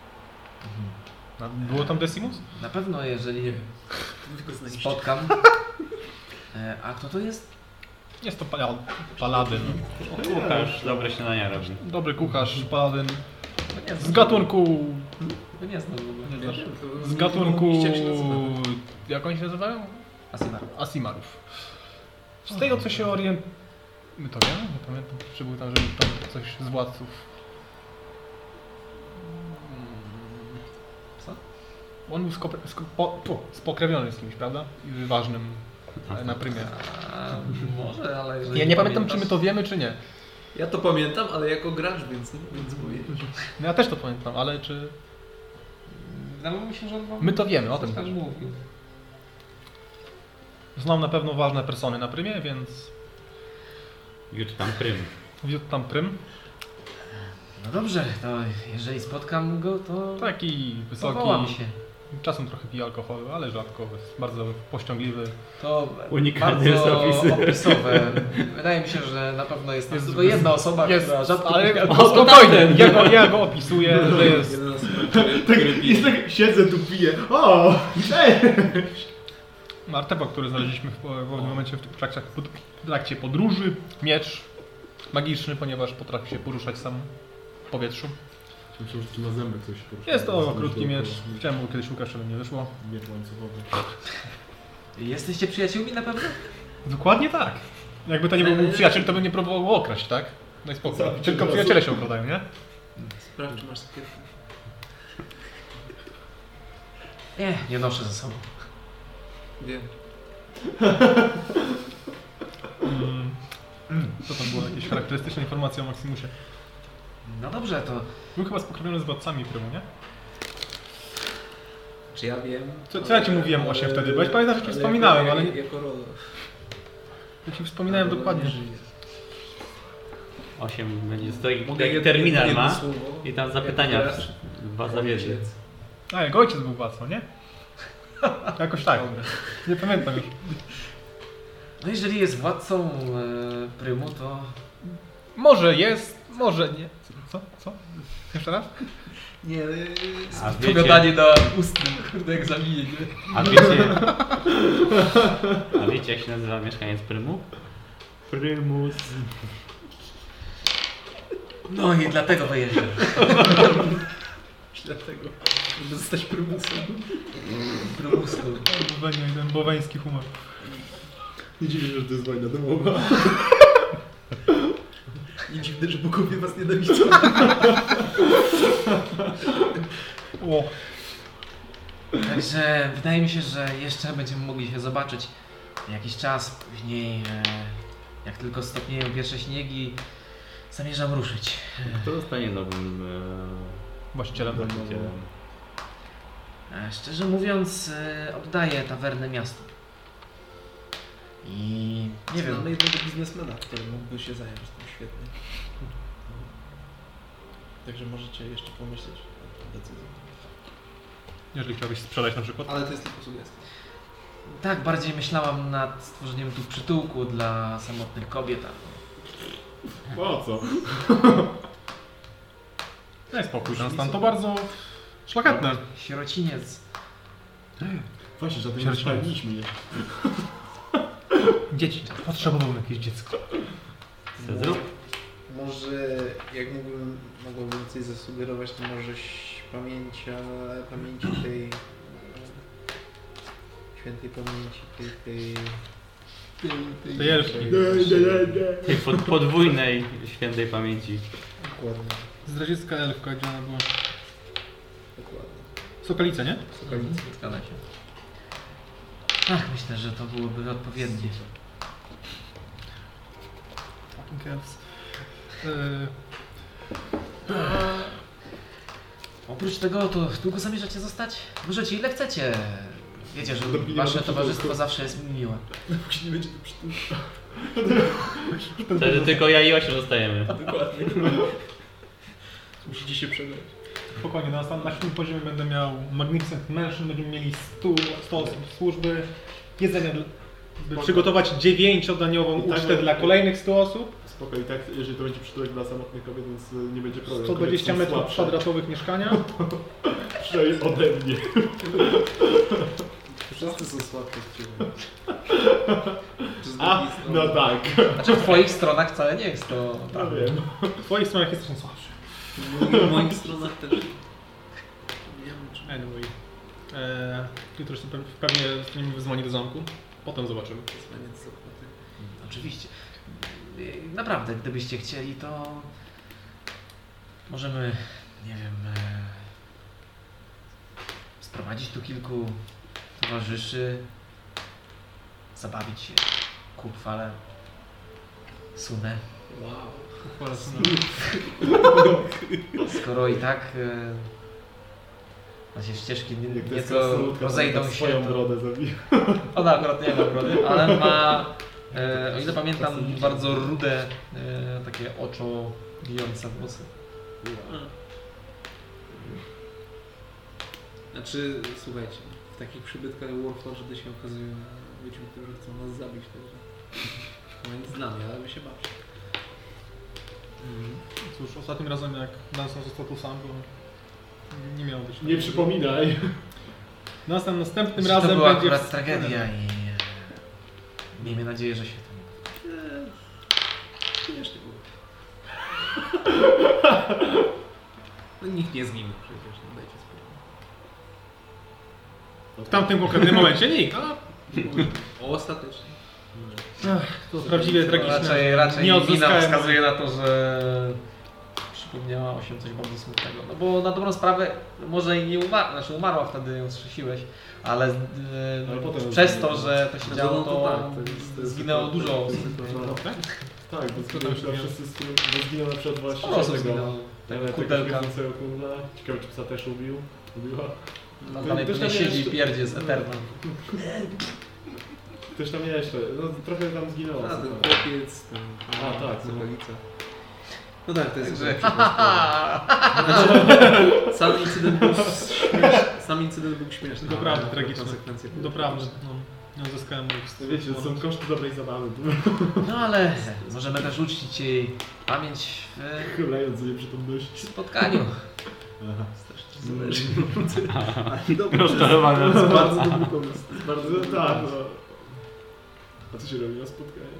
Było tam Decimus? Na pewno, jeżeli Tylko znajdziecie. spotkam... A kto to jest? Jest to paladyn. Kucharz, dobre śniadania robi. Dobry kucharz, paladyn. No nie Z znam. gatunku... To nie znam w ogóle. Nie znasz? Z gatunku... Jak się nazywa? Jak oni się nazywają? Asimar. Asimarów. Z tego co się My to wiemy? Nie pamiętam, czy był tam, żeby tam coś z władców. Co? On był spokrewniony z kimś, prawda? I ważnym na prymie. A, może, ale... jeżeli Ja nie pamiętam, czy pamiętasz- my to wiemy, czy nie. Ja to pamiętam, ale jako gracz, więc powiedzieć. No ja też to pamiętam, ale czy... Wydawało mi się, że on wam My to wiemy, o coś tym tak też. mówił. Znam na pewno ważne persony na prymie, więc... Jut tam prym. Wiódł tam prym. No dobrze, to jeżeli spotkam go, to Taki wysoki, powołam się. czasem trochę pije alkoholu, ale rzadko, jest bardzo pościągliwy. To Unikatny bardzo opisy. opisowe. Wydaje mi się, że na pewno jest Jest- tylko jedna osoba, która rzadko ale pije spokojnie, ja go opisuję, że jest... Jeden z który Jest tak, siedzę tu, piję. O! Cześć! Artefakt, który znaleźliśmy w pewnym momencie w trakcie podróży. Miecz magiczny, ponieważ potrafi się poruszać sam w powietrzu. Myślę, że tu na zęby coś porusza. Jest to krótki miecz. Chciałem go kiedyś Łukasz, ale nie wyszło. Miecz łańcuchowy. Jesteście przyjaciółmi na pewno? Dokładnie tak. Jakby to nie był mój przyjaciel, to by nie próbował go okraść, tak? No i spokój. Co? Tylko przyjaciele się okradają, nie? Sprawdź, czy masz takie... Nie noszę ze sobą. Wiem. Co tam było? Jakieś charakterystyczne informacje o Maximusie? No dobrze, to Był chyba spokrewniony z władcami Prymu, nie? Czy ja wiem? Co ja ci mówiłem, Osie, wtedy? Bo ja pamiętam, że ci wspominałem, ale nie... Jako rolę. Ja ci wspominałem dokładnie. 8 będzie stoi, Mogę taki jedno- terminal jedno ma słowo? i tam zapytania Jak gracz? was zawiedzie. A, jego ojciec był władcą, nie? Jakoś tak. Nie pamiętam już. no jeżeli jest władcą Prymu, to Może jest, może nie. Co? Jeszcze raz? Nie, A wiecie, pogadanie na ustnym, kurde, egzaminie, nie? a wiecie jak się nazywa mieszkaniec Prymu? Prymus. No i dlatego wyjeżdżam. dlatego, żeby zostać prymusem. Prymusu. Ten boweński humor. Nie dziwię się, że to jest wojna domowa. Nie dziwne, że bogowie was nienawidzą. O, Także wydaje mi się, że jeszcze będziemy mogli się zobaczyć jakiś czas później. Jak tylko stopnieją pierwsze śniegi, zamierzam ruszyć. Kto zostanie nowym Właścicielem. właścicielem? Szczerze mówiąc, oddaję tawernę miastu. I nie wiem. Znamy jednego biznesmena, który mógłby się zająć tym świetnie. Także możecie jeszcze pomyśleć nad tą decyzją. Jeżeli chciałbyś sprzedać na przykład. Ale to jest tylko sugestia. Tak, bardziej myślałam nad stworzeniem tu przytułku dla samotnych kobiet. Po co? Daj spokój, ten stan to bardzo szlachetne. Sierociniec. Właśnie, że to nie Sierocińcy. spaliliśmy je. Dzieci, potrzebowałbym jakieś dziecko. Co zrób? Może jak mogłabym coś zasugerować, to może pamięci tej świętej pamięci Tej elfki. Tej podwójnej świętej pamięci. Dokładnie. Zdradziecka elfka, gdzie ona była? Dokładnie. Sokalice, nie? Sokolicy. Zgadza się. Ach, myślę, że to byłoby odpowiednie. Fucking elves. Oprócz tego, to długo zamierzacie zostać? Możecie ile chcecie. Wiecie, że wasze towarzystwo zawsze jest mi miłe. Nie będzie to przytułka. Wtedy tylko ja i Osia zostajemy. Dokładnie. Musicie się przebrać. Spokojnie, na następnym poziomie będę miał Magnificent Mansion, będziemy mieli 100 osób służby, jedzenie, by przygotować 9-daniową tak, ucztę dla kolejnych 100 osób, Spoko, i tak, jeżeli to będzie przytułek dla samotnych kobiet, więc nie będzie problemu. 120 Kobiety są metrów słabsze. kwadratowych mieszkania. Przynajmniej ode mnie. Wszyscy są słabki od ciebie. A, no tak. Znaczy w twoich stronach wcale nie jest to Ja prawda. wiem. W twoich stronach jest trochę słabszy. W moich stronach też. Anyway. Jutro się pewnie zostaniemy wyzwani do zamku. Potem zobaczymy. Oczywiście. Naprawdę, gdybyście chcieli, to możemy, nie wiem, sprowadzić tu kilku towarzyszy, zabawić się ku chwale Sunę. Wow. Skoro i tak nasze ścieżki Jak to jest nieco krasnoludka, rozejdą tak się, swoją to brodę zabija. ona akurat nie ma brody, ale ma, o ile pamiętam, bardzo rude, takie oczo bijące włosy. Znaczy, słuchajcie, w takich przybytkach Warforged się okazują ludźmi, którzy chcą nas zabić, także no nic dla mnie, ale wy się bawcie. Cóż, ostatnim razem jak Danson został tu sam, to nie miało być. Nie przypominaj. Następnym To razem była będzie... akurat tragedia i miejmy nadzieję, że się to Śmiesznie było. No nikt nie zginął przecież, no dajcie spokój. W tamtym konkretnym momencie nikt, a O, ostatecznie. to prawdziwie tragiczne. Raczej Nie wina odzyskałem. wskazuje na to, że przypomniała się coś bardzo smutnego. No bo na dobrą sprawę może i nie umarła, znaczy umarła wtedy, ją strzesiłeś, ale Ale potem przez zginęła. to, że to się działo, No to tak, to jest zginęło dużo osób. Tak, bo zginęło chyba wszyscy z tym, bo zginął na przykład właśnie Sporo osób tego. zginęło. Tego Kudelka. śmierdzącego kundla. Ciekawe, czy psa też ubiła. No, dalej Też pewnie tam siedzi jeszcze- pierdzie z Eterna. Ktoś tam jeszcze, no trochę tam zginęło. A, ten osób. chłopiec, ten... A, tak, no. Sokolica. No tak, to jest... Także Sam incydent był śmieszny. Doprawdy ale tragiczny. konsekwencje były Doprawdy, no. Nie uzyskałem moich Wiecie, to są koszty dobrej zabawy. no ale możemy też uczcić jej pamięć Chylejąc sobie przytomność. w spotkaniu. Aha. Rozczarowany. To jest bardzo dobry pomysł. To jest bardzo No dobry tak, pomysł. no. A co się robi na spotkaniach?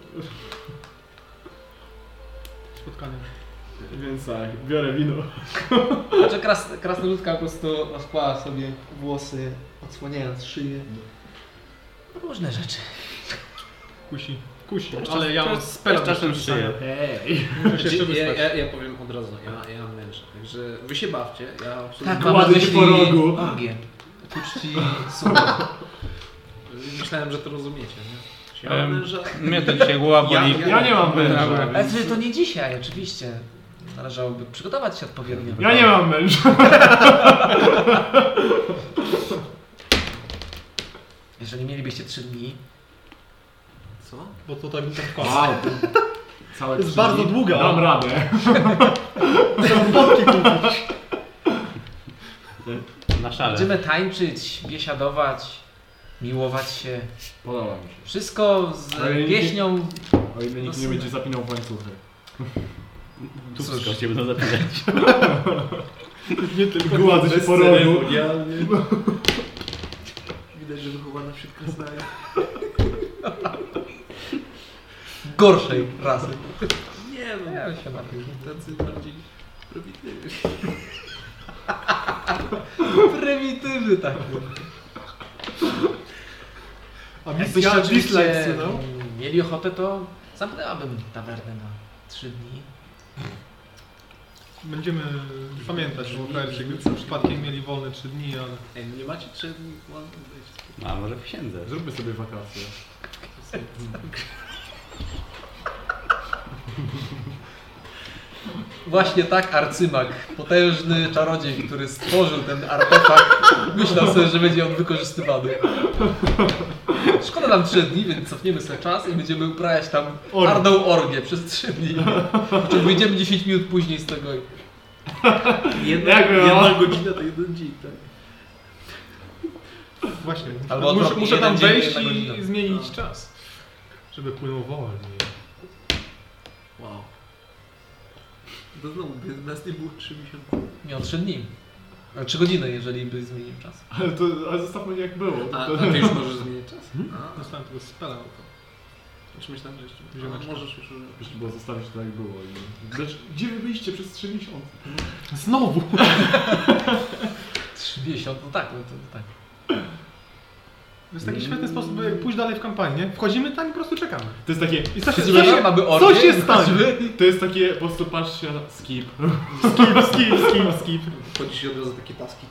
spotkania. Więc tak, biorę wino. Znaczy krasnoludka po prostu rozkłada sobie włosy, odsłaniając szyję. Różne rzeczy. Kusi, ale ja mam spela czasem szyję. Hej! Muszę jeszcze wyspać. Ja powiem od razu, ja mam męża, także wy się bawcie, ja absolutnie Tak, mam na Kładę się myśli po rogu. orgię. Ku czci Suny. myślałem, że to rozumiecie, nie? Ja mam męża. Mnie to dzisiaj głowa boli. Ja nie mam męża. Ale to nie dzisiaj, oczywiście. Należałoby przygotować się odpowiednio. Ja nie mam męża. Jeżeli mielibyście 3 dni, Co? Bo to tak trwa. Wow. Całe Jest 3 bardzo dni. długa. Dam radę. Na szale. będziemy tańczyć, biesiadować, miłować się. Podoba mi się. Wszystko z Ale nie- pieśnią. O ile nikt nie będzie zapinał w łańcuchy. Tu wszystko się będą zapinać. Nie tylko gładzę się po rogu. Widać, że wychowana wśród krasnali. Gorszej rasy. Nie no, Ja się napił. tacy bardziej prymitywni. Prymitywy takie. A Jakbyście misja oczywiście Dislikes, no? mieli ochotę, to zamknęłabym tawernę na 3 dni. Będziemy pamiętać o ofercie, gdyby przypadkiem mieli wolne 3 dni, ale... Ej, nie macie 3 dni? Ładno wyjść. A może w księdze. Zróbmy sobie wakacje. Właśnie tak arcymag, potężny czarodziej, który stworzył ten artefakt, myślał sobie, że będzie on wykorzystywany. Szkoda nam 3 dni, więc cofniemy sobie czas i będziemy uprawiać tam hardą orgię przez 3 dni. Czy wyjdziemy 10 minut później z tego. Jedna godzina to 1 dzień, tak? Właśnie, Albo muszę odwrotnie, tam 1 dzień, wejść 1 godzina. i zmienić czas, żeby płynął wolniej. Wow. To znowu, by nas nie było 3 miesiące. Miał 3 dni. 3 godziny, jeżeli by zmienił czas. Ale zostawmy jak było. A ty już możesz zmienić czas? A, Dostałem tego spela. znaczy myślałem, że jeszcze Ziomeczka. możesz już używać. Jeszcze było zostawić tak jak było. Gdzie wy byliście przez 3 miesiące? Znowu! 3 miesiące, no tak, no to tak. To jest taki świetny sposób, by pójść dalej w kampanię. Wchodzimy tam i po prostu czekamy. To jest takie... I co się, Siedzimy tam, mamy orgię, co się stanie? To jest takie, po prostu patrzcie, skip. Skip. Wchodzi się od razu takie taski.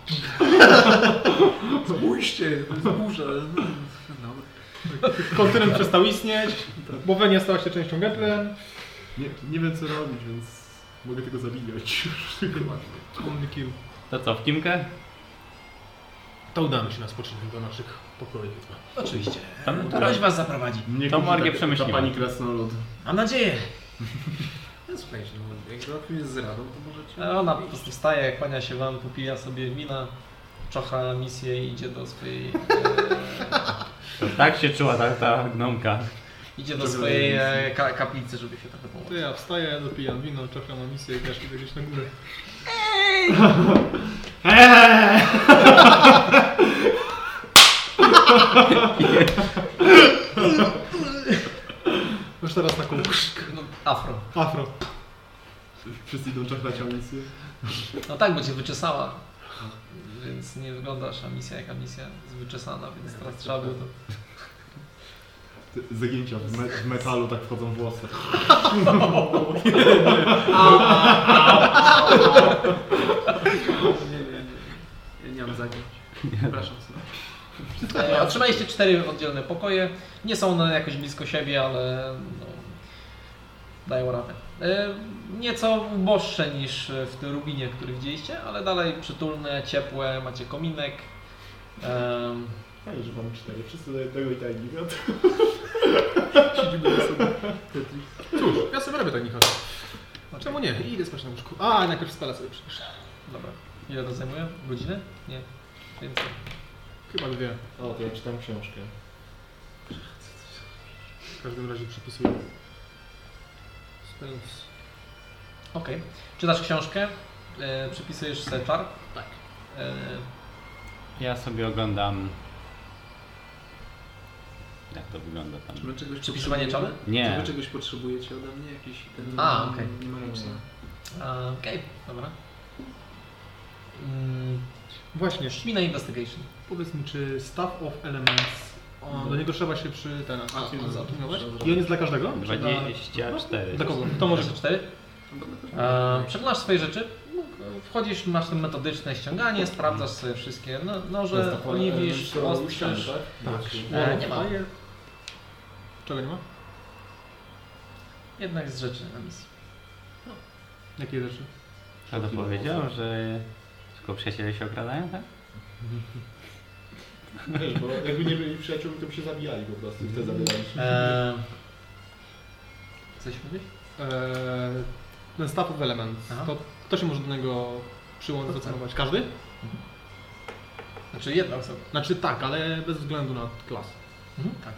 Spójrzcie, to jest burza. No. Kontynent przestał istnieć, Bowenia stała się częścią Geplen. Nie wiem co robić, więc mogę tego zabijać. Only kill. To co, w Kimkę? To udamy się na spoczynek do naszych pokoi. Oczywiście. Tam- Ktoś was zaprowadzi. Mnie To kupi Morgię ta przemyśliła. pani krasnolud. Mam nadzieję. No słuchajcie, no, jak załatwimy jest z radą, to możecie... Ona po prostu wstaje, kłania się wam, popija sobie wina, czocha misję i idzie do swojej... To tak się czuła ta gnomka. idzie do swojej kaplicy, żeby się trochę To pomóc. ja wstaję, dopijam wino, czekam na misję i też idę gdzieś na górę. Już teraz taką No, afro. afro. Wszyscy idą czekać na misję. No tak, bo cię wyczesała. Więc nie wyglądasz, a misja jaka misja jest wyczesana, więc teraz trzeba było to... Te zagięcia w metalu tak wchodzą włosy. Nie. Ja nie mam zagiąć. Przepraszam sobie. Otrzymaliście 4 oddzielne pokoje. Nie są one jakoś blisko siebie, ale no, dają radę. Nieco uboższe niż w tym Rubinie, który widzieliście, ale dalej przytulne, ciepłe, macie kominek. Fajnie, że mamy 4. Wszyscy do jednego i tak nie wiadomo. Siedzimy na sobie. Cóż, ja sobie robię tak Nikola. Czemu nie? Idę spać na łóżku. A, najpierw spela sobie przypiszę. Dobra. Ile to zajmuje? Godzinę? Nie. Więcej. Chyba 2. O, to ja czytam książkę. W każdym razie przypisuję. Spells. Okej. Czytasz książkę, przypisujesz sobie czar. Tak. Ja sobie oglądam... Jak to wygląda tam? Czy my czegoś Przypisywanie potrzebujemy? czaru? Nie. Czy wy czegoś potrzebujecie ode mnie? Jakieś ten... Okej. magiczne? Okej, dobra. Właśnie, Rzuć mi na investigation. powiedz mi, czy Staff of Elements, do niego trzeba się zatrudniować? I on jest dla każdego? Czy 24. Dla kogo? Kto może? 4. Przeglądasz swoje rzeczy, wchodzisz, masz to metodyczne ściąganie, sprawdzasz sobie wszystkie noże, oliwisz, ostrzyż. Tak. Nie ma. Czego nie ma? Jednak z rzeczy na misji. Jakie rzeczy? A to powiedział, że tylko przyjaciele się okradają, tak? Wiesz, bo jakby nie byli przyjaciółmi, to by się zabijali po prostu i wtedy zabieraliśmy. Coś mówisz? Ten staff of element, Aha. to kto się może do niego przyłączyć, zacynować? Każdy? Znaczy jedna osoba. Znaczy tak, ale bez względu na klasę. Tak.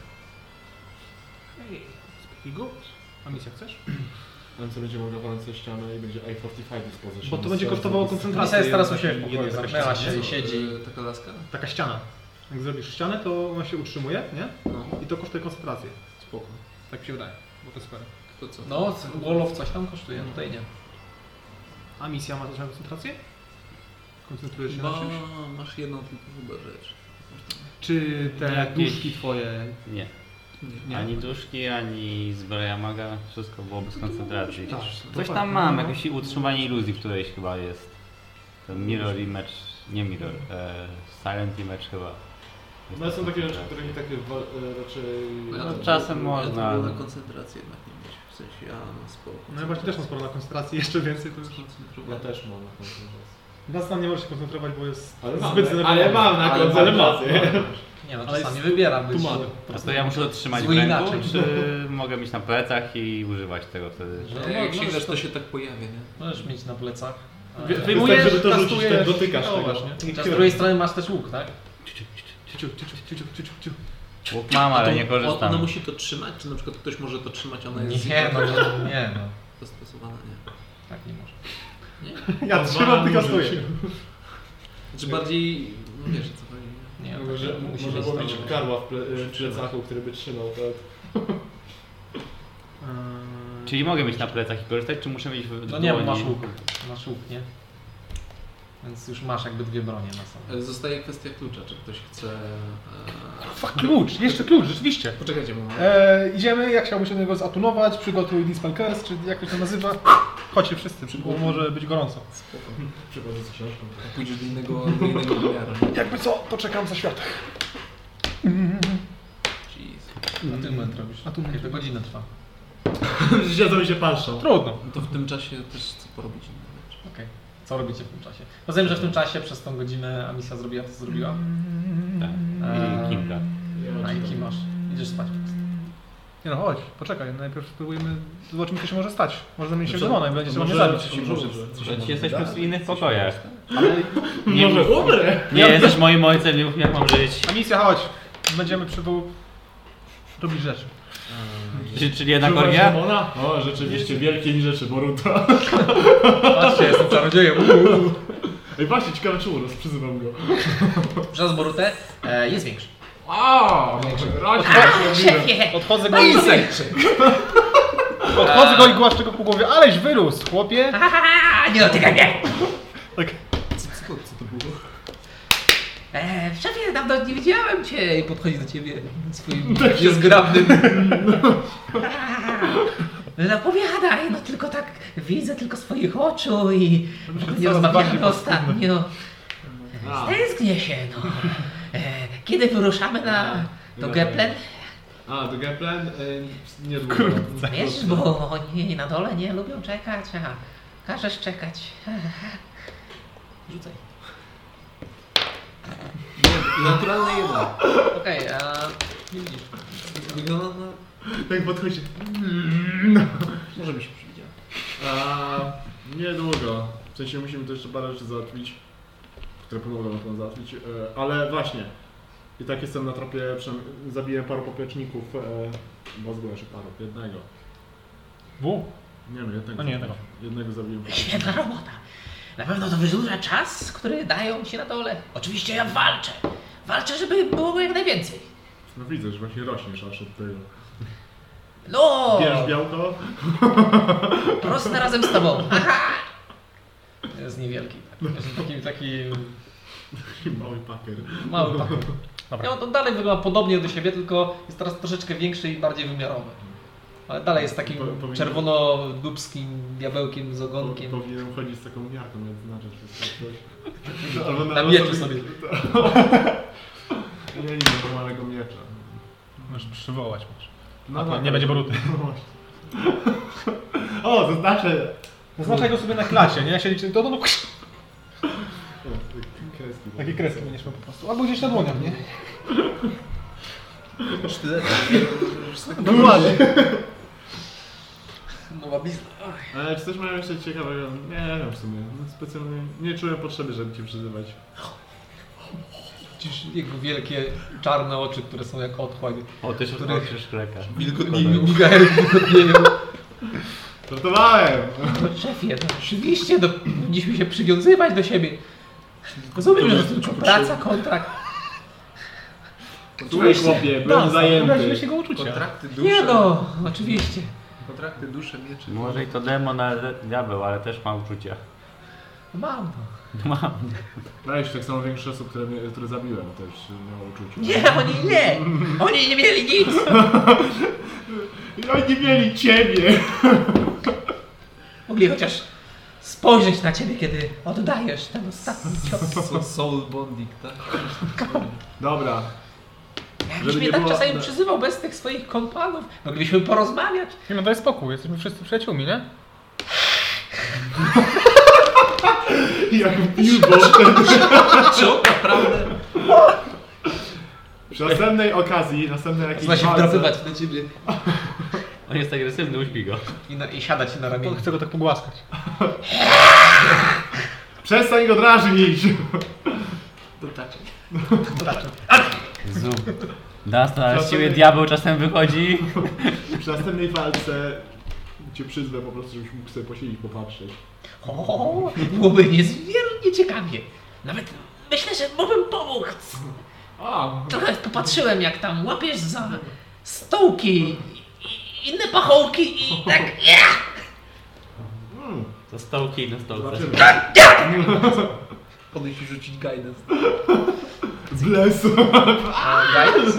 Speaking good. A misja chcesz? A co będzie mogła walnąć ze ścianę i będzie I-45 disposition. Bo to będzie kosztowało koncentrację. Misja jest teraz u Takiej siebie w pokoju, jednej zamknęła ścianie. się i siedzi. Taka laska? Taka ściana. Jak zrobisz ścianę, to ona się utrzymuje, nie? No. I to kosztuje koncentrację. Spoko. Tak mi się wydaje, bo to jest super. To co? No, Wall of coś tam kosztuje, tutaj nie. A misja ma też na koncentrację? Koncentrujesz się na Bo czymś? masz jedną tylko chyba rzecz. Czy te Jakieś- duszki twoje... Nie. Nie? Ani duszki, ani zbroja maga, wszystko było bez koncentracji. Tak. Coś tam mam, jakieś utrzymanie iluzji, którejś chyba jest. Ten mirror image, nie mirror, silent image chyba. No są takie rzeczy, które mi takie raczej... No, czasem można, Ja ale- to na koncentrację jednak nie mieć. W sensie ja mam sporo. No ja właśnie też mam sporo na koncentracji, jeszcze więcej to już... Ja też mam na koncentrację. Was tam nie możesz się koncentrować, bo jest zbyt Ale zdenerwowany. mam na koncentrację. Nie no, Ale czasami jest wybiera być. tłumacz. A to ja muszę to trzymać w Zły ręku, inaczej. czy mogę mieć na plecach i używać tego wtedy? Że Jak się możesz grasz, to się tak pojawia, nie? Możesz mieć na plecach. Wyjmujesz, żeby to rzucić, kastujesz, tak dotykasz tego. właśnie. A z drugiej strony masz też łuk, tak? Łuk mam, ale nie Ona korzystam. musi to trzymać, czy na przykład ktoś może to trzymać, ona jest Nie, no, nie, no. dostosowana, nie? Tak nie może. Nie? Ja trzymam, ty kastujesz. Znaczy bardziej, no wiesz o co chodzi. Nie, Może musi można być było mieć tam- karła w plecaku, który by trzymał. Tak. Czyli mogę mieć na plecach i korzystać, czy muszę mieć w No nie, bo dłoni? masz łuk. Masz łuk, nie? Więc już masz jakby dwie bronie na sobie. Zostaje kwestia klucza, czy ktoś chce... Fuck, klucz, jeszcze klucz, rzeczywiście. Poczekajcie moment. Idziemy, jak chciałbym się do niego zatunować, przygotuj Dispel Curse, czy jak to się nazywa. Chodźcie wszyscy, bo może być gorąco. Spoko. Przychodzę z książką. Pójdziesz do innego wymiaru. Jakby co, to czekam za światłem. Jeez. A ty moment robisz. A tu to godzinę trwa. Siedzą i się patrzą. Trudno. No to w tym czasie też chcę porobić inne rzeczy. Okej. Co robicie w tym czasie? Rozumiem, że w tym czasie przez tą godzinę Amisja zrobiła to, co zrobiła. Tak. I kilka. A jaki masz? Idziesz spać. Nie no, chodź, poczekaj, najpierw spróbujemy, zobaczymy co się może stać. Może zamienić się w Znaczy, demona i będzie trzeba mnie może- zabić. Przecież jesteśmy w innych pokojach. Nie może dobre. Nie jesteś moim ojcem, nie mów jak mam żyć. A misja, chodź, będziemy robić rzeczy. Czyli jednak orgia? O, rzeczywiście, wielkie mi rzeczy, Boruta. Patrzcie, jestem czarodziejem. Ej, właśnie, ciekawe czy urósł, przyzywam go. Przez Borutę jest większy. Odchodzę go i Odchodzę go i głaszczę go po głowie, aleś wyrósł, chłopie! Nie dotykaj mnie! Tak. Co to było? Szefie, dawno nie widziałem cię! I podchodzi do ciebie swoim Niezgrabnym. No opowiadaj, no tylko tak widzę tylko swoich oczu i nie rozmawiamy ostatnio. Stęsknię się, no. Kiedy wyruszamy do Geplen? A, do Geplen? Niedługo. Wiesz, bo oni na dole nie lubią czekać, a każesz czekać. Rzucaj. Naturalne jeden. Okej, nie widzisz. Wygląda na... Tak podchodzi. Może mi się przywidział. Niedługo. W sensie musimy to jeszcze parę rzeczy załatwić, które pomogą nam to załatwić, ale właśnie. I tak jestem na tropie, zabiłem paru popleczników, bo zgłałem się paru, jednego. Nie no, jednego. A nie, jednego. Jednego zabiłem. Świetna robota. Na pewno to wydłuża czas, który dają ci na dole. Oczywiście ja walczę. Walczę, żeby było jak najwięcej. No widzę, że właśnie rośniesz aż od tego. No! Bierzesz białko? Rosnę razem z tobą. Aha! Jest niewielki. Tak. Taki Mały pakier. mały pakiet. Dobra. Ja, on dalej wygląda podobnie do siebie, tylko jest teraz troszeczkę większy i bardziej wymiarowy. Ale dalej jest takim Powinien- czerwono-dubskim diabełkiem z ogonkiem. Powinienem chodzić z taką miarką, jak znaczyć wszystko coś. Albo Na mieczu sobie. Ja nie mam małego miecza. Możesz przywołać. Masz. No, nie będzie Boruty. O, zaznaczę! Zaznaczaj go sobie na klasie, nie? Jak się liczy to, no... Kreski. Takie kreski będziesz miał po prostu. Albo gdzieś na dłoniach, nie? Sztylet. Dokładnie. Nowa blizna. Ale czy coś mają jeszcze ciekawego? Nie wiem w sumie. No, specjalnie nie czułem potrzeby, żeby cię przyzywać. Widzisz jego wielkie czarne oczy, które są jak otchłań. O, ty się szkleka. Migają, wilgotnieją. Żartowałem! No szefie, no oczywiście, no, powinniśmy się przywiązywać do siebie. Rozumiem, że to tylko praca, kontrakt. Słuchaj chłopie, byłem zajęty. Obraziłeś jego uczucia. Kontrakty dusze. Nie no, oczywiście. Kontrakty dusze, mieczy. Może i to demon, ale diabeł, ale też ma uczucia. Mam no. Mam. Weź, tak samo większość osób, które zabiłem, też miało uczucie. Nie, oni nie! Oni nie mieli nic! I oni nie mieli ciebie! Mogli chociaż spojrzeć na ciebie, kiedy oddajesz ten ostatni cios. Soul bonding, tak? Dobra. Jakbyś Żeby mnie nie tak było- czasami przyzywał bez tych swoich kompanów, moglibyśmy porozmawiać. Nie no, daj spokój, jesteśmy wszyscy przyjaciółmi, nie? Jak Bilbo Czy on naprawdę? przy następnej okazji, następnej jakiejś Zna się walce- wdrapywać na ciebie On jest agresywny, uśpi go. i siadać ci na ramieniu. Chcę go tak pogłaskać. Przestań go drażnić! To tak. Zoom. Dunstan, ale z ciebie diabeł czasem wychodzi. Przy następnej walce cię przyzwę po prostu, żebyś mógł sobie posiedzieć, popatrzeć. O, byłoby niezmiernie ciekawie. Nawet myślę, że mógłbym pomóc. A, Trochę popatrzyłem, jak tam łapiesz za stołki i inne pachołki i tak... To stołki na stolce. zobaczymy. Podejść i rzucić guidance. Bless! A guidance?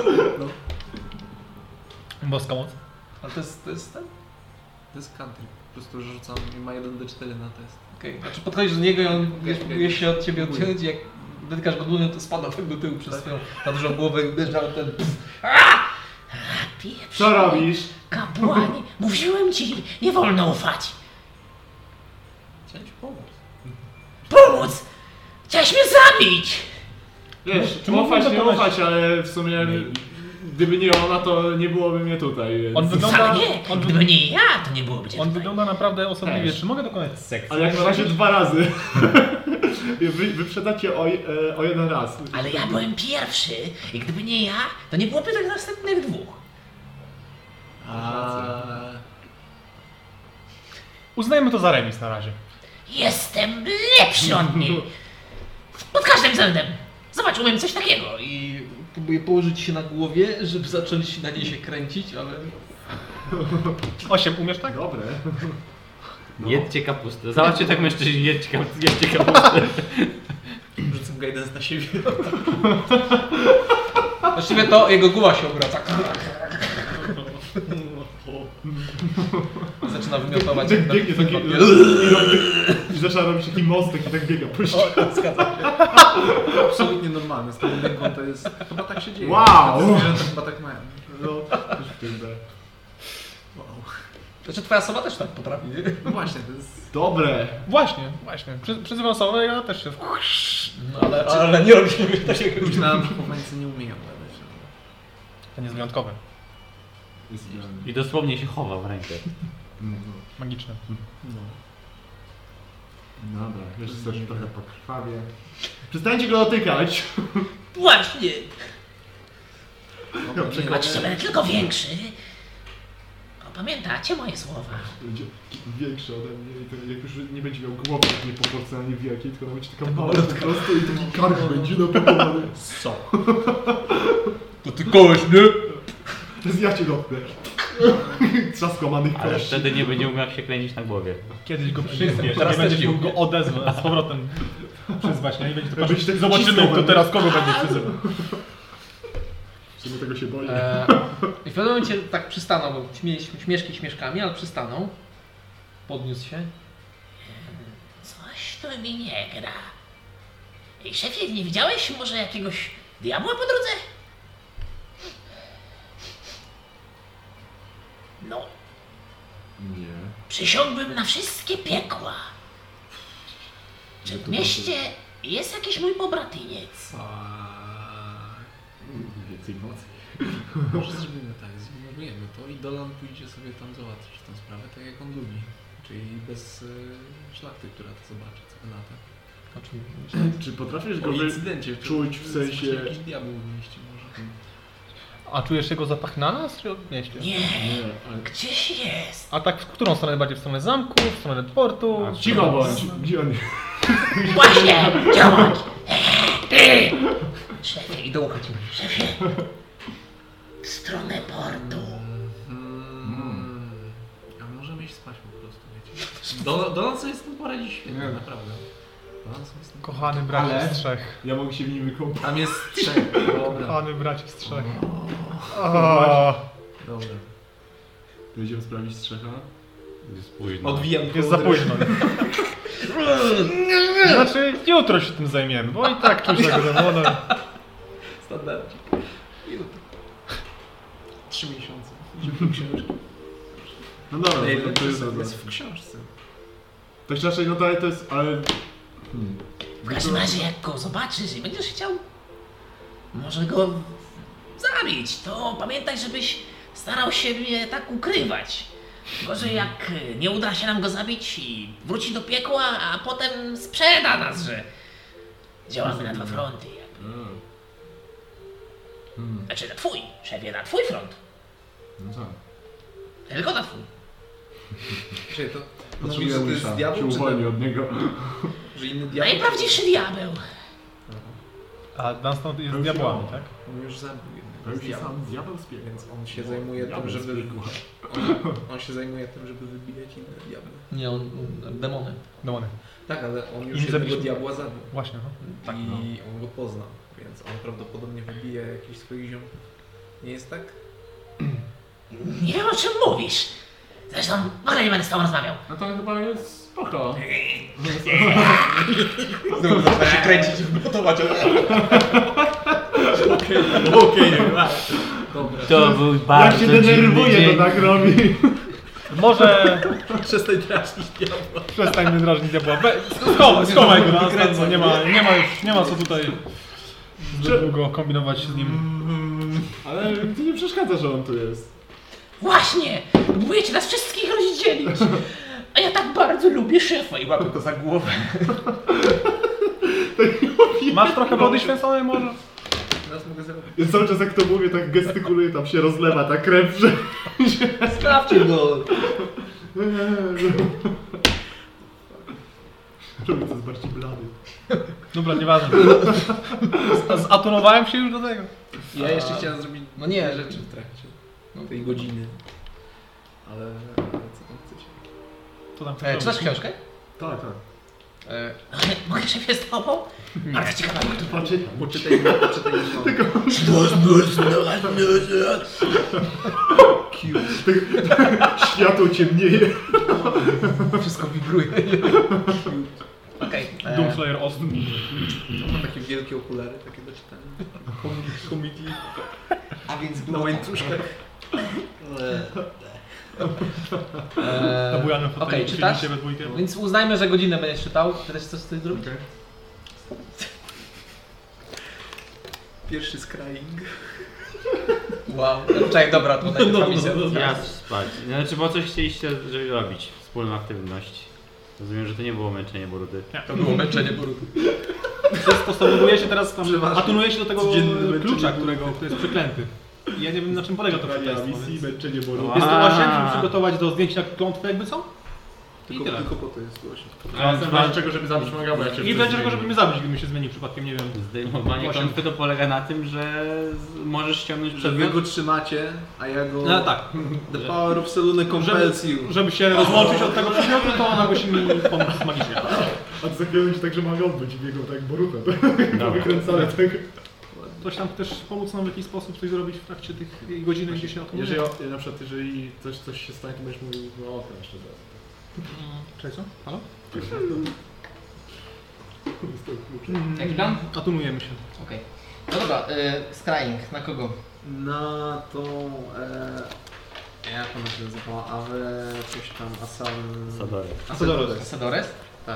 Boska moc. A to jest ten? To jest country. Po prostu rzucam i ma 1d4 na test. Okej, znaczy podchodzisz do niego i on próbuje się od ciebie odciąć, jak dotykasz go dłonią, to spada tak do tyłu przez swoją na dużą głowę i uderza o ten... Pieprz, Co robisz? kapłanie, mówiłem ci, nie wolno ufać. Chciałem ci pomóc. Pomóc! Chciałeś mnie zabić! Wiesz, Czy mógłbym ufać, nie dokonać- ufać, ale w sumie gdyby nie ona, to nie byłoby mnie tutaj, więc... On wygląda... Wcale nie, gdyby nie ja, to nie byłoby cię On tutaj. wygląda naprawdę osobliwie. Też. Czy mogę dokonać sekcji? Ale jak na razie 2 razy. Wyprzedacie o 1 raz. Ale ja byłem pierwszy i gdyby nie ja, to nie byłoby tak następnych 2. Uznajmy to za remis na razie. Jestem lepszy od niej. Pod każdym względem. Zobacz, umiem coś takiego. I próbuję położyć się na głowie, żeby zacząć na niej się kręcić, ale... 8, umiesz tak? Dobre. Jedźcie kapustę. Zobaczcie tak mężczyźni, jedźcie kapustę. Rzucam guidance na siebie. Właściwie to jego głowa się obraca. Zaczyna wymiotować. Tak biegnie taki... I zaczyna robić taki mostek i tak biega. Absolutnie normalne. Z tą ręką to jest... Chyba tak się dzieje. Wow! Te zwierzęta chyba tak mają. No, też w tym, Wow. Znaczy twoja osoba też tak potrafi, nie? No właśnie, to jest... Dobre. Właśnie. Przyzywam osobę, ja też się... No, ale nie robi się takiego. Myślałem, że pomańcy nie umieją gadać. To nie jest wyjątkowe. Jest idealny. I dosłownie się chowa w rękę. Magiczne. Dobra, jeszcze coś trochę pokrwawie. Przestańcie go dotykać! Właśnie. Ja Zobaczcie, będę tylko większy. O, pamiętacie moje słowa? Będzie większy ode mnie i to jak już nie będzie miał głowy tak nieproporcjonalnie wielkiej, tylko ona będzie taka mała po prostu i taki kark będzie napakowany. Co? Dotykałeś mnie? Teraz ja cię dotknę. Trzaskomanych Ale kości. wtedy nie będzie umiał się kręcić na głowie. Kiedyś go przyzwiesz, Teraz nie będziesz też mógł go odezwać, z powrotem przyzwać, nie? I będzie tylko, Będzie tak zobaczymy, wcisnął kto we teraz kogo będzie przyzywał. W sumie tego się boję. I w pewnym momencie tak przystanął, bo śmieszki śmieszkami, ale przystanął. Podniósł się. Coś tu mi nie gra. Ej, szefie, nie widziałeś może jakiegoś diabła po drodze? Przysiągłbym na wszystkie piekła. Czy w mieście jest jakiś mój pobratyniec? Więcej mocy. Może zrobimy tak, zignorujemy to i Dolan pójdzie sobie tam załatwić tę sprawę tak jak on lubi. Czyli bez szlachty, która to zobaczy, co wy na to. Czy potrafisz O go incydencie. czuć w sensie... Jakiś diabeł w mieście może. A czujesz jego zapach na nas, czy w mieście? Nie, Nie, ale... gdzieś jest. A tak w którą stronę? Bardziej w stronę zamku, w stronę portu? A, Cicho bądź! Gdzie on jest? Właśnie, działać. Ty! Szefie, idę łokać. Szefie, w stronę portu. A możemy iść spać po prostu, wiecie. Dolan sobie z tym poradzi świetnie, naprawdę. Dolan sobie z tym... Kochany bracie z trzech. Ja mogę się w nim wykąpać. Tam jest 3. Dobra. Kochany bracie z trzech. Dobra. Będziemy sprawdzić strzecha. Jest późno. Odwijam Jest za kołdrę. późno. Znaczy, jutro się tym zajmiemy, bo i tak czuć tego demona. Standardzik. Jutro. 3 miesiące. Idziemy do książki. No dobra, to Najlepszy jest jest jest w książce. tak czy inaczej, no to jest, ale... W każdym razie, jak go zobaczysz i będziesz chciał może go zabić, to pamiętaj, żebyś starał się mnie tak ukrywać. Gorzej jak nie uda się nam go zabić i wróci do piekła, a potem sprzeda nas, że działamy na dwa fronty. Znaczy na twój, szefie, na twój front. No tak. Tylko na twój. Czyli to... Potrzebuję że to Wisza, jest się diabeł, czy uwolni od niego. że inny diabeł? Najprawdziwszy diabeł. A Dunstan jest diabłami, tak? On już zabił To jednego już z jest diabłów. sam diabeł z piekła. Więc on się zajmuje Diabeł tym, z żeby... piekła. On się zajmuje tym, żeby wybijać inne diabły. Nie, on demony. Demony. Tak, ale on I już nie jednego zabić- diabła zabił. Właśnie, no. Tak, I on go pozna, więc on prawdopodobnie wybije jakichś swoich ziomków. Nie jest tak? Nie wiem, o czym mówisz. Zresztą w ogóle nie będę z tobą rozmawiał. No to chyba jest spoko. Znowu zaczyna się kręcić i wgotować. Okej, dobra. To był Jak bardzo się dziwny denerwuje, dzień. to tak robi. Może Przestań drażnić diabła. przestań mnie drażnić diabła. Schowaj go, Dunstan, nie ma co tutaj zbyt długo kombinować z nim. Ale to nie przeszkadza, że on tu jest. Właśnie! Próbujecie nas wszystkich rozdzielić. A ja tak bardzo lubię szefa i łapię go za głowę. Masz trochę wody święconej może? Teraz mogę zrobić. Ja cały czas jak to mówię, tak gestykuluje, tam się rozlewa ta krew, że... Sprawdźcie go. Robi to z bardziej blady. Dobra, nieważne. Zatunowałem się już do tego. Ja jeszcze chciałem zrobić No nie. rzeczy w trakcie tej godziny. Ale co tam chcecie? To tam Czytasz książkę? Tak, tak. Mogę szefie z tobą? Bardzo ciekawa. Patrzcie, Poczytaj mi światło ciemnieje. Wszystko wibruje. Okej. Doomslayer Osm. Mam takie wielkie okulary, takie do czytania. Komiki A więc na łańcuszkach. Na bujanym fotelu. Okej, czytasz? siedzicie we dwójkę. Więc uznajmy, że godzinę będziesz czytał. Ty też chcesz coś zrobić? Pierwszy scrying. Wow. Czekaj, dobra, to najpierw misja. Ja spać. Znaczy, po coś chcieliście żeby robić? Wspólną aktywność. Rozumiem, że to nie było męczenie Boruty. To było męczenie Boruty. Postosowuje się teraz, Przeważnie. atunuje się do tego Codzienny męczenie klucza, Boruty. który jest przeklęty. I ja nie wiem na czym polega to przekleństwo. misji, Więc... męczenie boru. Jest to 8, A. żeby przygotować do zdjęcia klątwy jakby co? Tylko, tyle. tylko po to jest 8. Ja jestem razie czego, żeby zabić Magaba, jak się I będzie czego, żeby mnie zabić, gdybym się zmienił przypadkiem, nie wiem. Zdejmowanie Osiem. klątwy to polega na tym, że możesz ściągnąć Że wy przedmiot. go trzymacie, a ja go... No tak. The power of Selune compels you. Żeby się rozłączyć od tego przedmiotu, to ona musi mi pomóc magicznie. A to za chwilę będzie tak, że mamy odbyć i biegał tak jak Boruta. Dobra. Wykręcane tego. Ktoś tam też pomóc nam w jakiś sposób coś zrobić w trakcie tych godziny, gdzie się atunuje. Jeżeli, na przykład, jeżeli coś się stanie, to będziesz mówił, no o tym jeszcze raz. Cześć, co? Halo? Jaki plan? Atunujemy się. Okej. No dobra, scrying. Na kogo? Na tą Jak ona się nazywała? Awe... coś tam... Sadores. Asadores? Tak.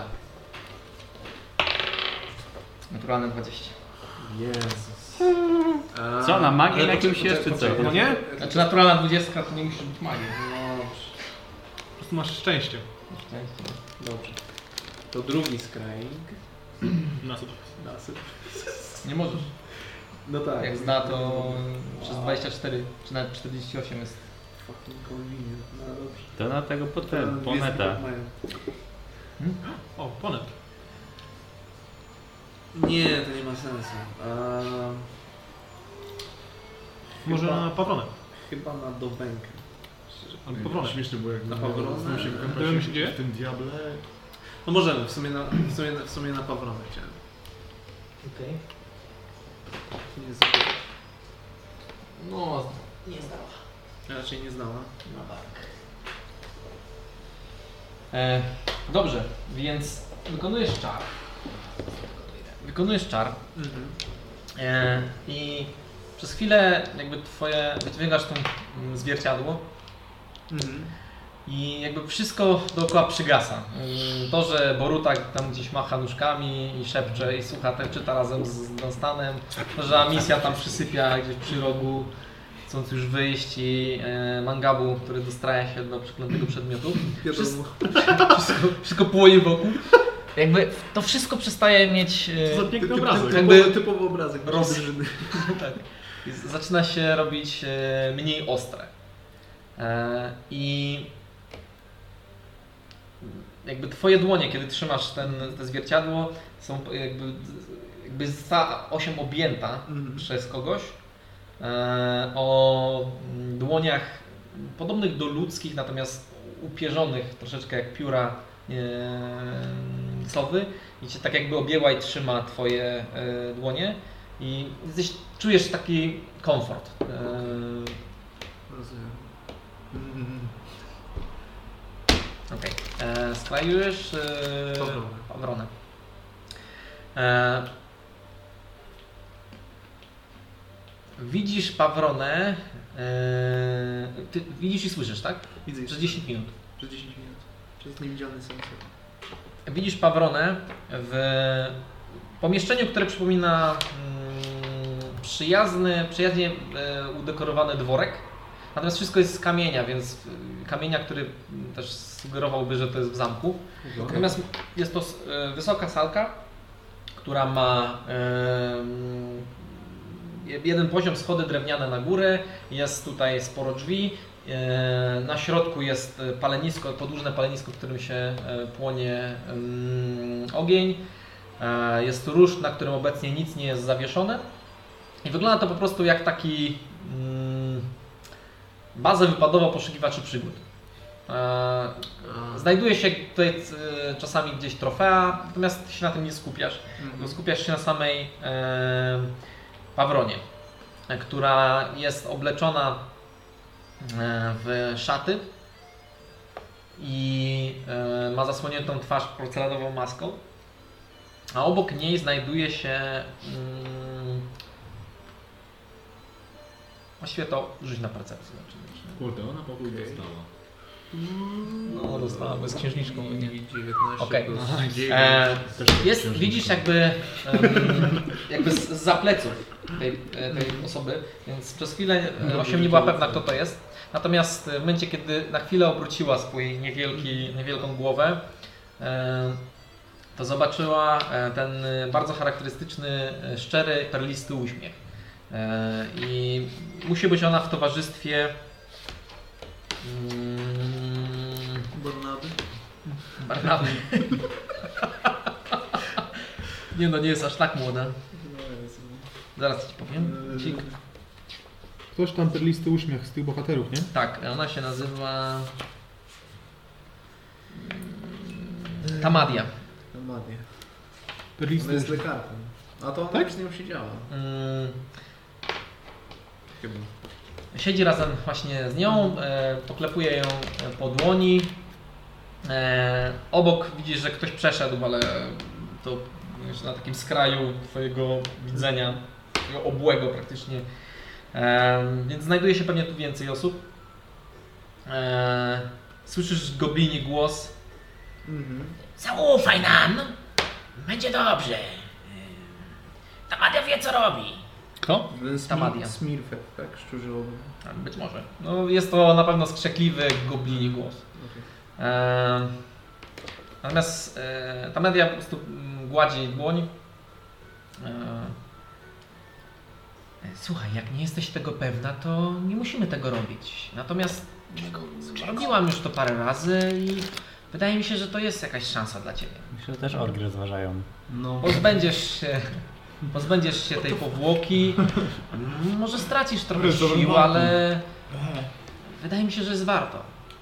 Naturalne 20. Jezus. Co, na magię Ale jakimś poczekaj, jest, czy co? poczekaj. No nie? Znaczy naturalna 20 to nie musisz być magiem. No, Po prostu masz szczęście. dobrze. To drugi scrying. Nasyp. Nie możesz. No tak. Jak zna to przez 24 czy nawet 48 jest. Fucking convenient. No dobrze. To na tego potem, To Poneta. mają. O, Ponet. Nie, to nie ma sensu. Może Chyba- na Pawronę. Chyba na Dobenkę. Albo Pawronę. Śmieszne było jak Na Pawrona? znowu się wykąpać To mi się dzieje? w tym diable. No możemy, w sumie na Pawronę chciałem. Okej. Nie zdała. No, nie zdała. Raczej nie znała. No tak. Dobrze, więc wykonujesz czar. I przez chwilę jakby wyciągasz tą zwierciadło i jakby wszystko dookoła przygasa. To, że Boruta tam gdzieś macha nóżkami i szepcze i słucha, czyta razem z Dunstanem, to, że Amisja tam przysypia gdzieś przy rogu, chcąc już wyjść, i Mangabu, który dostraja się do przeklętego przedmiotu. Wszystko płonie wokół. Jakby to wszystko przestaje mieć Co za piękny obrazek. Typowy obrazek. tak. I zaczyna się robić mniej ostre. I jakby twoje dłonie, kiedy trzymasz te zwierciadło, są jakby została 8 objęta przez kogoś o dłoniach podobnych do ludzkich, natomiast upierzonych troszeczkę jak pióra sowy, i cię tak jakby objęła i trzyma twoje dłonie i czujesz taki komfort. Rozumiem. Okej. Skrajujesz Pawronę. Widzisz Pawronę, ty widzisz i słyszysz, tak? Widzę Przez 10 minut. Przez 10 minut. Przez niewidzialny sensor. Widzisz Pawronę w pomieszczeniu, które przypomina przyjaznie udekorowany dworek. Natomiast wszystko jest z kamienia, więc kamienia, który też sugerowałby, że to jest w zamku. Natomiast jest to wysoka salka, która ma jeden poziom, schody drewniane na górę, jest tutaj sporo drzwi. Na środku jest palenisko, podłużne palenisko, w którym się płonie ogień. Jest róż, na którym obecnie nic nie jest zawieszone. I wygląda to po prostu jak taki baza wypadowa poszukiwaczy przygód. Znajduje się tutaj czasami gdzieś trofea, natomiast się na tym nie skupiasz. Bo skupiasz się na samej Pawronie, która jest obleczona w szaty i ma zasłoniętą twarz porcelanową maską, a obok niej znajduje się właściwie to rzuć na percepcję. Kurde, ona pokój dostała. No, dostała, bez księżniczką. Nie. 19 Okej. plus 9. Widzisz jakby zza pleców tej osoby, więc przez chwilę 8 nie była pewna, kto to jest. Natomiast w momencie, kiedy na chwilę obróciła swój niewielką głowę, to zobaczyła ten bardzo charakterystyczny, szczery, perlisty uśmiech. I musi być ona w towarzystwie Barnaby. Nie no, nie jest aż tak młoda. Zaraz ci powiem. Ktoś tam perlisty uśmiech z tych bohaterów, nie? Tak, ona się nazywa Tamadia. Perlisty Ona jest uśmiech. lekarką. A to ona Tak? już z nią siedziała. Chyba. Siedzi razem właśnie z nią, poklepuje ją po dłoni. Obok widzisz, że ktoś przeszedł, ale to już na takim skraju twojego widzenia, takiego obłego praktycznie. Więc znajduje się pewnie tu więcej osób. Słyszysz goblini głos. Zaufaj nam! Będzie dobrze. Tamadia wie, co robi. Kto? Tamadia. Smirfet, tak? Szczurzowy. Być może. No, jest to na pewno skrzekliwy goblini głos. Natomiast Tamadia po prostu gładzi dłoń. Słuchaj, jak nie jesteś tego pewna, to nie musimy tego robić. Natomiast robiłam już to parę razy i wydaje mi się, że to jest jakaś szansa dla Ciebie. Myślę, że też orgi rozważają. No. Pozbędziesz się tej powłoki. Może stracisz trochę To jest dobry sił, motto. ale wydaje mi się, że jest warto.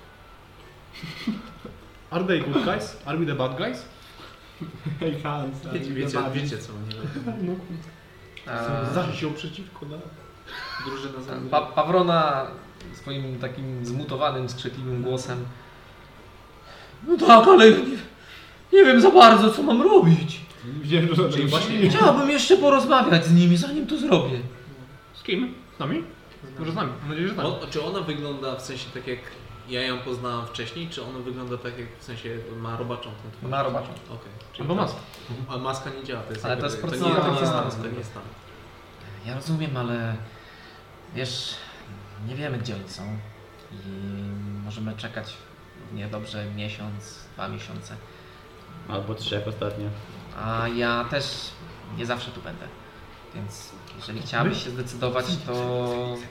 Are they good guys? Are we the bad guys? Hej Hans, Wiecie co oni robią. Zawsze się przeciwko nam. Drużyna za Pawrona swoim takim zmutowanym, skrzekliwym głosem. No tak, ale nie wiem za bardzo, co mam robić. Wiem, że Czyli właśnie Chciałabym jeszcze porozmawiać z nimi, zanim to zrobię. Z kim? Z nami? Może z nami. Mam nadzieję, że z nami. Czy ona wygląda w sensie tak jak ja ją poznałam wcześniej, czy ona wygląda tak jak w sensie ma robaczą tę twarz? Ma robaczą. Okej. Czyli Albo maska. A maska nie działa, to jest Ale jakby, to jest to personalna nie jest maska. stan, to nie jest stan. Ja rozumiem, ale wiesz, nie wiemy, gdzie oni są i możemy czekać równie dobrze miesiąc, 2 miesiące. Albo 3 jak ostatnio. A ja też nie zawsze tu będę, więc jeżeli chciałabyś się zdecydować, to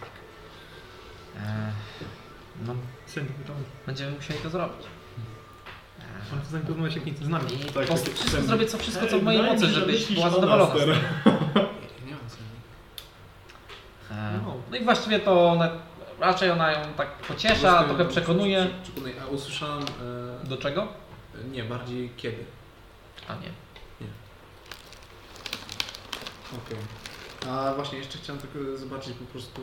no, będziemy musieli to zrobić. On chce zainteresować się kimś z nami. I Tak, wszystko zrobię, wszystko co w mojej mocy, żebyś była zadowolona. Nie mam sensu. No i właściwie to raczej ona ją tak pociesza, trochę przekonuje. A usłyszałam... Do czego? Nie, bardziej kiedy. A nie. Okej. A właśnie, jeszcze chciałem tylko zobaczyć po prostu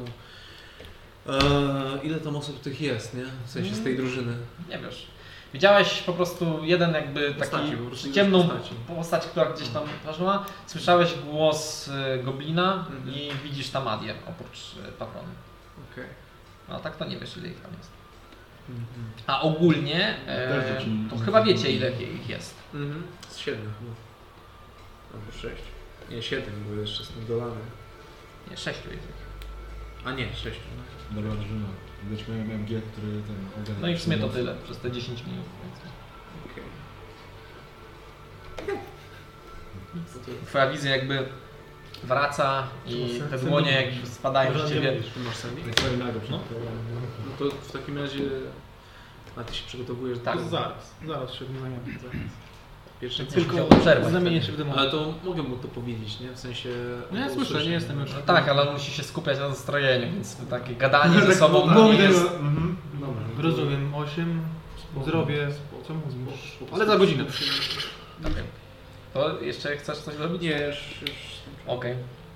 ile tam osób tych jest, nie? W sensie z tej drużyny. Nie wiesz. Widziałeś po prostu jeden jakby Postaci, taki po prostu ciemną postaci. postać, która gdzieś tam ważna. Słyszałeś głos goblina Mhm. i widzisz Tamadię oprócz Pawrony. Okej. No tak to nie wiesz, ile ich tam jest. Mhm. A ogólnie Też ci- to chyba wiecie, ile ich jest. Mhm. Z 7 chyba. Albo 6. Nie, 7, bo jeszcze z tym dolanem. Nie, 6 jest. A nie, 6. Dobra drużyna. Widać miałem MG, który ten ogarnia. No i w sumie to tyle przez te 10 minut. Okej. Więc twoja wizja jakby wraca i te dłonie jakby spadają z ciebie. Ty masz sami? Co innego No. No to w takim razie... A ty się przygotowujesz do Tak. tego? Zaraz się tym zajmiemy. Pierwsze Tylko co? przerwać. Zamienię się w demona. Ale to mogę mu to powiedzieć, nie? W sensie... No ja to słyszę, usłyszę. nie jestem już. No tak, ale on musi się skupiać na nastrojeniu, więc takie gadanie ze sobą to nie jest... Dobra. Rozumiem, 8. Zrobię. Co mówisz? Ale za godzinę. Okej. To jeszcze chcesz coś zrobić? Nie, już... Okej.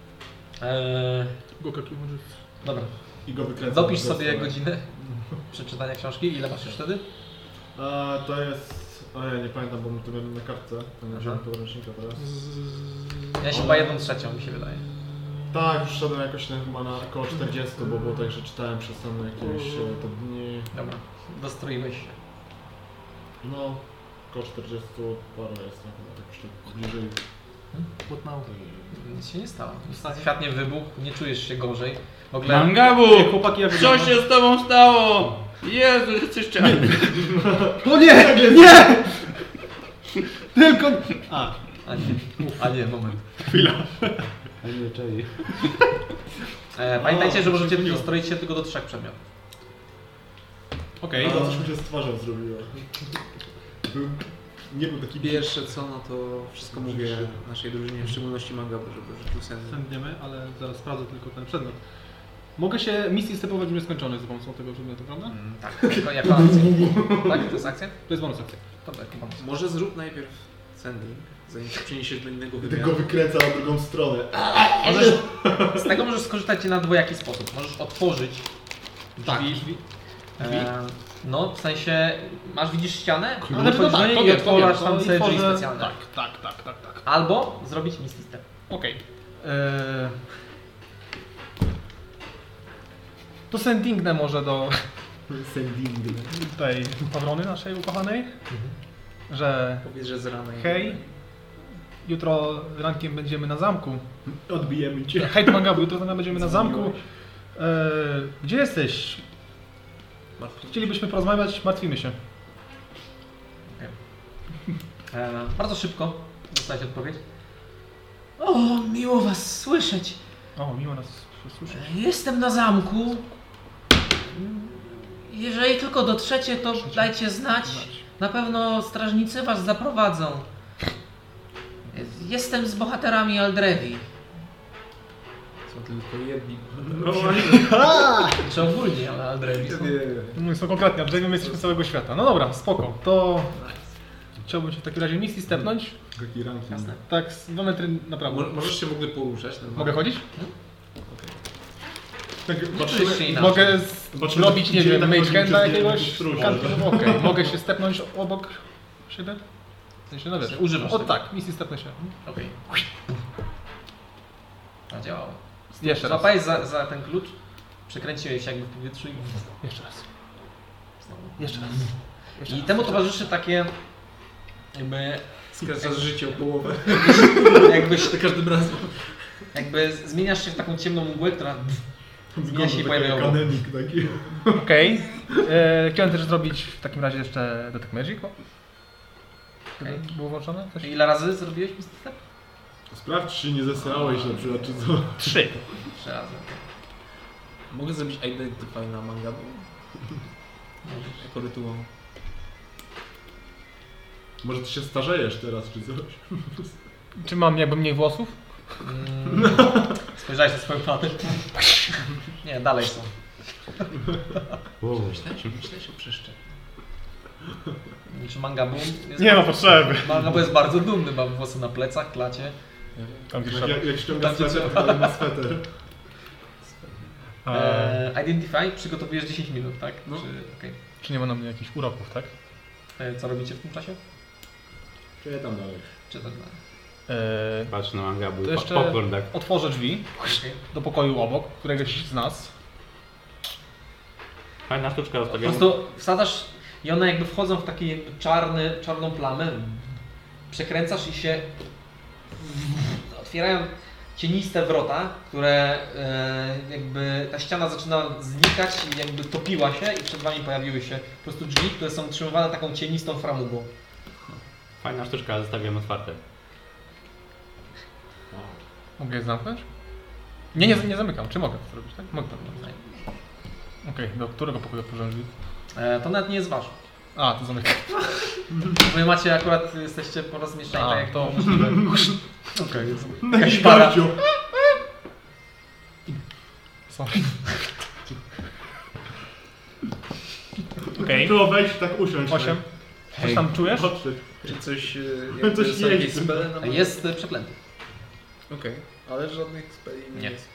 Gokaki może. Dobra. I go wykręcam. Dopisz sobie godzinę przeczytania książki. Ile masz już wtedy? A to jest... O ja nie pamiętam, bo to miałem na kartce. To nie wziąłem tego ręcznika teraz. Ja się chyba 1/3 mi się wydaje. Tak, już szedłem jakoś chyba na około 40, bo było tak, że czytałem przez tam jakieś te dni. Dobra. Dostroiłeś się. No, około 40 parę jest tam chyba tak jeszcze bliżej. Płotnało. Nic się nie stało. Świat nie wybuchł, nie czujesz się gorzej. W ogóle... Mangabu! Chłopaki, jak Co się z tobą stało? Jezu, jesteś czarny. O nie! Nie! Tylko... A nie, moment. A nie, czej. Pamiętajcie, że możecie dostroić się tylko do 3 przedmiotów. Okej. No, coś mi się z twarzą zrobiło. Nie był taki Pierwsze co, no to wszystko mówię naszej drużynie, w szczególności Mangabu, żeby rzucił sen. Sędziemy, ale zaraz sprawdzę tylko ten przedmiot. Mogę się misji stepować w nieskończoność za pomocą tego przedmiotu, prawda? Tak, jako akcję. Tak, to jest akcja? To jest bonus akcja. Dobra, jako bonus. Może zrób najpierw sending, zanim się przeniesiesz do innego Tego wymiaru. wykręca na drugą stronę. Z tego możesz skorzystać na dwojaki sposób. Możesz otworzyć drzwi. No, w sensie, widzisz ścianę, wchodzisz do niej i otworzysz tam sobie drzwi specjalne. Tak. Albo zrobić misty step. Okej. To sendingnę może do Sendingy. Tutaj patrony naszej ukochanej, że Powiedz, że z rana. hej, jutro rankiem będziemy na zamku. Odbijemy cię. Hej, Mangabu, jutro będziemy na zamku. Gdzie jesteś? Chcielibyśmy porozmawiać, martwimy się. Bardzo szybko dostałeś odpowiedź. O, miło was słyszeć. O, miło nas słyszeć. Jestem na zamku. Jeżeli tylko dotrzecie, to dajcie znać. Na pewno strażnicy was zaprowadzą. Jestem z bohaterami Aldrewi. Są tylko jedni. Czy ogólnie, ale Aldrewi są. No, są konkretnie, a my jesteśmy z całego świata. No dobra, spoko. To chciałbym się w takim razie misji stepnąć. Jaki ranking? Jasne. Tak, z 2 metry na prawo. Możesz się w ogóle poruszać. Mogę chodzić? Tak, Czujesz się inaczej. Mogę zrobić, nie wiem, mage hand'a jakiegoś? Stróża. Okej, mogę się stepnąć obok siebie? W sensie, no wiesz. Używasz O tego. tak, misji stepnę się. Okej. A działało. Jeszcze raz. Złapałeś za ten klucz, przekręciłeś się jakby w powietrzu i Jeszcze raz. znowu. Jeszcze raz. I temu towarzyszy takie jakby Skracasz życie o połowę. jakbyś Za każdym razem. jakby zmieniasz się w taką ciemną mgłę, która zmienia się i pojawia obok. Akademik taki. Okej. Chciałem też zrobić w takim razie jeszcze Detect Magic. Okej. Było włączone? Coś? Ile razy zrobiłeś mistystep? Sprawdź, czy nie zesrałeś na przykład, czy co. 3. 3 razy. Mogę zrobić Identify na Mangabu? Jako rytuał. Może ty się starzejesz teraz, czy coś? Czy mam jakby mniej włosów? Spojrzałeś na swoją matę. Nie, dalej są. Myślę się przeszczep. Czy Mangabu jest Nie ma potrzeby. Mangabu jest bardzo dumny, ma włosy na plecach, klacie. Tam gdzie Jak ściąga Tam, gdzie sweter, trzeba. to ma sweter. Identify, przygotowujesz 10 minut, tak? No. Okej. Czy nie ma na mnie jakichś uroków, tak? Co robicie w tym czasie? Czy ja tam dalej? Czy tak dalej? Patrz na Mangabu To i jeszcze popcorn tak. otworzę drzwi Okej. do pokoju obok, któregoś z nas. Fajna sztuczka Po rozstawiona. prostu wsadzasz i one jakby wchodzą w taką jakby czarną plamę. Przekręcasz i się otwierają cieniste wrota, które jakby ta ściana zaczyna znikać i jakby topiła się i przed wami pojawiły się po prostu drzwi, które są utrzymywane taką cienistą framugą. Fajna sztuczka, ale zostawiam otwarte. Mogę je zamknąć? Nie zamykam. Czy mogę to zrobić, tak? Mogę to zrobić. Okej, do którego pokoju otworzyłem drzwi? To nawet nie jest wasz. A, to zamykam. Wy macie akurat, jesteście porozmieszczeni A, tak jak to- możliwe. Okej, Na jakaś para. gościu. Sorry. Okej. Było wejść i tak usiąść. 8. Coś tam czujesz? Podszedł. Czy coś... Coś są jakieś jeździ. spele na Mangabu? Jest przeklęty. Okej. Ale żadnych speli Nie. jest.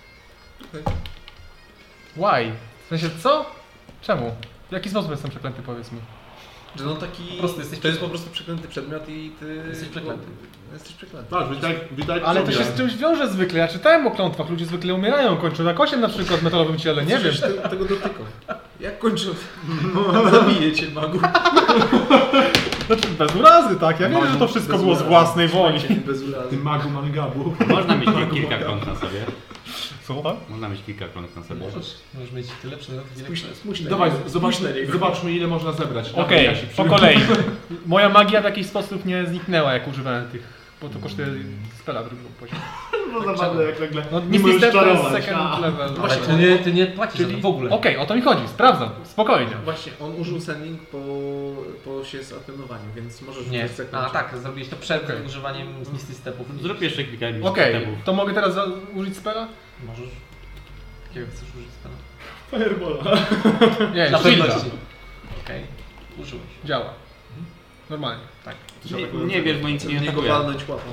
Why? W sensie co? Czemu? W jaki sposób jestem przeklęty, powiedz mi? Że no taki... Po prostu jesteś to jest po prostu przeklęty przedmiot i ty... Jesteś przeklęty. Jesteś przeklęty. Patrz, witaj Ale to sobie. się z czymś wiąże zwykle. Ja czytałem o klątwach, ludzie zwykle umierają, kończą na kosie na przykład w metalowym ciele, nie wiem. Tego dotykał. Jak kończą? Zabiję cię, magu. Znaczy bez urazy, tak? Ja wiem, że to wszystko było z własnej woli. Bez urazy. Ty magu Mangabu. Można mieć kilka kląt na sobie. Słucham? Można mieć kilka kląt na sobie. Możesz mieć tyle przedmiotów, ile chcesz. Spójrz na Dawaj, niego. zobaczmy ile można zebrać. Okej, Jasi, po kolei. Moja magia w jakiś sposób nie zniknęła, jak używałem tych, bo to kosztuje spela drugiego poziomu. No zabawne jak nagle No nie nic możesz step to jest czarować. second level. Ale ty nie płacisz za to w ogóle. Okej, o to mi chodzi, sprawdzam, spokojnie. Właśnie, on użył sending po się zatenowaniu, więc możesz Nie. rzucać sekund. A tak, zrobiłeś to przed Okej. używaniem misty stepów. Zrób jeszcze kilka Okej, stepów. to mogę teraz użyć spela? Możesz. Jakiego chcesz użyć spela? Firebola. Nie, Dla shielda. pewności. Okej. Użyłeś. Działa. Normalnie. Tak. Nie wiesz, bo nic Chcę nie w niego atakuje. walnąć łapą.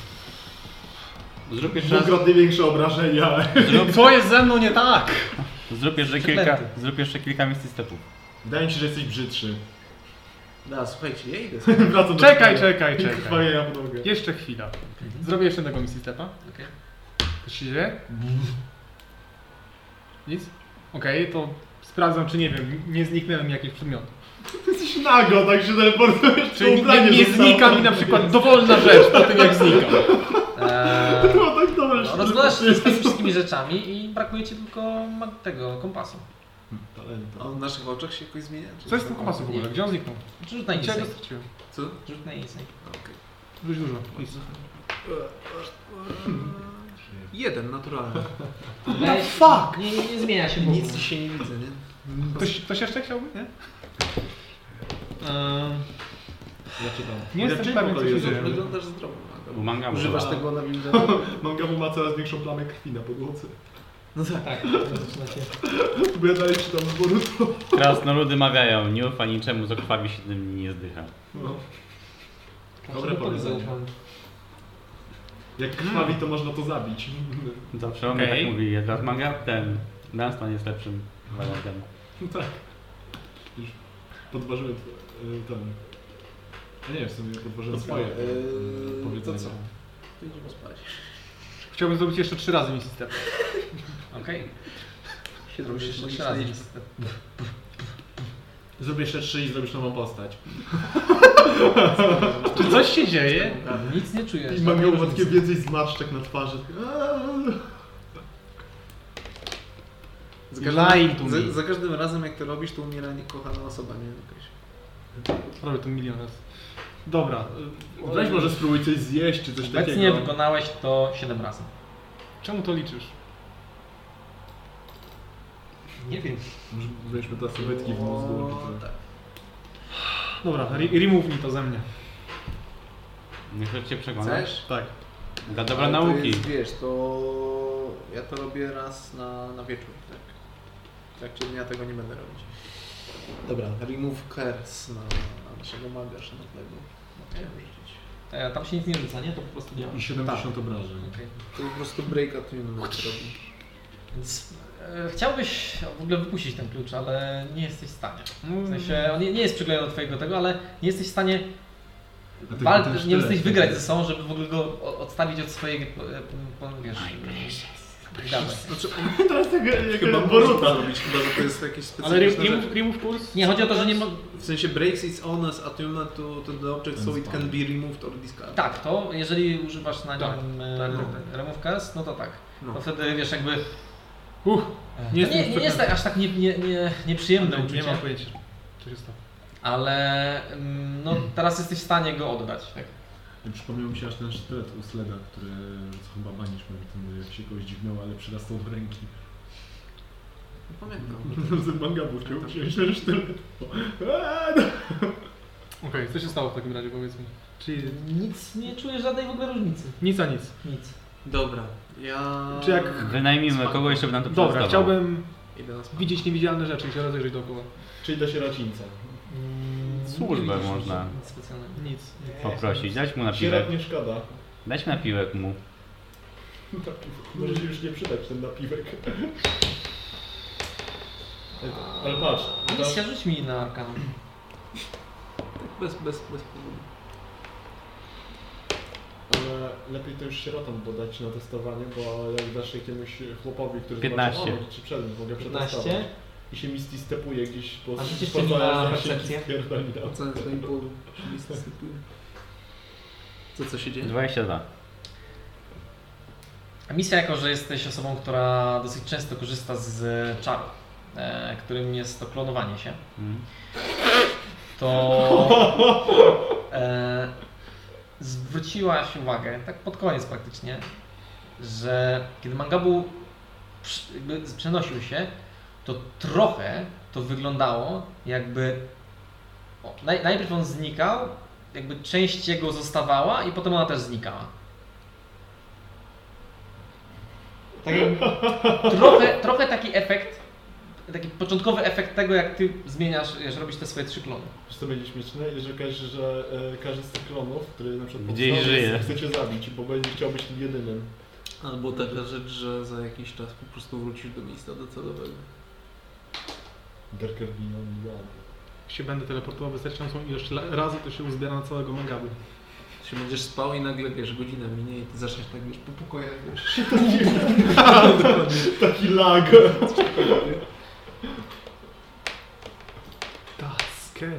Zrób jeszcze raz. Dwukrotnie większe obrażenia. Co jest ze mną nie tak? Przeklęty. Zrób jeszcze kilka misty stepów. Wydaje mi się, że jesteś brzydszy. Da, słuchajcie, ja idę. Wracam do Czekaj, szkoły. czekaj. Krwawie na podłogę. Jeszcze chwila. Zrobię jeszcze jednego misji stepa. Okej. Coś się dzieje? Nic? Okej, to Sprawdzam, czy nie wiem, nie zniknęły mi jakieś przedmioty. Ty jesteś nago, tak się teleportujesz. Czy nie znika mi na przykład dowolna rzecz po tym, jak znikam. No tak dobrze. Rozglądasz się z tymi wszystkimi rzeczami i brakuje ci tylko tego kompasu. A on w naszych oczach się jakoś zmienia? Czy Co jest z tym kompasem w ogóle? Gdzie on zniknął? Rzut na Gdzie ja go insight. straciłem? Co? Rzut na insight. Okej. Dość dużo. Nic. 1, naturalny. Fuck! Nie zmienia się w ogóle. Nic dzisiaj nie widzę, nie? Ktoś jeszcze chciałby, nie? Ja czytam. Nie jestem pewien, co się dzieje. Wyglądasz zdrowo. U manga Używasz było. tego na wildzę? Mangabu ma coraz większą plamę krwi na podłodze. No tak. Tak, Bo ja dalej czytam z Boruto. Krasnoludy mawiają, nie ufa niczemu, zakrwawi 7 dni nie zdycha. No. Dobre powiedzenie. Jak krwawi, to można to zabić. Zawsze on mnie Okej. tak mówi, jednak manga ten Dunstan jest lepszym wariantem. No tak. Już podważyłem ten... Ja nie wiem, w sumie podważyłem swoje powiedzenie. To co? To idziemy spać. Chciałbym zrobić jeszcze 3 razy misję step. okej. Robisz jeszcze Musisz 3 razy. liczyć. Zrobię jeszcze 3 i zrobisz nową postać. Czy coś się dzieje? Nic nie czujesz. I Mangabu ma takie więcej zmarszczek na twarzy. Lying to me. Za każdym razem jak to robisz, to umiera niekochana osoba, nie? Jakaś. Robię to milion razy. Dobra. Weź może spróbuj coś zjeść, czy coś Obecnie takiego. wykonałeś to 7 razy. Czemu to liczysz? Nie wiem. Może weźmy te sowietki w mózgu. Czy to... tak. Dobra, remove mi to ze mnie. Myślę, że cię przekonam. Chcesz? Tak. Dla dobra Ale nauki. To jest, wiesz, to ja to robię raz na wieczór, tak? W trakcie dnia tego nie będę robić. Dobra, remove curse na naszego maga szanownego. Chciałem rzucić. Tam się nic nie rzuca, nie? To po prostu działa. I 70 obrażeń. Okej. To po prostu break attunement robi. Więc chciałbyś w ogóle wypuścić ten klucz, ale nie jesteś w stanie. W sensie, on nie jest przyklejony do twojego tego, ale nie jesteś w stanie nie jesteś wygrać ze sobą, żeby w ogóle go odstawić od swojej, wiesz, gadać. Znaczy, Teraz tak jak chyba Boruto. można zrobić, chyba że to jest jakieś Ale specyficzne rzecz. remove kurs? Nie, chodzi o to, że nie ma... W sensie breaks its honest attunement to the object so it can be removed or discarded. Tak, to jeżeli używasz na Tak, nim tak. remove curse, no to tak. No. To wtedy wiesz jakby... Nie to jestem nie jest tak, aż tak nieprzyjemne Nie uczucie, mam pojęcia, co się stało. ale no, teraz jesteś w stanie go oddać. Tak? Przypomniał mi się aż ten sztylet u Sleda, który co chyba Banisz mówi, jak się kogoś dziwnęło, ale przyrastał do ręki. Nie pamiętam. Z Mangabu chciał wziąć ten sztylet. Okej, co się stało w takim razie, powiedz mi? Czyli Nic, nie czujesz żadnej w ogóle różnicy. nic a nic. Nic. Dobra, ja... Czy jak... Wynajmijmy kogoś, żeby nam to Dobra, przedstawiał. chciałbym Idę na spać. widzieć niewidzialne rzeczy i się rozejrzeć dookoła. Czyli do sierocińca. Służbę Nie widzisz można. nic specjalnego. Nic. Poprosić, dać mu napiwek. Sierot nie szkoda. Dać napiwek mu. Może się już nie przydać ten napiwek. Ale patrz, Misja, rzuć mi na arkanum. Bez powodu. ale lepiej to już sierotom dodać na testowanie, bo jak dasz jakiemuś chłopowi, który 15. zobaczy, o, czy przedmiot mogę 15. przetestować i się Misty stepuje gdzieś po A rzucisz po mi na całym percepcję? pierdoli dał. Ocenę swoim polu. Co się dzieje? 22. A misja, jako że jesteś osobą, która dosyć często korzysta z czaru, którym jest to klonowanie się, to zwróciłaś uwagę, tak pod koniec praktycznie, że kiedy Mangabu jakby przenosił się, to trochę to wyglądało jakby najpierw on znikał, jakby część jego zostawała i potem ona też znikała. Tak jakby, trochę taki efekt, taki początkowy efekt tego, jak ty zmieniasz, robisz te swoje 3 klony. Wiesz co będzie śmieszne? Że każdy z tych klonów, który na przykład Gdzieś powstał, żyje. chcecie zabić, bo będzie chciał być tym jedynym. Albo taka rzecz, że za jakiś czas po prostu wrócisz do miejsca docelowego. Darker Beyond Beyond. Jak się będę teleportował wystarczającą ilość razy, to się uzbiera na całego Mangabu. Się będziesz spał i nagle, wiesz, godzina minie i ty zaczniesz tak, wiesz, po pokojach, wiesz. Taki lag. Scary,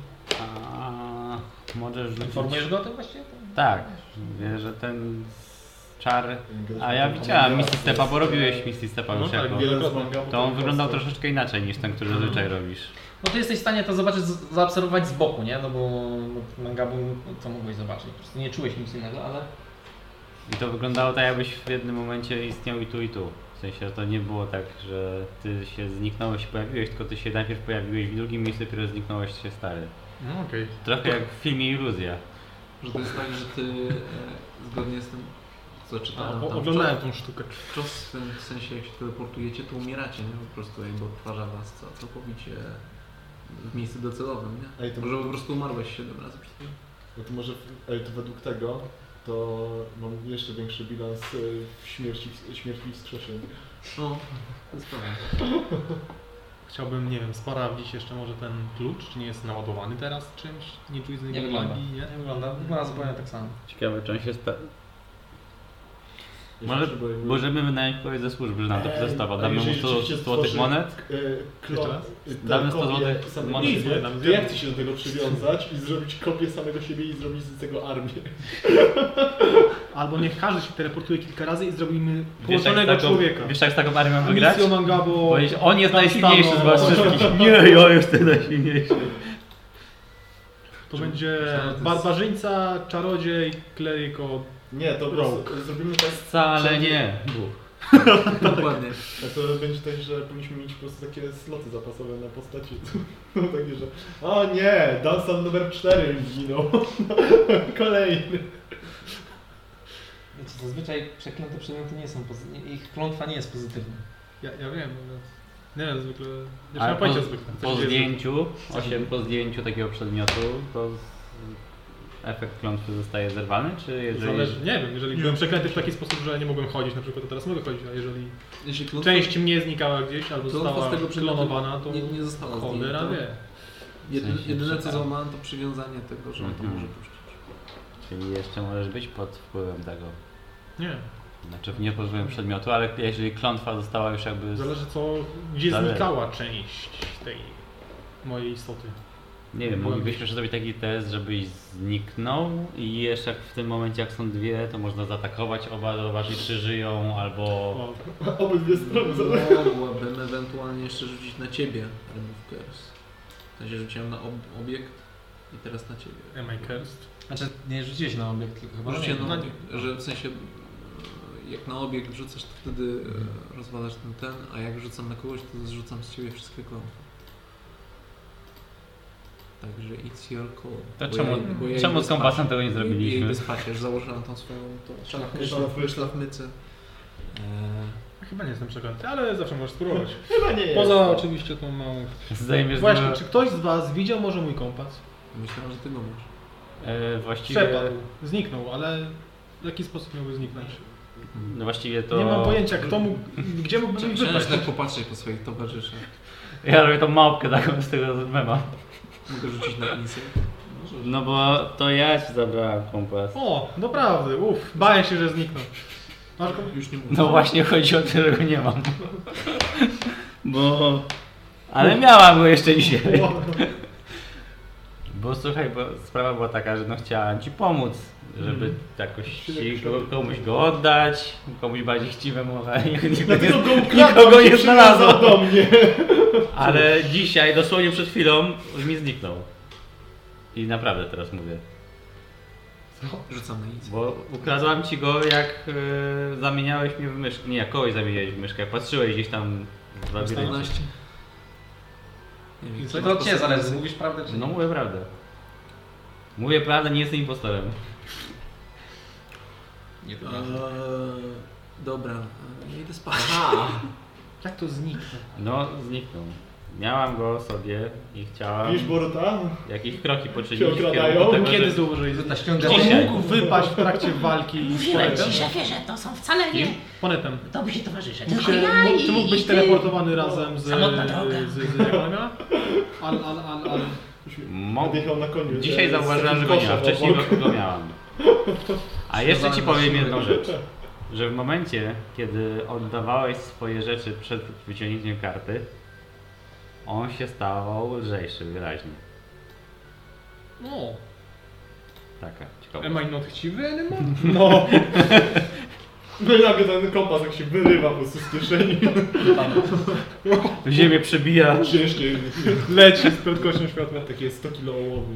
A możesz rzucić... Informujesz go o tym właściwie? Tak, wie, że ten czar... A ja widziałem Misty Stepa, bo robiłeś Misty Stepa już tak, jako... Wiele z manga, bo To on po wyglądał prostu- troszeczkę inaczej niż ten, który zazwyczaj robisz. No to jesteś w stanie to zobaczyć, zaobserwować z boku, nie? No bo Mangabu, co mogłeś zobaczyć? Po prostu nie czułeś nic innego, ale... I to wyglądało tak, jakbyś w jednym momencie istniał i tu, i tu. W sensie, że to nie było tak, że ty się zniknąłeś i pojawiłeś, tylko ty się najpierw pojawiłeś w drugim miejscu, dopiero zniknąłeś się stary. No okej. Trochę jak w filmie Iluzja. Że to jest tak, że ty zgodnie z tym, co czytałem tam, Oglądałem tą sztukę. w sensie jak się teleportujecie, to umieracie, nie? Po prostu jakby odtwarza was całkowicie w miejscu docelowym, nie? Ej, to- Może po prostu umarłeś 7 razy przed chwilą. No to może, to według tego, to mam jeszcze większy bilans śmierci i wskrzeszeń. No, to jest prawda. Chciałbym, nie wiem, sprawdzić jeszcze może ten klucz, czy nie jest naładowany teraz czymś? Nie czuję z niego Nie wygląda. magii, nie? Nie wygląda. Wygląda zupełnie tak samo. Ciekawe, czy on się Jeśli Może potrzebujemy- możemy wynająć kogoś ze służby, że nam to przedstawia. Damy mu jeżeli 100 rzeczywiście złotych stworzy- monet. Klon, Damy 100 kopię złotych samego monet. siebie, Nie, damy to zero. ja chcę się do tego przywiązać i zrobić kopię samego siebie i zrobić z tego armię. Albo niech każdy się teleportuje kilka razy i zrobimy Wiesz jak, połączonego taką, człowieka. wiesz jak z taką armią wygrać? Amicio Mangabo. Powiedzieć, on jest tam najsilniejszy z stanął. was wszystkich. Nie, ja jestem najsilniejszy. To będzie barbarzyńca, czarodziej, kleryk od... Nie, to po prostu zrobimy tak, Wcale nie. Dokładnie. tak, to będzie tak, że powinniśmy mieć po prostu takie sloty zapasowe na postaci. No takie, że o nie, Dunstan numer 4 zginął. Kolejny. Wiecie, zazwyczaj przeklęte przedmioty nie są pozytywne. Ich klątwa nie jest pozytywna. Ja wiem, ale... Nie wiem, zwykle... Nie Ale mam pojęcia zwykle. po zdjęciu, 8 po zdjęciu takiego przedmiotu, to efekt klątwy zostaje zerwany, czy jeżeli... Zależy, nie wiem, jeżeli byłem przeklęty w taki sposób, że nie mogłem chodzić, na przykład to teraz mogę chodzić, a jeżeli Jeśli klątwa- część mnie znikała gdzieś albo klątwa została z tego przedmiotu klonowana, to nie została cholera zdjęta. wie. W sensie Jedyne co przekaz. załamałem to przywiązanie tego, że on to Mhm. może puścić. Czyli jeszcze możesz być pod wpływem tego. Nie, Znaczy nie pod wpływem przedmiotu, ale jeżeli klątwa została już jakby... zależy gdzie Zależy. znikała część tej mojej istoty. Nie wiem, moglibyśmy jeszcze zrobić taki test, żebyś zniknął i jeszcze w tym momencie jak są dwie, to można zaatakować oba, zobaczyć czy żyją, albo... O, Obydwie strony Mogłabym ewentualnie jeszcze rzucić na ciebie Remove Curse. W sensie rzuciłem na obiekt i teraz na ciebie. am I cursed? Znaczy, nie rzuciłeś na obiekt, tylko chyba Rzuciłem na no, obiekt, że w sensie jak na obiekt rzucasz, to wtedy rozwalasz ten, a jak rzucam na kogoś, to zrzucam z ciebie wszystkie klątwy. Także it's your call. To Bo czemu idę z kompasem spać. tego nie zrobiliśmy? Ja idę spać, już założyłem tą swoją szlafmycę. Chyba nie jestem przeklęty, ale zawsze możesz spróbować. Chyba nie jest. Poza oczywiście tą małą... Zdejmiesz Właśnie, czy ktoś z was widział może mój kompas? Myślałem, że ty go masz. właściwie... Przepadł, zniknął, ale w jaki sposób miałby zniknąć? No właściwie to... Nie mam pojęcia, kto mógł, gdzie mógłby mi Chciałem wypaść. tak popatrzeć po swoich towarzyszach. Ja robię tą małpkę taką z tego mema. Mogę rzucić na insight? No bo to ja ci zabrałem kompas. O, naprawdę, bałem się, że zniknął. Masz kompas? Już nie mówię. No właśnie chodzi o to, że go nie mam. Bo... Ale miałam go jeszcze dzisiaj. Bo słuchaj, bo sprawa była taka, że no chciałem ci pomóc, żeby jakoś ci komuś go oddać, komuś bardziej chciwemu, ale Dlatego go nikogo nie znalazłem. do mnie. Ale dzisiaj, dosłownie przed chwilą, mi zniknął. I naprawdę teraz mówię. Rzucam na insight. Bo ukradłam ci go, jak zamieniałeś mnie w myszkę. Nie, jak kogoś zamieniałeś w myszkę, jak patrzyłeś gdzieś tam w labiryncie. 14. Nie wiem, To od Ciebie zależy, mówisz prawdę czy nie? No mówię prawdę. Mówię prawdę, nie jestem impostorem. Nie Dobra, ja idę spać. Jak to zniknął? No, zniknął. Miałam go sobie i chciałam Widzisz Boruta? jakieś kroki poczynić Się w kierunku okradają? tego, Kiedy że... zauważyłeś? Na ściągę Dzisiaj. Mógł wypaść w trakcie walki z Mówiłem ci, szkieletem? szefie, że to są wcale nie Ponetem. dobrzy towarzysze, Mógł tylko ja i czy mógł być ty. teleportowany razem z... Samotna droga. Jak ona miała? Odjechał na koniu. Dzisiaj z zauważyłam, że go takim nie ma, koszem wcześniej obok. go miałam. A jeszcze ci powiem jedną rzecz. Że w momencie, kiedy oddawałeś swoje rzeczy przed wyciągnięciem karty, on się stawał lżejszy wyraźnie. No. Taka ciekawa. Am I not chciwy anymore? No. No i nagle ten kompas jak się wyrywa po prostu z kieszeni. Ziemię przebija. Ciężkie. Leci z prędkością światła. Takie 100 kilo ołowiu.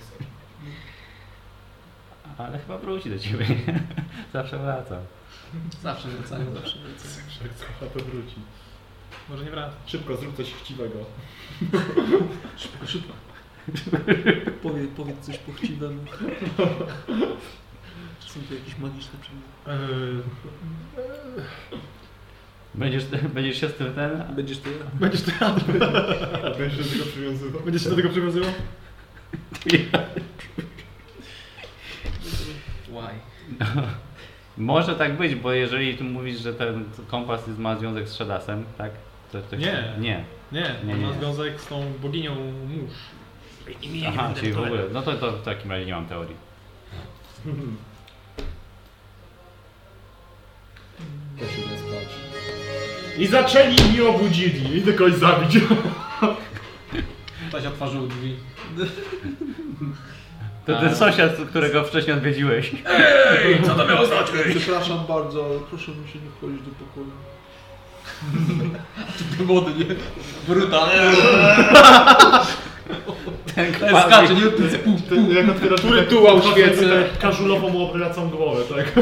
Ale chyba wróci do ciebie. Zawsze wraca. Zawsze wracają. A to wróci. Może nie wraca. Szybko, zrób coś chciwego. Szybko. Powiedz coś pochciwego. Czy są tu jakieś magiczne przedmioty? Będziesz się z tym ten? Będziesz to ja? Będziesz to jadł. A będziesz się do tego przywiązywał? Będziesz się do tego przywiązywał? Why? Może tak być, bo jeżeli tu mówisz, że ten kompas ma związek z Shadasem, tak? To Nie. Nie. Nie, Nie, on ma nie. związek z tą boginią mórz. Aha, czyli w ogóle. No to w takim razie nie mam teorii. Proszę nie spać. I zaczęli mi obudzili. Idę kogoś zabić. Ktoś otworzył drzwi. To ten sąsiad, którego wcześniej odwiedziłeś. Ej, co to miało znaczyć? Przepraszam bardzo, ale proszę mi się nie wchodzić do pokoju. Do wody, nie? Bruta. Ten Skacze, nie? Ten, jak otwierasz Rytuał świecy. tak każulowo mu obracam głowę, tak?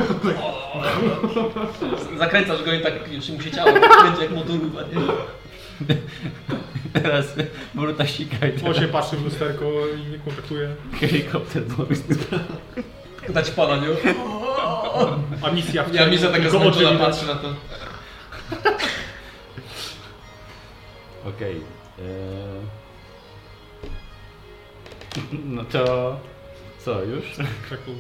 Zakręcasz go i tak jeszcze mu się ciało kręci jak motorówka, nie? Teraz Boruta sika i On się patrzy w lusterko i nie kontaktuje. helikopter Dać pana, nie? A misja w Ja mi za tego tylko oczy zmęczona widać. patrzy na to. Okej. No to... Co, już? Taką-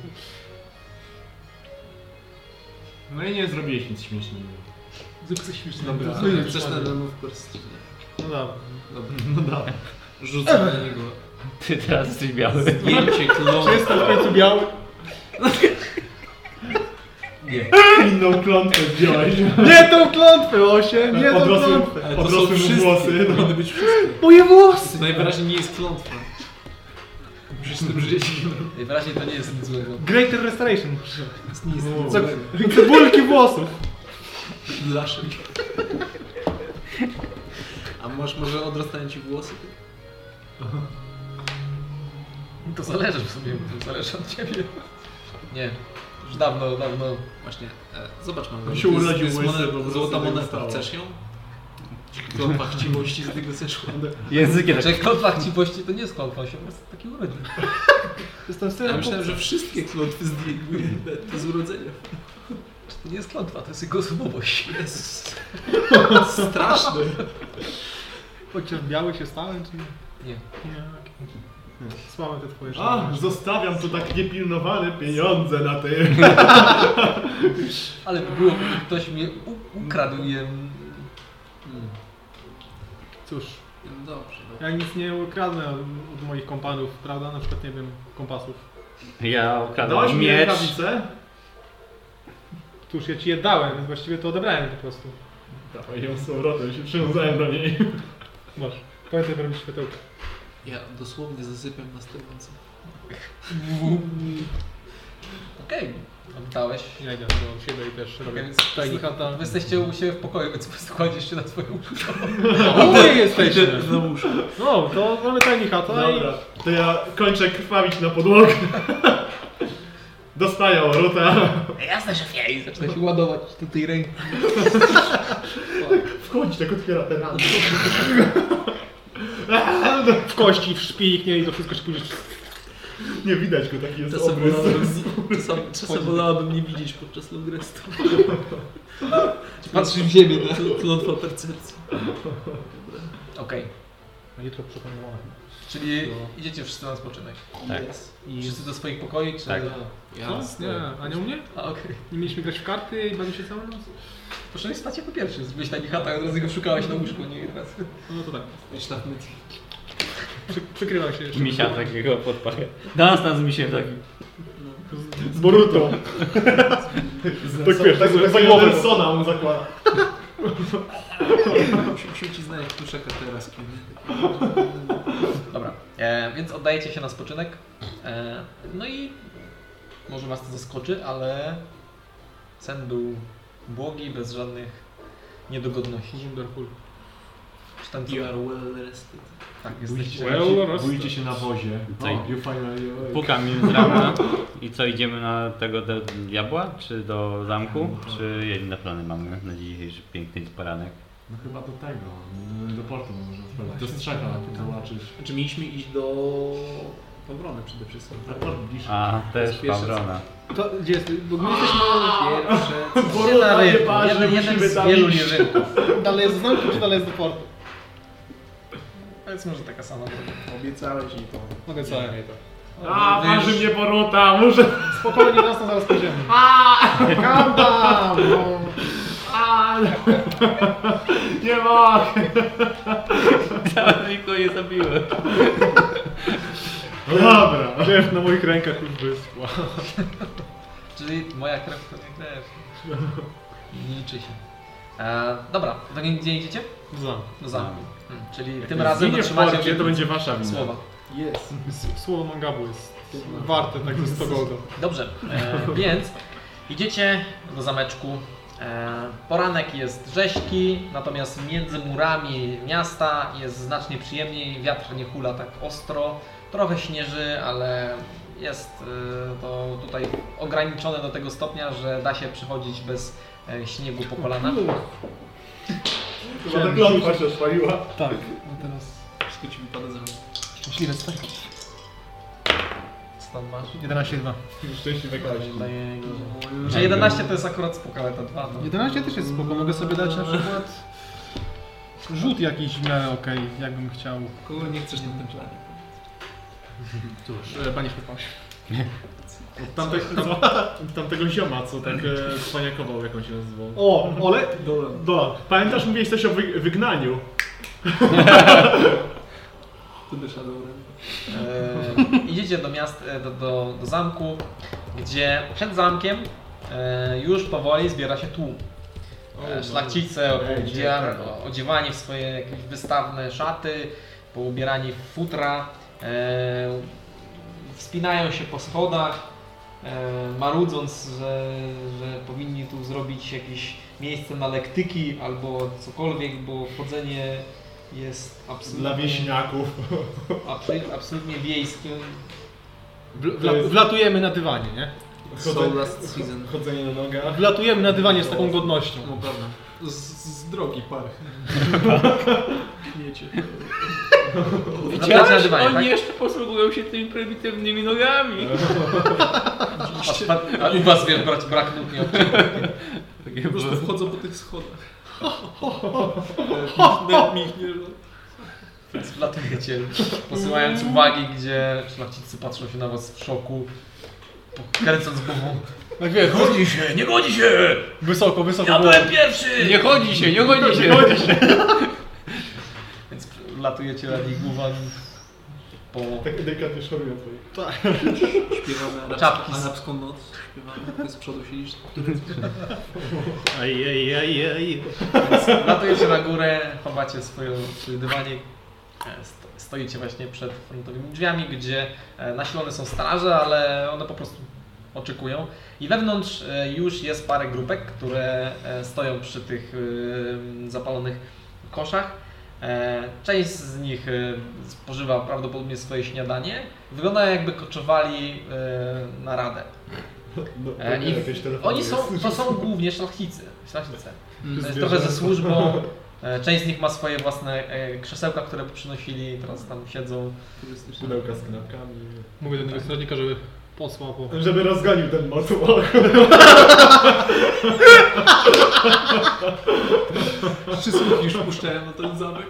No i nie zrobiłeś nic śmiesznego. Zrób coś śmiesznego. Dobra, Dobra. chcesz na Demów Prestige? No dobra. Dobra, No dawaj. rzucę na niego. Ty teraz jesteś biały. Zdjęcie klonu. Czy jestem w końcu biały? Inną klątwę zdjąłeś. Nie tą klątwę, Osie! Nie tą klątwę! Ale to są Odrosły mu wszystkie, włosy. powinny być wszystkie. Moje włosy! To najwyraźniej nie jest klątwa. Musisz z tym żyć. Najwyraźniej to nie jest nic złego. Greater Restoration. Nie jest nic Co? złego. Cebulki włosów. Laszek. A może odrastają ci włosy? To zależy w sumie, to zależy od ciebie. Nie. Już dawno. Właśnie, zobacz mam go. się To jest- urodził to jest łysy, monet- po prostu złota tak moneta, zostało. chcesz ją? Klątwa chciwości z tego zeszła. Językiem tak... Że klątwa chciwości to nie jest klątwa, on się po prostu taki urodził. Jestem Ja synem. myślałem, że wszystkie klątwy zdejmuje to z urodzenia. To nie jest klątwa, to jest jego osobowość. Jezus. Straszne. Chociaż biały się stałem, czy nie? Nie. Nie, słabe te twoje A, rzeczy. zostawiam tu tak niepilnowane pieniądze na tym. Ale by było, gdyby ktoś mnie ukradł je. Cóż, No dobrze, no. ja nic nie ukradnę od moich kompanów, prawda? Na przykład, nie wiem, kompasów. Ja Dałeś ukradłem mi miecz. rękawicę? Cóż, ja ci je dałem, więc właściwie to odebrałem po prostu. Dawaj ją z powrotem, się przywiązałem do niej. Masz. Pamiętaj, by robić światełko. Ja dosłownie zasypiam na stełance. Okej, oddałeś. Ja idę do siebie i też robię Więc tiny hata. Wy jesteście u siebie w pokoju, więc po prostu kładziesz się na swoje łóżko. O, my jesteśmy! Na łóżku. No, to mamy tiny hata i... Dobra, to ja kończę krwawić na podłogę. Dostaję Oruta. Jasne, szefie. I zaczyna się ładować do tej ręki. Wchodzi, tak otwiera te rany. W kości, w szpik, nie? I to wszystko się później... Nie widać go, taki jest Czasem obrys. czasem wolałabym nie widzieć podczas longrestu. Patrzysz w ziemię, no. Klątwa percepcji. Okej, Na jutro przeplanowane. czyli idziecie wszyscy na spoczynek. Tak. I... Wszyscy do swoich pokoi, czy... Tak. Co? Nie, a nie u mnie? A, okej. Nie mieliśmy grać w karty i bawić się całą noc? Poszedłeś spać jako pierwszy, byłeś taki chata, od razu go szukałeś na łóżku, nie raz. No to tak. Szlafmyt. Przykrywam się jeszcze. Misia takiego podpachę. Dans z misiem taki. Z Borutą. Tak wiesz, tak za głowę Sona mu zakłada. Musimy ci znaleźć kluczeka teraz. Dobra, więc oddajecie się na spoczynek. No i może was to zaskoczy, ale sen był błogi, bez żadnych niedogodności. Wonderful. Czy ten co? You are well rested. Tak, jesteście. Boicie się na wozie. Co? You finally awake. Pukam im z rana i co, idziemy na tego do diabła, czy do zamku, czy inne plany mamy na dzisiejszy piękny poranek? No chyba do tego, do portu może sprawdzić. Do strzeka zobaczyć. Znaczy mieliśmy iść do Pawrony przede wszystkim. Na port bliżej. A, też pierwsze Pawrona. To gdzie jest? Bo my jesteśmy Pierwsze. Nie na rynku, jeden z wielu rynków. dalej jest do zamku, czy dalej jest do portu? Powiedzmy, że taka sama droga. Obiecałeś i to. Mogę co najmniej to. A, marzy mnie Boruta, muszę... Spokojnie, nas zaraz pójdziemy. Calm down! No. Nie mogę! Nikogo nie zabiłem. No dobra. Krew na moich rękach już wyschła. Czyli moja krew to nie krew. Nie liczy się. Dobra, to gdzie idziecie? Do zamku. Do zamku. Czyli tym Jak razem zginie w dotrzymacie porcie, to będzie wasza wina. słowa. Jest. Słowo Mangabu jest warte tak ze 100 golda. Dobrze, więc idziecie do zameczku. Poranek jest rzeźki, natomiast między murami miasta jest znacznie przyjemniej. Wiatr nie hula tak ostro, trochę śnieży, ale jest to tutaj ograniczone do tego stopnia, że da się przychodzić bez śniegu po kolana. Chyba ta klątwa się odpaliła. Tak, no teraz Wszystko ci wypada za rąk. szczęśliwe staki. Stąd masz? 11,2. Szczęśliwe kości. Daję go. Że 11 to jest akurat spoko, ale to 2 to... 11 też jest spoko, mogę sobie dać na przykład rzut jakiś w miarę okej, jakbym chciał. Kogo nie chcesz na tym planie? Cóż, panie Szpypaś. Tamtego zioma, co tak cwaniakował, jak on się nazywał. O, Ole? Dolan. Pamiętasz, mówiłeś coś o wygnaniu? To też Shadowrun. Idziecie do miasta, do zamku, gdzie przed zamkiem już powoli zbiera się tłum. Szlachcice odziewani w swoje jakieś wystawne szaty, poubierani w futra, wspinają się po schodach, marudząc, że powinni tu zrobić jakieś miejsce na lektyki albo cokolwiek, bo chodzenie jest absolutnie... Dla wieśniaków. Absolutnie wiejskim. Wlatujemy na dywanie, nie? So last season. Chodzenie na nogach. Wlatujemy na dywanie z taką godnością. No prawda. Z drogi parę. Wiecie. Widziałeś? Oni jeszcze posługują się tymi prymitywnymi nogami. A u was brak nóg nie Takie Po prostu wchodzą po tych schodach. Więc wlatujecie, posyłając uwagi, gdzie szlachcicy patrzą się na was w szoku, kręcąc głową. Tak wiesz, Godzi się, nie godzi się! wysoko, wysoko. Ja było. byłem pierwszy! Nie chodzi się, nie chodzi się. Więc latujecie nad ich głowami po... Tak delikatnie szorują twoich. Śpiewamy Czapki. arabską noc. Śpiewamy, ty z przodu siedzisz. Aj. Więc latujecie na górę, chowacie swój dywanik. Stoicie właśnie przed frontowymi drzwiami, gdzie nasilone są straże, ale one po prostu oczekują. I wewnątrz już jest parę grupek, które stoją przy tych zapalonych koszach. Część z nich spożywa prawdopodobnie swoje śniadanie. Wygląda, jakby koczowali na radę. Oni to są głównie szlachcice. To jest trochę ze służbą. Część z nich ma swoje własne krzesełka, które przynosili, teraz tam siedzą. Pudełka z kanapkami. Mówię do tego strażnika, żeby posłał po... Żeby rozgonił ten motor. Czy słuch już puszczałem na ten zamek?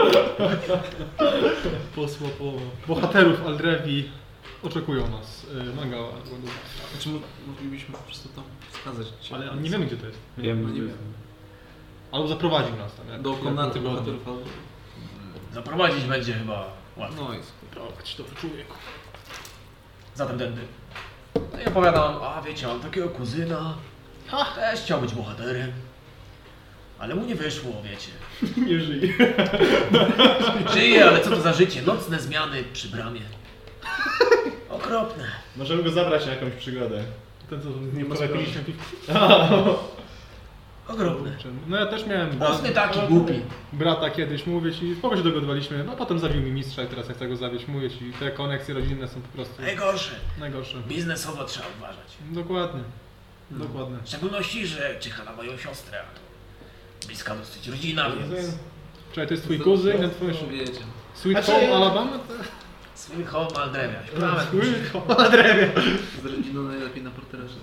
Posłał po... Bohaterów Aldrewi oczekują nas. Mangała. Znaczy moglibyśmy po prostu tam wskazać cię. Ale nie wiemy, gdzie to jest. No nie wiem. Albo zaprowadził nas tam. jak- Do jak komnaty tygodnie. bohaterów albo... Zaprowadzić będzie chyba łatwo. No jest. Tak, ci to człowieku. Zatem tędy. No i opowiadam, a wiecie, mam takiego kuzyna, też chciał być bohaterem. Ale mu nie wyszło, wiecie. Nie żyje. Żyje, ale co to za życie? Nocne zmiany przy bramie. Okropne. Możemy go zabrać na jakąś przygodę. Ten co Nie ma sprawy. piliśmy piwko. Okropne. No ja też miałem Mocny taki głupi. brata kiedyś, mówię ci, spoko się dogadywaliśmy, no potem zabił mi mistrza i teraz ja chcę go zawieść, mówię ci, te koneksje rodzinne są po prostu Najgorsze. najgorsze. Biznesowo trzeba uważać. Dokładnie. Dokładnie. W szczególności, że czyha na moją siostrę. a Bliska dosyć rodzina, więc... Czekaj, to jest twój kuzyn, ten twój Wiecie. Sweet Znaczy- Home Alabama? Swój home Aldrewia. Sweet Home Alabama. Z rodziną najlepiej na porterze.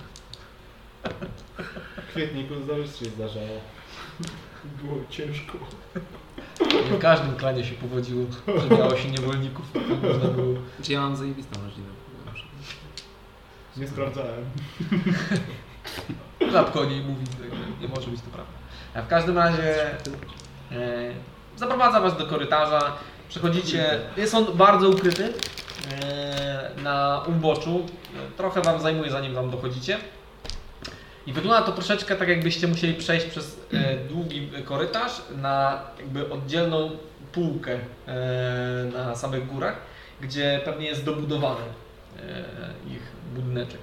W kwietniku zdarzyć się zdarzało. Było ciężko. Nie w każdym klanie się powodziło, że miało się niewolników. To można było... Znaczy ja mam zajebistą rodzinę. Nie sprawdzałem. Rzadko o niej mówi, także nie może być to prawda. A w każdym razie zaprowadza was do korytarza. Przechodzicie, jest on bardzo ukryty na uboczu. Trochę wam zajmuje, zanim tam dochodzicie. I wygląda to troszeczkę tak, jakbyście musieli przejść przez długi korytarz na jakby oddzielną półkę na samych górach, gdzie pewnie jest dobudowany ich budyneczek.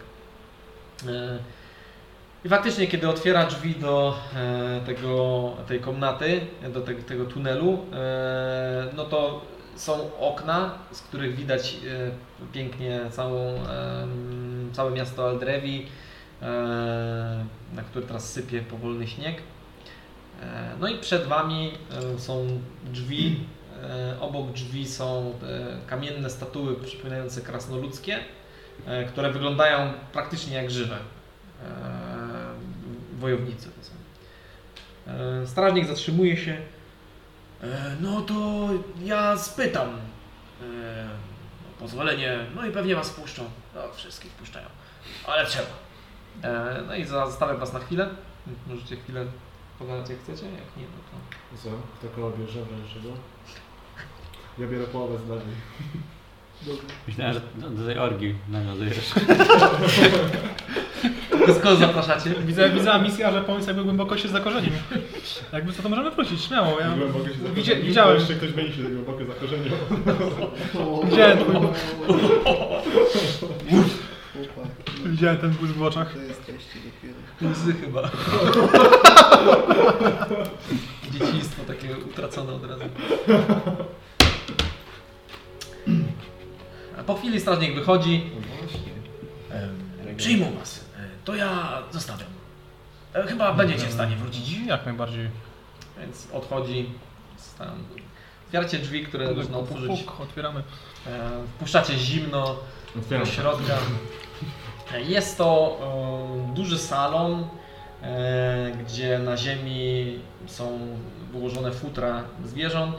I faktycznie, kiedy otwiera drzwi do tej komnaty, do tego tunelu, no to są okna, z których widać pięknie całe miasto Aldrewi, na które teraz sypie powolny śnieg. No i przed Wami są drzwi. Obok drzwi są kamienne statuły przypominające krasnoludzkie, które wyglądają praktycznie jak żywe. Wojownicy to są. Strażnik zatrzymuje się. No to ja spytam. O pozwolenie, no i pewnie was wpuszczą. No, wszystkich wpuszczają. Ale trzeba. No i zostawiam Was na chwilę. Możecie chwilę pogadać jak chcecie, jak nie, no to... Co? Kto koło bierze wręcz go? Ja biorę połowę z lewej. Myślałem, że do tej orgii nawiązujesz. Z kogo zapraszacie? Widzę misja, że pomysł jakby głęboko się zakorzenił. Jakby co to możemy wrócić, śmiało. Ja Głęboko się zakorzenił. widziałem. Jeszcze ktoś będzie się głęboko zakorzenił. Widziałem widziałem ten błysk w oczach. To jesteście dopiero. Łzy chyba. Dzieciństwo takie utracone od razu. A po chwili strażnik wychodzi. Przyjmą was. To ja zostawiam. Chyba będziecie w stanie wrócić. Jak najbardziej. Więc odchodzi. Otwieracie drzwi, które można otworzyć. Puk, otwieramy. Wpuszczacie zimno do środka. Jest to duży salon, gdzie na ziemi są wyłożone futra zwierząt.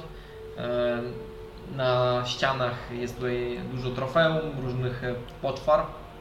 Na ścianach jest tutaj dużo trofeum, różnych poczwar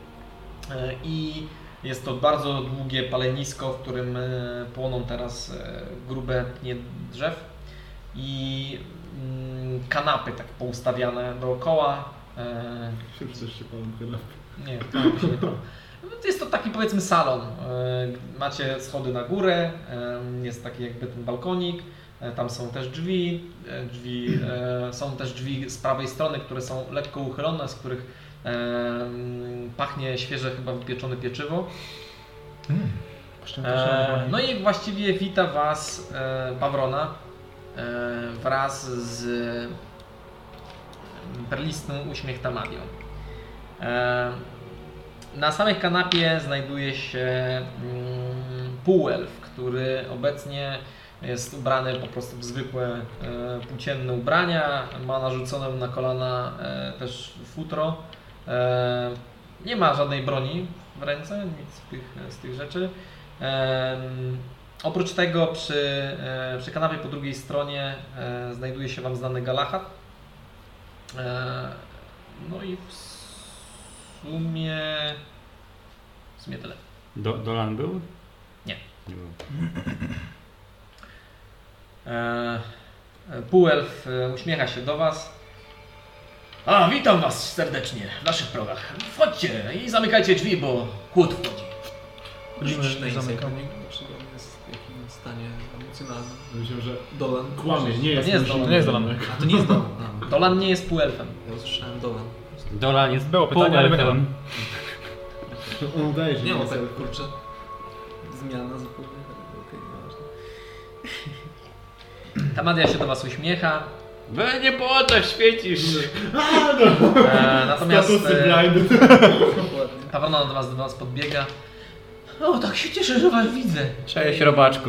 i jest to bardzo długie palenisko, w którym płoną teraz grube pnie drzew i kanapy tak poustawiane dookoła. Coś się panem kanapy. Nie, kanapy się nie pali. Jest to taki, powiedzmy, salon. Macie schody na górę, jest taki jakby ten balkonik, tam są też drzwi. Są też drzwi z prawej strony, które są lekko uchylone, z których pachnie świeże chyba wypieczone pieczywo. No i właściwie wita Was Pawrona wraz z perlistą uśmiech Tamadio. Na samej kanapie znajduje się półelf, który obecnie jest ubrany po prostu w zwykłe płócienne ubrania, ma narzucone na kolana też futro. Nie ma żadnej broni w ręce, nic z tych rzeczy. Oprócz tego przy kanapie po drugiej stronie znajduje się Wam znany Galahad. No i w sumie tyle. Dolan był? Nie. Nie był. Półelf uśmiecha się do Was. A, witam was serdecznie w naszych progach. Wchodźcie i zamykajcie drzwi, bo chłód wchodzi. Chodzimy, Zamykam. zamykamy. Czy on jest w jakim stanie emocjonalna. Myślę, że Dolan. kłamie, nie jest Dolan. To nie jest Dolan. A to nie jest Dolan. Dolan nie jest półelfem. Ja usłyszałem Dolan. Dolan jest Było pytanie, ale półelfem. on udaje, że Nie, nie on jest tak, elfem. kurczę. Zmiana zupełnie. Okej, nieważne. Tamadia się do was uśmiecha. Nie po oczach świecisz! Natomiast Statusy blind. Dokładnie. Pawrona do was podbiega. O, tak się cieszę, że was widzę. Cześć, robaczku.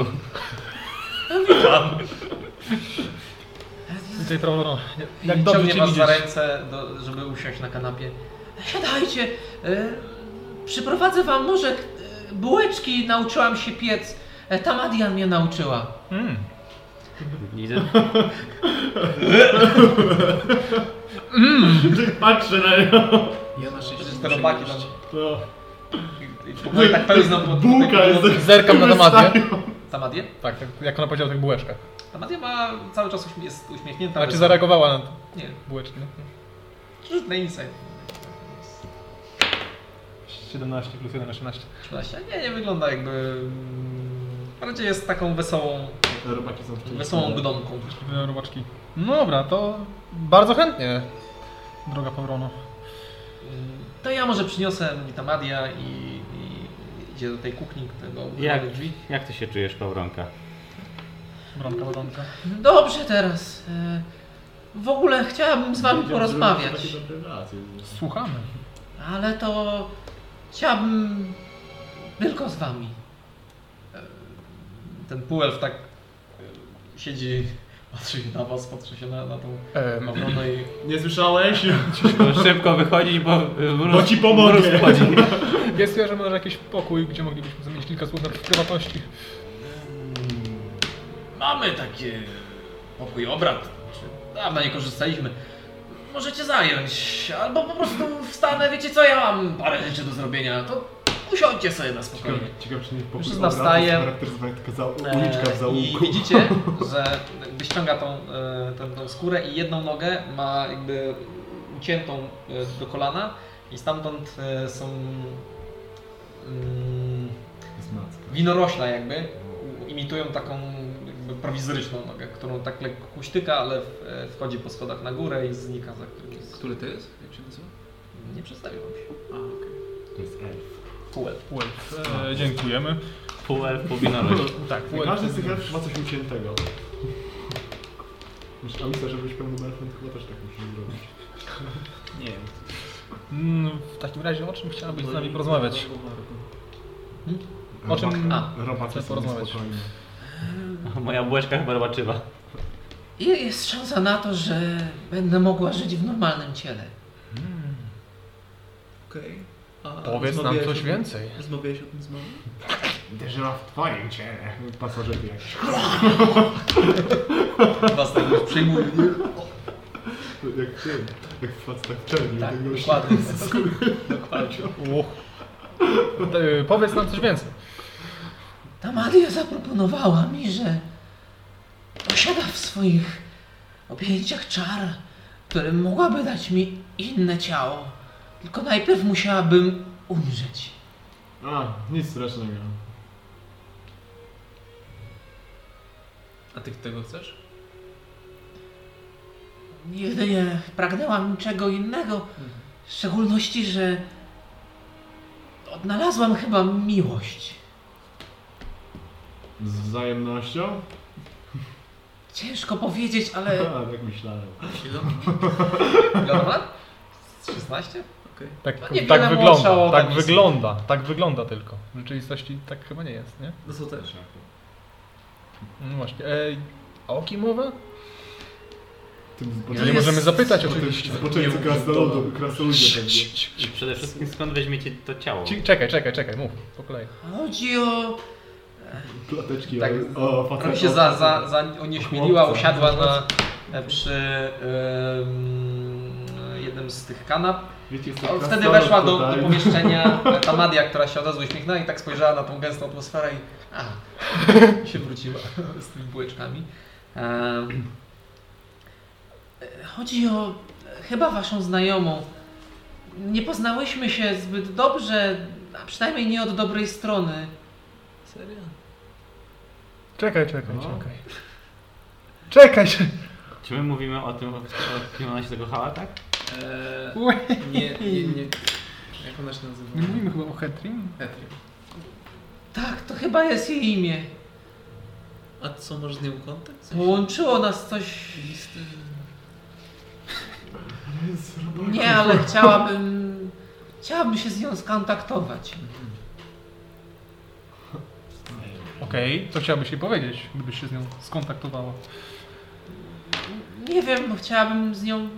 Tutaj prawo, I jak dobrze ciągnie cię was za widzieć. ręce, żeby usiąść na kanapie. Siadajcie. Przyprowadzę wam może bułeczki, nauczyłam się piec. Tamadia mnie nauczyła. Widzę. Patrzę na niego. Ja na szczęście Te robaki tam No. i tak pełzną pod Bułka jest Zerkam na Tamadię. Tamadię? Tak, jak ona powiedziała o tych bułeczkach. Tamadia ma cały czas jest uśmiechnięta. A czy zareagowała na Nie. bułeczki? Rzut na insight. 17 plus 1, 18. 13. Nie wygląda jakby... Bardziej jest taką wesołą Robaki są szczęśliwe. wesołą gdonką. Robaczki. No dobra, to bardzo chętnie, droga Pawrono. To ja może przyniosę mi Tamadia i idzie do tej kuchni, tego Jak, drzwi. jak ty się czujesz, Pawronka? Bronka. Dobrze teraz. W ogóle chciałabym z wami Wiedziałem, że porozmawiać, macie takie dobre relacje. Słuchamy. ale to chciałabym tylko z wami. Ten półelf tak siedzi, patrzy się na was, patrzy się na tą Pawronę i... Nie słyszałeś? Szybko wychodzić, Bo ci pomogę. Jest że może jakiś pokój, gdzie moglibyśmy zamienić kilka słów na prywatności. Mamy takie pokój obrad. Dawno nie korzystaliśmy. Możecie zająć, albo po prostu wstanę, wiecie co, ja mam parę rzeczy do zrobienia, to usiądźcie sobie na spokojnie. Ciekawe, czy nie pokój Mężczyzna obrad wstaje. jest charakteryzowany tylko uliczka w zaułku. I widzicie, że wyściąga tą skórę i jedną nogę ma jakby uciętą do kolana i stamtąd są winorośla jakby, imitują taką jakby prowizoryczną nogę, którą tak lekko kuśtyka, ale wchodzi po schodach na górę i znika za którym jest. Który to jest? Jak się nazywa? Nie przedstawił wam się. A, okej. To jest elf. Półelf. Dziękujemy. Półelf, półwinorość. Tak, Każdy z tych elfów ma coś uciętego. A myślę, że być pełnym elfem chyba też tak musimy zrobić. Nie wiem. W takim razie o czym chciałabyś z nami porozmawiać? O czym Robacy chcę są porozmawiać? niespokojni. Moja bułeczka chyba robaczywa. Jest szansa na to, że będę mogła żyć w normalnym ciele. Okej. A Powiedz nam rozmawiałeś coś o tym- więcej. Rozmawiałeś o tym z mamą? Uderzyła w twoim ciele. Pasożyty jakieś. Was tak już przejmuje. Jak ty. Jak w facetach w czerni. Tak, tego dokładnie. Dokładnie. Powiedz nam coś więcej. Tamadia zaproponowała mi, że posiada w swoich objęciach czar, który mogłaby dać mi inne ciało. Tylko najpierw musiałabym umrzeć. A, nic strasznego. A ty tego chcesz? Nigdy nie pragnęłam niczego innego. W szczególności, że odnalazłam chyba miłość. Z wzajemnością? Ciężko powiedzieć, ale... A, tak myślałem. Ile on ma lat? 16? Okej. Tak, No niewiele tak młodsza wygląda, od tak Anicy. wygląda, tak wygląda tylko. W rzeczywistości tak chyba nie jest, nie? No to też. No właśnie. A o kim mowa? Tym Nie możemy zapytać oczywiście. Zboczeńcy krasnoludzie pewnie. I przede wszystkim skąd weźmiecie to ciało? Czekaj, mów po kolei. Chodzi o... Plateczki Tak, o Trochę facetach. się onieśmieliła, chłopca. usiadła przy jednym z tych kanap. Wiecie, jest A to wtedy krasnolud weszła do tutaj. pomieszczenia Tamadia, która się od razu uśmiechnęła i tak spojrzała na tą gęstą atmosferę i się wróciła z tymi bułeczkami. Chodzi o chyba waszą znajomą. Nie poznałyśmy się zbyt dobrze, a przynajmniej nie od dobrej strony. Serio? Czekaj. Czekaj! Czy my mówimy o tym, o kim ona się zakochała, tak? Nie. Jak ona się nazywa? Nie mówimy chyba o Hetrim? Hetrim. Tak, to chyba jest jej imię. A co, masz z nią kontakt? Połączyło nas coś... Nie, ale chciałabym się z nią skontaktować. Okej, co chciałabyś jej powiedzieć, gdybyś się z nią skontaktowała? Nie wiem, bo chciałabym z nią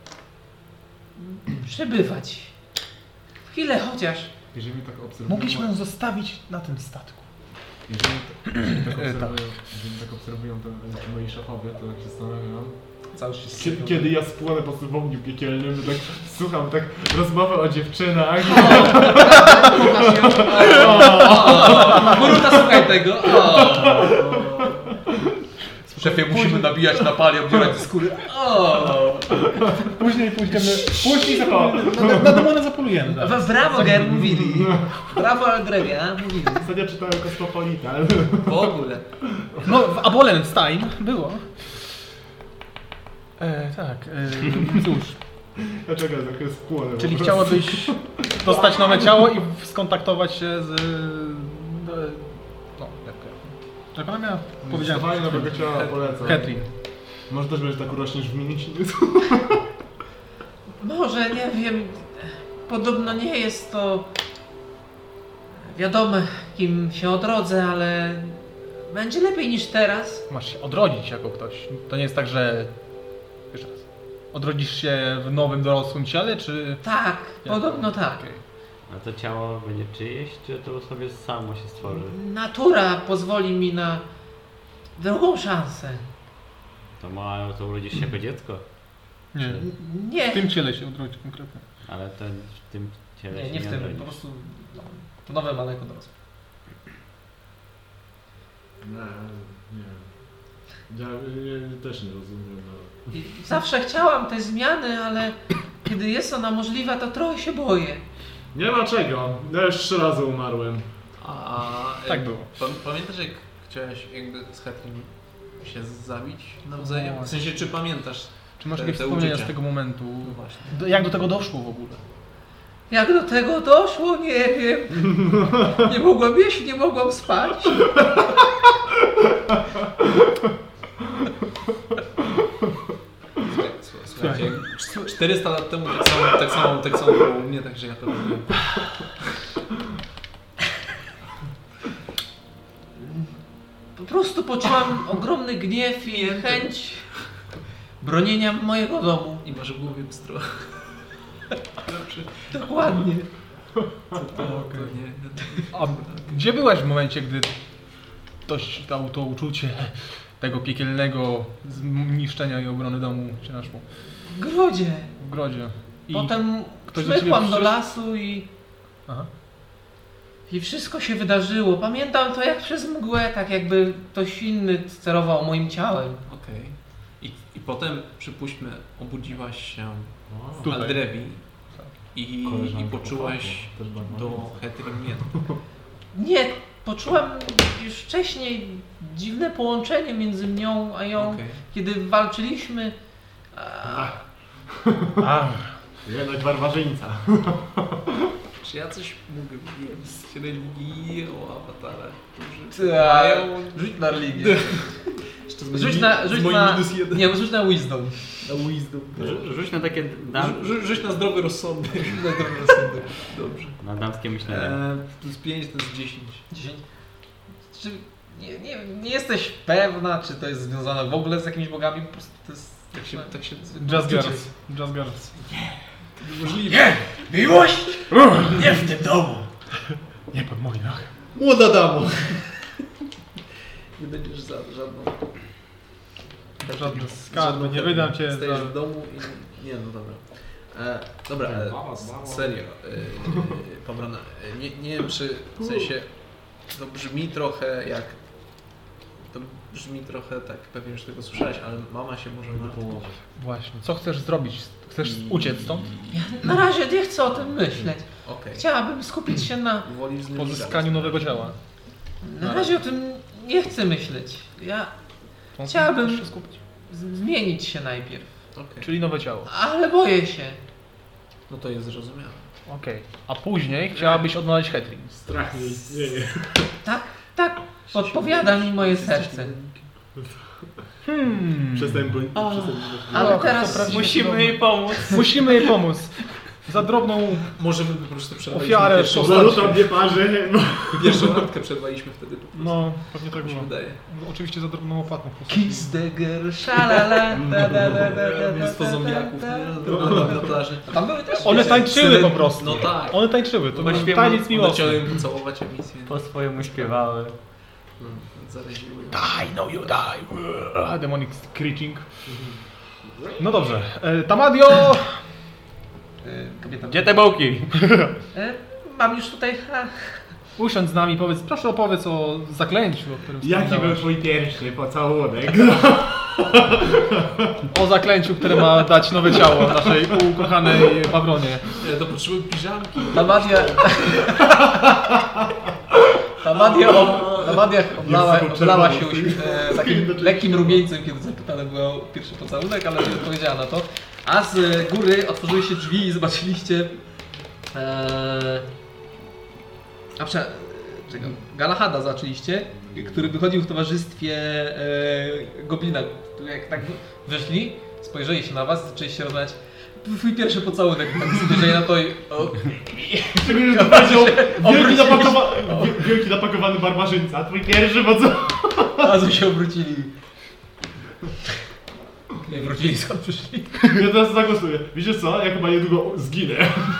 przebywać. Chwilę chociaż. Jeżeli tak obserwujemy... Mogliśmy ją zostawić na tym statku. Jeżeli tak obserwują ci moi szefowie, to tak się zastanawiam. Cały się Kiedy ja spłonę po prostu w ogniu piekielnym, to tak słucham tak rozmowę o dziewczynach. Boruta, słuchaj tego. Szefie, musimy nabijać na pali, obdzierać ze skóry. Później na demona zapolujemy. Brawo, Ger, mówili. Brawo, Aldrevia, mówili. Ostatnio czytałem Kosmopolita. W ogóle. No, w Abolenstein było. Cóż, Dlaczego tak spłonę? czyli chciałabyś dostać nowe ciało i skontaktować się z... No, jak ona miała? Powiedziałem. Dostawanie nowego ciała polecam. Hetrim. Może też będziesz tak urośniesz w mięśniu. Może, nie wiem. Podobno nie jest to wiadome, kim się odrodzę, ale będzie lepiej niż teraz. Masz się odrodzić jako ktoś. To nie jest tak, że... Jeszcze raz. Odrodzisz się w nowym, dorosłym ciele, czy... Tak, podobno tak. Okej. A to ciało będzie czyjeś, czy to sobie samo się stworzy? Natura pozwoli mi na drugą szansę. To urodzisz się jako dziecko, Nie. Nie, W tym ciele się odrodzi konkretnie. ale to w tym ciele nie, się nie w tym, odrodzisz. po prostu no, nowe, ale jako dorosłe. Ja też nie rozumiem. No. I zawsze chciałam te zmiany, ale kiedy jest ona możliwa, to trochę się boję. Nie ma czego. Ja już 3 razy umarłem. Tak było. Pamiętasz, jak chciałeś jakby z Hetrim się zabić nawzajem? W sensie, czy pamiętasz? Czy masz te jakieś wspomnienia uczucia? z tego momentu? No właśnie. Jak do tego doszło w ogóle? Jak do tego doszło, nie wiem. Nie mogłam jeść, nie mogłam spać. Słuchajcie, 400 lat temu tak samo było u mnie, także ja to rozumiem. Po prostu poczułam ogromny gniew i chęć bronienia mojego domu. I masz w głowie bstro. Dokładnie. To nie. A gdzie byłaś w momencie, gdy ktoś dał to uczucie tego piekielnego zniszczenia i obrony domu cię naszło? W grodzie. W grodzie. I Potem ktoś do ciebie przymykłam do przyszedł? lasu Aha. i wszystko się wydarzyło. Pamiętam to jak przez mgłę, tak jakby ktoś inny sterował moim ciałem. Okej. I potem, przypuśćmy, obudziłaś się w Tutaj. Aldrewi i Koleżanka poczułaś też bardzo do Hetrim miętu. Nie, poczułam już wcześniej dziwne połączenie między mną a ją, Okej. kiedy walczyliśmy. Jednak barbarzyńca. Czy ja coś mógł z religii o awatarach? Rzuć na religię. Rzuć na wisdom. Na wisdom. Rzuć na takie Rzuć na zdrowy rozsądek. Dobrze. na damskie myślenie. Plus 5 to jest 10. 10. Czy nie jesteś pewna, czy to jest związane w ogóle z jakimiś bogami? Po prostu to jest... Tak się Just Girls. Just Girls. możliwe. Nie! Miłość! Nie w tym domu! Nie pod moim dachem. Młoda damo! Nie będziesz za żadną... Żadne skarby, nie wydam cię Stajesz za... w domu i... Nie, no dobra. Dobra, serio. Pabrana, nie wiem czy w sensie to brzmi trochę jak... To brzmi trochę tak, pewnie już tego słyszałeś, ale mama się może martwić. Właśnie. Co chcesz zrobić? Chcesz uciec stąd? Ja na razie nie chcę o tym myśleć. Okej. Chciałabym skupić się na... Wolisz z nim Po zyskaniu nowego ciała. Na razie o tym Nie chcę myśleć. Ja To Chciałbym- musisz się skupić. zmienić się najpierw, Okej. Czyli nowe ciało. ale boję się. No to jest zrozumiałe. Okej. A później chciałabyś odnaleźć Hetrin. Strach mnie istnieje. Tak, podpowiada mi moje serce. Przestań Ale to teraz prawdziwe Musimy cudowne. jej pomóc. Musimy jej pomóc. Za drobną Może my po prostu przerwaliśmy ofiarę pierwszą, Zaluta mnie parzy. pierwszą randkę przerwaliśmy wtedy. Po prostu. No, pewnie tak Mi się było. wydaje. No, oczywiście za drobną łopatą. po prostu. Kiss the girl, szalala, da, da, da, da, da, Mnóstwo da, zombiaków da, na plaży. A tam były też One tańczyły po prostu. No tak. One tańczyły, to był Właściwie taniec One miłosny. chciały ją pocałować, a misję Po swojemu śpiewały. zaraziły ją. Die, no you die. Demonic screeching. No dobrze. Tamadio! Kobieta. Gdzie te bułki? Mam już tutaj... Usiądź z nami, powiedz, proszę opowiedz o zaklęciu, o którym Jaki był wspominałeś. twój pierwszy pocałunek? O zaklęciu, które ma dać nowe ciało naszej ukochanej Pawronie. To potrzebuję piżamki. Tamadia oblała się Jest takim lekkim rumieńcem, kiedy zapytany był o pierwszy pocałunek, ale nie odpowiedziała na to. A z góry otworzyły się drzwi i zobaczyliście... Galahada zaczęliście, który wychodził w towarzystwie goblina. Jak tak wyszli, spojrzeli się na was, zaczęliście rozmawiać. Twój pierwszy pocałunek, tak spojrzeli na to i... Szczególnie, że powiedział wielki napakowany barbarzyńca. Twój pierwszy pocałunek. Razem się obrócili. Nie wrócili, skąd przyszli? Ja teraz zagłosuję. Wiecie co? Ja chyba niedługo zginę.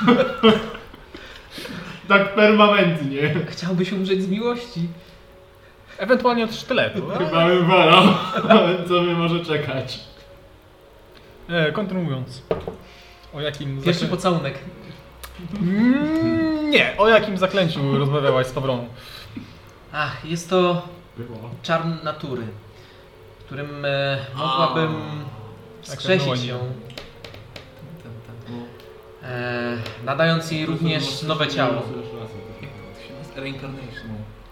Tak permanentnie. Chciałbyś umrzeć z miłości. Ewentualnie od sztyletu. Chyba bym wolał. Co mnie może czekać? Kontynuując. O jakim Pierwszy pocałunek. Nie, o jakim zaklęciu rozmawiałaś z Pawroną? Ach, jest to Było. czar natury, którym mogłabym skrzesić ją, nadając jej również nowe ciało. Reincarnation.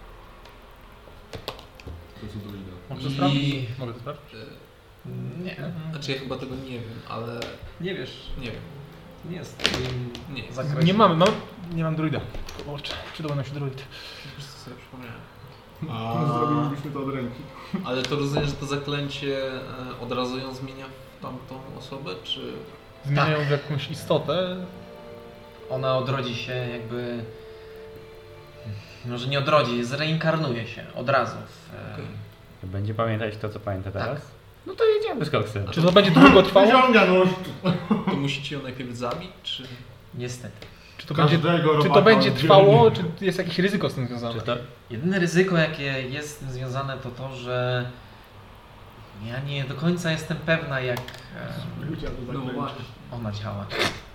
Mogę to I- sprawdzić? Mogę to sprawdzić? Nie, Znaczy ja chyba tego nie wiem, ale nie wiesz, nie wiem. nie jest w twoim Nie. zakresie. Nie mam druida. Kurczę, przydał nam się druid. Po prostu sobie przypomniałem. A zrobilibyśmy to od ręki. Ale to rozumiem, że to zaklęcie od razu ją zmienia w tamtą osobę, czy... Zmieniają w jakąś istotę. Ona odrodzi się jakby... Może nie odrodzi, zreinkarnuje się od razu. Okej. Będzie pamiętać to, co pamięta teraz? Tak. No to jedziemy z koksem. Czy to będzie długo trwało? Wyciąga nóż. To musicie ją najpierw zabić, czy... Niestety. Czy to będzie, Każdego czy to robaka będzie oddzielnie. trwało, czy jest jakieś ryzyko z tym związane? Czy to... Jedyne ryzyko, jakie jest z tym związane, to to, że ja nie do końca jestem pewna, jak No właśnie. ona działa.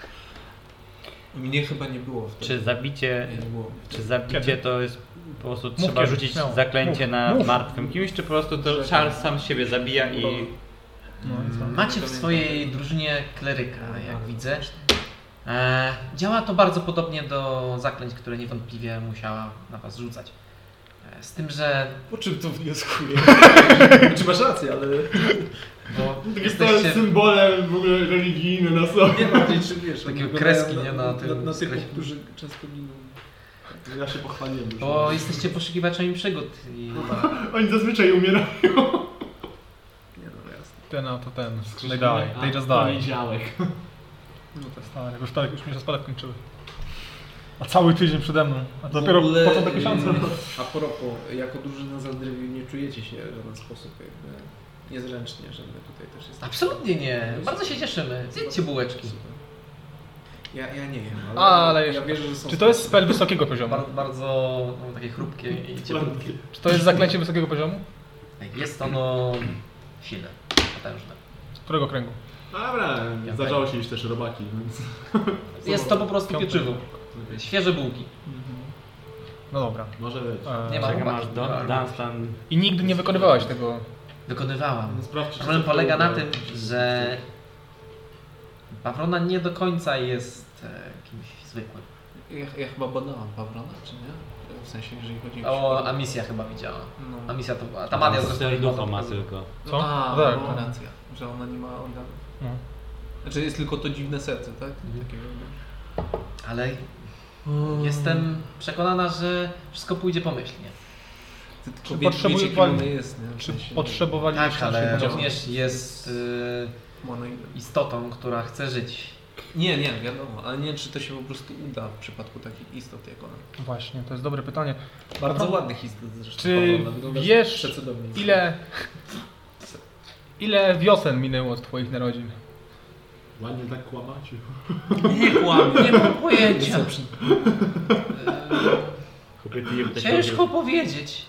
Mnie chyba nie było wtedy. Czy zabicie... Nie było. Czy zabicie Kiedy? to jest po prostu Mów trzeba kiedy, rzucić śmiało. zaklęcie Mów, na mów. martwym kimś, czy po prostu to Charles sam siebie zabija i... Macie w swojej drużynie kleryka, jak widzę. Działa to bardzo podobnie do zaklęć, które niewątpliwie musiała na was rzucać. Z tym, że Po czym to wnioskuje? Czy masz rację, ale... bo Takie stałe symbole w ogóle religijne na sobie. Nie bardziej, czy wiesz... Takie one kreski, wyglądają nie, na tym Na typów, skresie. którzy często giną. Ja się pochwaliłem już. bo jesteście poszukiwaczami przygód i Oni zazwyczaj umierają. Nie, no jasne. Ten. They die. They just die. Poniedziałek. No tak. Stary, już mi się spale kończyły. A cały tydzień przede mną. A to W dopiero ogóle, początek miesiąca. A propos, jako drużyna Zaldrywiu nie czujecie się w żaden sposób jakby niezręcznie, że my tutaj też jesteśmy. absolutnie nie. Bardzo się cieszymy. Zjedźcie bułeczki. Ja nie wiem, Ale ja jeszcze- wierzę, że są... Czy to jest spell wysokiego poziomu? Bardzo takie chrupkie i cieplutkie. Czy to jest zaklęcie wysokiego poziomu? Jest ono silne, potężne. Z którego kręgu? Dobra, zdarzało się iść też robaki, więc... Jest to po prostu Piątek. pieczywo. Świeże bułki. No dobra. Może być. Nie ma Czekam robaki. aż Dunstan... I nigdy nie wykonywałaś tego. Wykonywałam. No sprawdźcie, Problem co polega to na było. tym, że Pawrona nie do końca jest kimś zwykłym. Ja chyba badałam Pawrona, czy nie? w sensie, jeżeli chodzi O, Amisja chyba widziała. No. Amisja to była. Ta Madia zresztą Serducho była ma to- tylko. Co? A, Tak, no, tak. racja, że ona nie ma organów. No. Znaczy jest tylko to dziwne serce, tak? Takiego. Ale jestem przekonana, że wszystko pójdzie pomyślnie. Tylko Czy wiecie, potrzebuje kim pani- ona jest, nie? W Czy sensie, potrzebowaliście Tak, ale naszej pomocy? również jest ma na imię. istotą, która chce żyć. Nie, wiadomo, ale nie czy to się po prostu uda w przypadku takich istot jak ona. Właśnie, to jest dobre pytanie. Bardzo ładnych istot zresztą. Czy Ona wygląda wiesz, przecudownie. ile wiosen minęło od twoich narodzin? Ładnie tak kłamać. Nie kłamie. Nie mam pojęcia. Ciężko powiedzieć.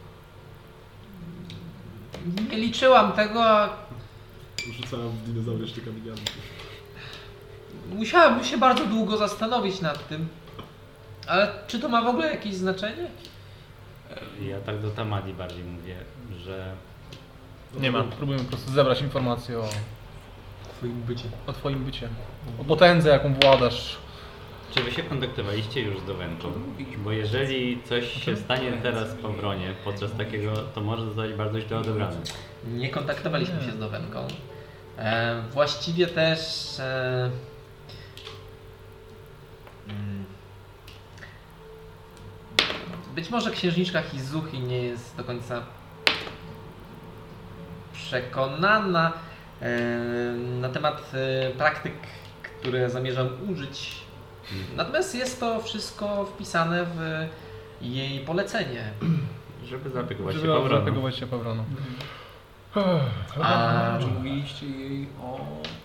Nie liczyłam tego, a Rzucałem w dinozaury jeszcze kamieniami. musiałabym się bardzo długo zastanowić nad tym. Ale czy to ma w ogóle jakieś znaczenie? Ja tak do Tamadi bardziej mówię, że Nie ma. Próbujemy po prostu zebrać informacje Twoim bycie. o twoim bycie. O potędze, jaką władasz. czy wy się kontaktowaliście już z Dowenką? Bo jeżeli coś się stanie teraz po Wronie podczas takiego, to może zostać bardzo źle odebrane. Nie kontaktowaliśmy się z Dowenką. Właściwie też być może księżniczka Hizuchi nie jest do końca przekonana na temat praktyk, które zamierzam użyć. Natomiast jest to wszystko wpisane w jej polecenie. Żeby zaopiekować się Żeby Powroną. zaopiekować się Powroną. A Czy mówiliście jej o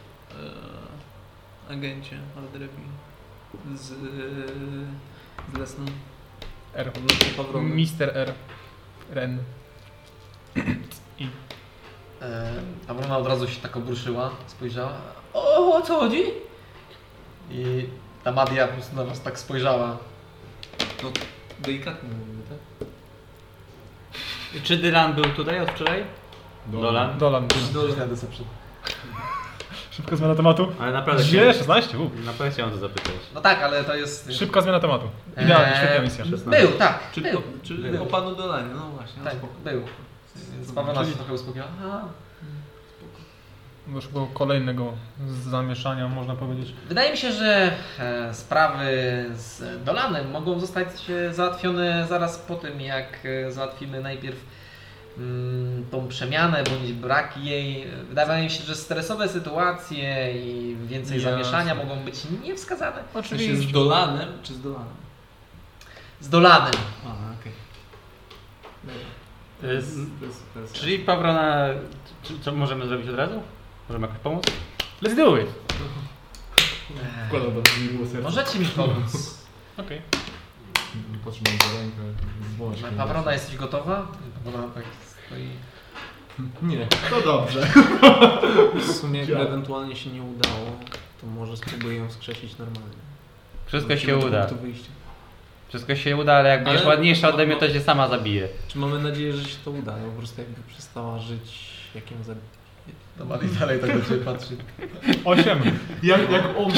agencie Aldrebi z Lesną? R. Pawronem? Mister R. Ren. ta Bruna od razu się tak obruszyła, spojrzała. O co chodzi? I ta Madia po prostu na was tak spojrzała. No, delikatnie mówimy, tak? Czy Dylan był tutaj od wczoraj? Dolan? Dolan. Źle deception. Szybka zmiana tematu. Ale naprawdę 16? naprawdę chciałem to zapytać. No tak, ale to jest... Szybka zmiana tematu. Idealnie, świetna misja. Był, tak. Czy, Był. czy Był. o panu Dolanie, no właśnie. Tak, No spoko. był. Więc Pawlona się trochę uspokoiła. Aha. Doszło do kolejnego zamieszania, można powiedzieć. Wydaje mi się, że sprawy z Dolanem mogą zostać załatwione zaraz po tym, jak załatwimy najpierw tą przemianę bądź brak jej. Wydaje mi się, że stresowe sytuacje i więcej Jasne. zamieszania mogą być niewskazane. W sensie z Dolanem czy z Dolanem? Z Dolanem. A, okej. To jest, To jest czyli Pawrona, co możemy zrobić od razu? Możemy jakoś pomóc? Let's do it! Wkładam do miłego serca. Możecie mi pomóc. Okej. Potrzymam za rękę. Zwłaszcza. Pawrona, jesteś gotowa? Pawrona tak stoi. Nie, to dobrze. W sumie jakby ewentualnie się nie udało, to może spróbuję ją skrzesić normalnie. Wszystko się Wrócimy do uda. punktu wyjścia. Wszystko się uda, ale jak będziesz Ale- ładniejsza ode mnie, to się sama zabije. Czy mamy nadzieję, że się to uda? No po prostu jakby przestała żyć, jak ją zabiję. To Mali dalej tak do Ciebie patrzy. 8. Jak on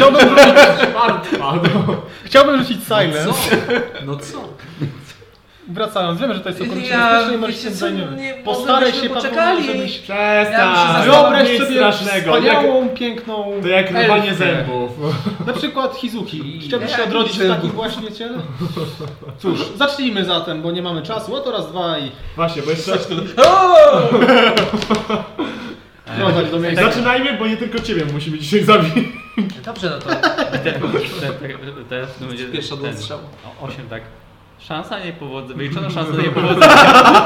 Chciałbym rzucić silence. No co? Wracając, wiemy, że to jest całkowicie Ja- bezpieczne i możesz się wiecie co, zajmiemy. nie- Postaraj może się, byśmy Pawrona, poczekali. żebyś... Przestań! Wyobraź Nic sobie strasznego. wspaniałą, piękną To jak rwanie elfę. zębów. Na przykład Hizuki. Chciałbyś się Jak odrodzić w zębów? takim właśnie ciele? Cóż, zacznijmy zatem, bo nie mamy czasu. Oto raz, dwa i Właśnie, bo jeszcze... prowadź do miejsca. Zaczynajmy, bo nie tylko ciebie musimy dzisiaj zabić. Dobrze, no to Teraz to będzie Pierwsza do strzału. 8, tak. Szansa niepowodzenia, wyliczona szansa niepowodzenia.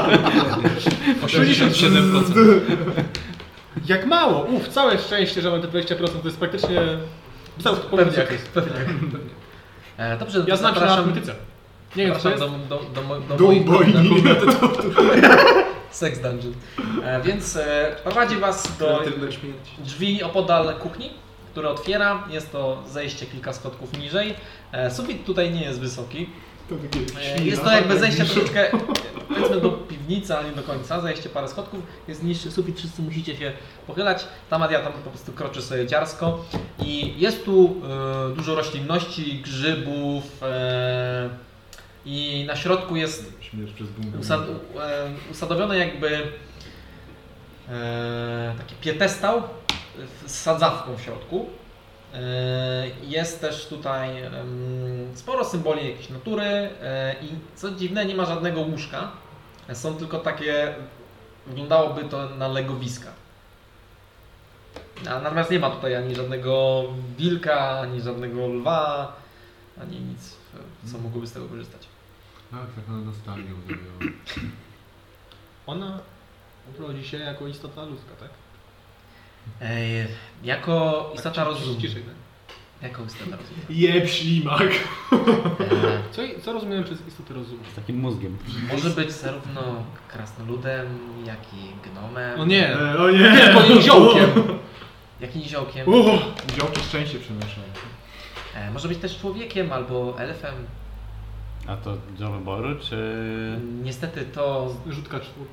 87%. Jak mało! Całe szczęście, że mam te 20%, to jest praktycznie... pewniak. Dobrze, no to Ja znam się na zapraszam, arytmetyce. Nie wiem, co to zapraszam jest. do Do moich ubojni. Sex Dungeon. Więc prowadzi Was do Kreatywna śmierć. drzwi opodal kuchni, które otwiera. Jest to zejście kilka schodków niżej. Sufit tutaj nie jest wysoki. To takie Jest to jakby zejście troszeczkę, powiedzmy do piwnicy, ale nie do końca. Zejście parę schodków, jest niższy sufit, wszyscy musicie się pochylać. Ta Madia tam po prostu kroczy sobie dziarsko. I jest tu dużo roślinności, grzybów i na środku jest Śmierć przez gumę. usadowiony jakby taki piedestał z sadzawką w środku. Jest też tutaj sporo symboli jakiejś natury i co dziwne, nie ma żadnego łóżka. Są tylko takie, wyglądałoby to na legowiska. Natomiast nie ma tutaj ani żadnego wilka, ani żadnego lwa, ani nic, co mogłoby z tego korzystać. Tak, tak na nostalgię zrobiła. Ona rodzi się jako istota ludzka, tak? Jako istota rozumu. Ciszej, tak? Jako istota rozumu. Jeb ślimak! Co rozumiałem przez istotę rozumu? Z takim mózgiem. Może być zarówno krasnoludem, jak i gnomem. O nie! O nie! Tylko niziołkiem! Jak i niziołkiem. Niziołki szczęście przynoszą. Może być też człowiekiem albo elfem. A to do wyboru, czy... Niestety to Rzutka czwórka.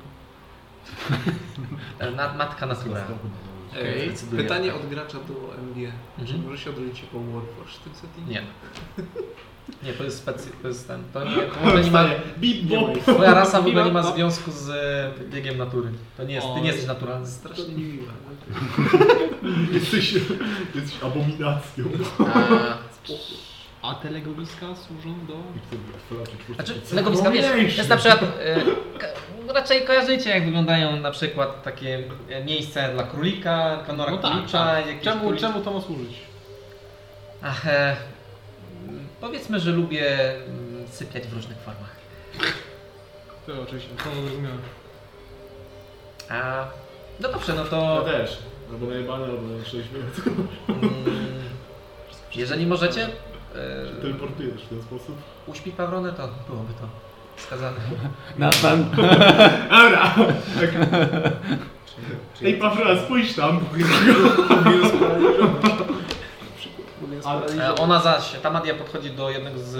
matka natura. Ej, Decyduje. pytanie od gracza do MG. Czy Mhm. może się odrodzić jako Warforged w tym settingu? Nie. Nie, to jest to jest ten. To nie, to w ogóle nie ma. Bip bop! Twoja rasa w ogóle nie ma związku z biegiem natury. To nie jest, ty nie jesteś naturalny. Strasznie niemiłe. Jesteś abominacją. A te legowiska służą do... Znaczy, legowiska, wiesz, jest na przykład, raczej kojarzycie, jak wyglądają na przykład takie miejsca dla królika, kanora No tak, królicza, tak. jakieś Czemu to ma służyć? Ach, powiedzmy, że lubię sypiać w różnych formach. To oczywiście, to zrozumiałem. No dobrze, no Ja to też. Albo najebany, albo na trzeźwy. jeżeli możecie Teleportujesz w ten sposób. uśpić Pawronę, to byłoby to wskazane. Nathan! Dobra! Ej, Pawrona, spójrz tam! Ona zaś, ta Madia podchodzi do jednego z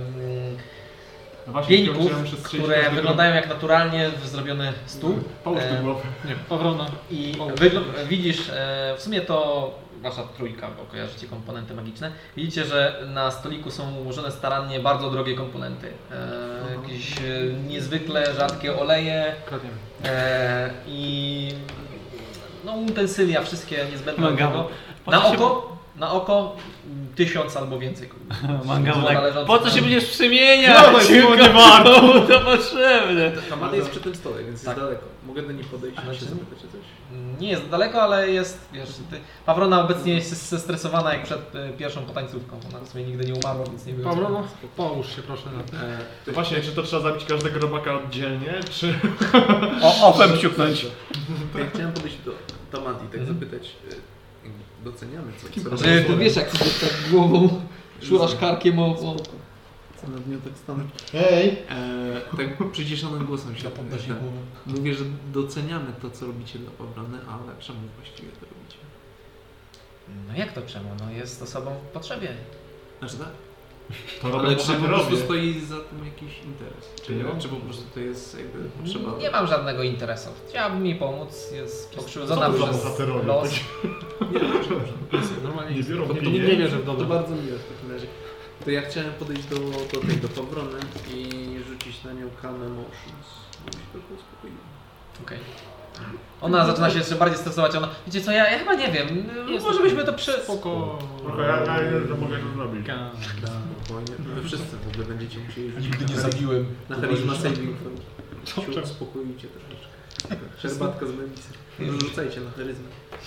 No właśnie, pieników, chciałem przestrzelić które każdego- wyglądają jak naturalnie zrobiony stół. Połóż tę głowę. Nie, Pawrona. I widzisz, w sumie to wasza trójka, bo kojarzycie komponenty magiczne. Widzicie, że na stoliku są ułożone starannie bardzo drogie komponenty. Jakieś niezwykle rzadkie oleje Kradniemy. i no, utensylia, wszystkie niezbędne do Mangabu. tego. Na oko 1000 albo więcej. Mangabu Złota tak, leżące po co tam. się będziesz przemieniać? No, to było nie warto. Komu to potrzebne? Ta Mada jest przy tym stole, więc Tak. jest daleko. Mogę do niej podejść i Ale się czy- zapytać o coś? Nie jest daleko, ale jest, wiesz, Pawrona obecnie jest zestresowana jak przed pierwszą potańcówką. Ona w sumie nigdy nie umarła, więc nie wiem. Pawrona, połóż się proszę na tym. To właśnie, czy to trzeba zabić każdego robaka oddzielnie, czy... Ofem psiuknąć. To ja chciałem podejść do Tamadi, tak zapytać, doceniamy co robi. Że ty wiesz, jak sobie tak głową szurasz karkiem o... Co nad nią tak stanę. Hej! Tak przyciszonym głosem się podnosi tak. głowę. Mówię, że doceniamy to, co robicie dla Pawrony, ale czemu właściwie to robicie? No jak to czemu? No jest osobą w potrzebie. Znaczy tak? To robią Ale czy po prostu bohaterowie. stoi za tym jakiś interes? Czy, Nie. czy po prostu to jest jakby potrzeba? Nie mam żadnego interesu. Chciałabym jej pomóc, jest pokrzywdzona Co to za przez bohaterowie? los. Nie, dobrze. Normalnie Nie biorą to pieniędzy. nikt nie wierzy w To dobre. bardzo miłe w takim razie. To ja chciałem podejść do Pawrony i rzucić na nią Calm Emotions. Żeby się trochę uspokoiła. Okej. Ona zaczyna się jeszcze bardziej stresować. Ona, wiecie co, ja chyba nie wiem. Może byśmy to Spoko. Trochę ja nie mogę to zrobić. Spokojnie. Wy wszyscy w ogóle będziecie musieli rzucić Nigdy nie zabiłem. na charisma saving throw. Się uspokójcie troszeczkę. Herbatka z melisy. Rzucajcie na charyzmę.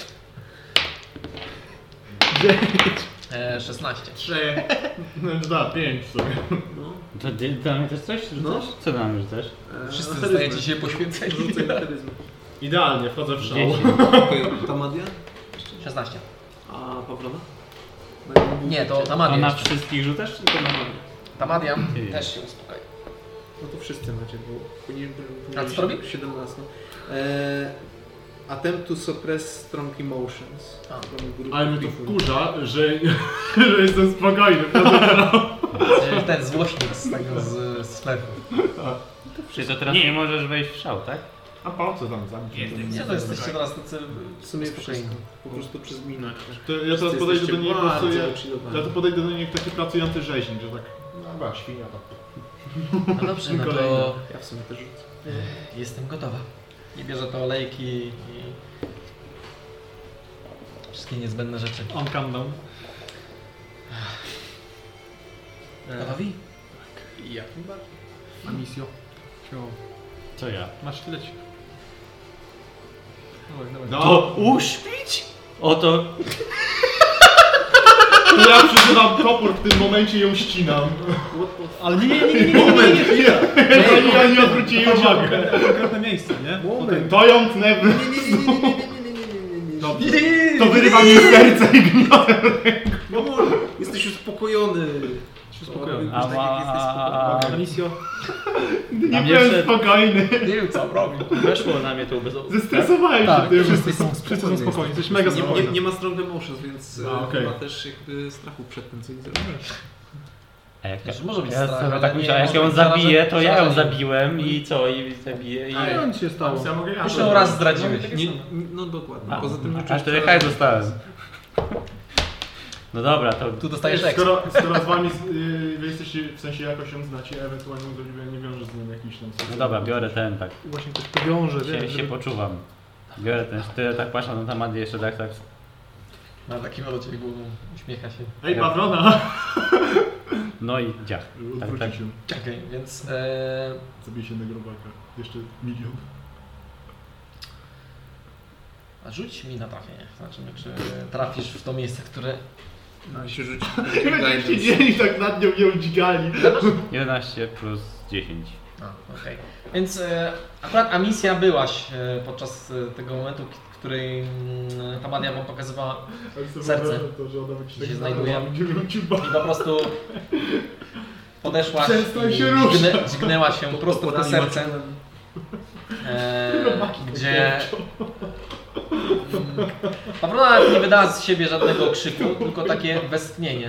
16. 3. No da, 5 sobie. No. To dla mnie też coś rzucasz? Co dla mnie rzucasz? Wszyscy Na zostajecie charyzmę. się poświęceni. Rzucaj na charyzmę. Idealnie, wchodzę w szał. 10. Okej, Tamadia? 16. A Pawrona? Nie, to To Tamadia na jeszcze. wszystkich rzucasz, czy to na mnie? Tamadia Ty. też się uspokoi. No to wszyscy macie, bo A co robi? 17. Attempt to suppress strong emotions. A. Ale mnie to wkurza, że jestem spokojny. Ten złośnik z tego z sklepu. Czy to teraz nie możesz wejść w szał, tak? A po co tam zabić? Nie, to jesteście teraz tacy W sumie spokojni. wszystko. Po prostu przez minę. To ja teraz podejdę do niej po prostu, ja to Ja podejdę do niej jak taki pracujący rzeźnik, że tak, no chyba świnia tak. No dobrze, no to Ja w sumie też rzucę. jestem gotowa. I bierze te olejki i wszystkie niezbędne rzeczy. On calm down. Gotowi? Jak najbardziej. Amisjo. Śmiało. Co ja? Masz sztylecik. Dawaj. No, Uśpić? Oto... to ja przeżywam topór w tym momencie i ją ścinam. Ale nie. Moment, ja nie odwróciłem uwagi. Konkretne miejsce, nie? Moment. To ją tnę w... To wyrywa mi serce i gniotę. Jesteś uspokojony. Uspokojony. Tak jak jesteś spokojny. Amisjo. Nie byłem spokojny. Nie wiem co on robi. Weszło na mnie to bez... Zestresowałem Tak, się tym. wszyscy są spokojni. Jesteś mega Nie, spokojny. nie ma strong emotions, więc A, okej. nie ma też jakby strachu przed tym, co ich zrobisz. A jak Znaczy, może być ja strach, sobie ale tak nie myślałem, jak może ją być zabiję, to ja ją przerażenie. zabiłem i co? I zabiję i... Co nic się stało? Ja mogę Już ją raz zdradziłeś. No dokładnie. A, Poza tym nie aż czujesz tyle przerażenia. hajs dostałem. No dobra, to... Tu dostajesz Wiesz, ekstra. skoro z wami wy jesteście, w sensie jakoś ją znacie, ewentualnie nie wiąże z nią jakiś tam... No dobra, biorę ten tak. Właśnie ktoś to wiąże, Się poczuwam. Biorę ten sztylet, tak patrzę na temat jeszcze tak. Na takim locie głową uśmiecha się. Ej, Pawrona! No i dziach. Tak, Odwrócił tak. się. Okej, więc Zabije się jednego robaka. Jeszcze milion. a rzuć mi na trafienie. Zobaczymy, czy trafisz w to miejsce, które... No, się rzuci. Będziecie siedzieli tak nad nią, ją dźgali. 11 plus 10. A, okej. Więc akurat Amisja byłaś podczas tego momentu, w której Tamadia wam pokazywała serce. To, że ona będzie Gdzie się tak znajduje? znajdować. I po prostu podeszłaś Przestań i się ruszać. dźgnęła się prosto w to serce, gdzie Pawrona nawet nie wydała z siebie żadnego krzyku, tylko takie westchnienie.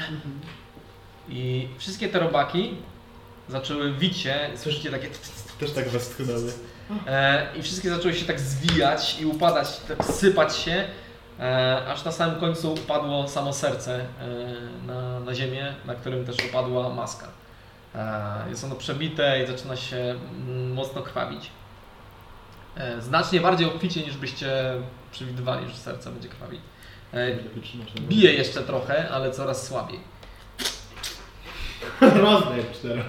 I wszystkie te robaki zaczęły wić się, słyszycie takie... Też tak westchnęły. I wszystkie zaczęły się tak zwijać i upadać, tak sypać się, aż na samym końcu upadło samo serce na ziemię, na którym też upadła maska. Jest ono przebite i zaczyna się mocno krwawić. Znacznie bardziej obficie niż byście przewidywali, że serce będzie krwawić. Bije jeszcze trochę, ale coraz słabiej. Rozdecz teraz.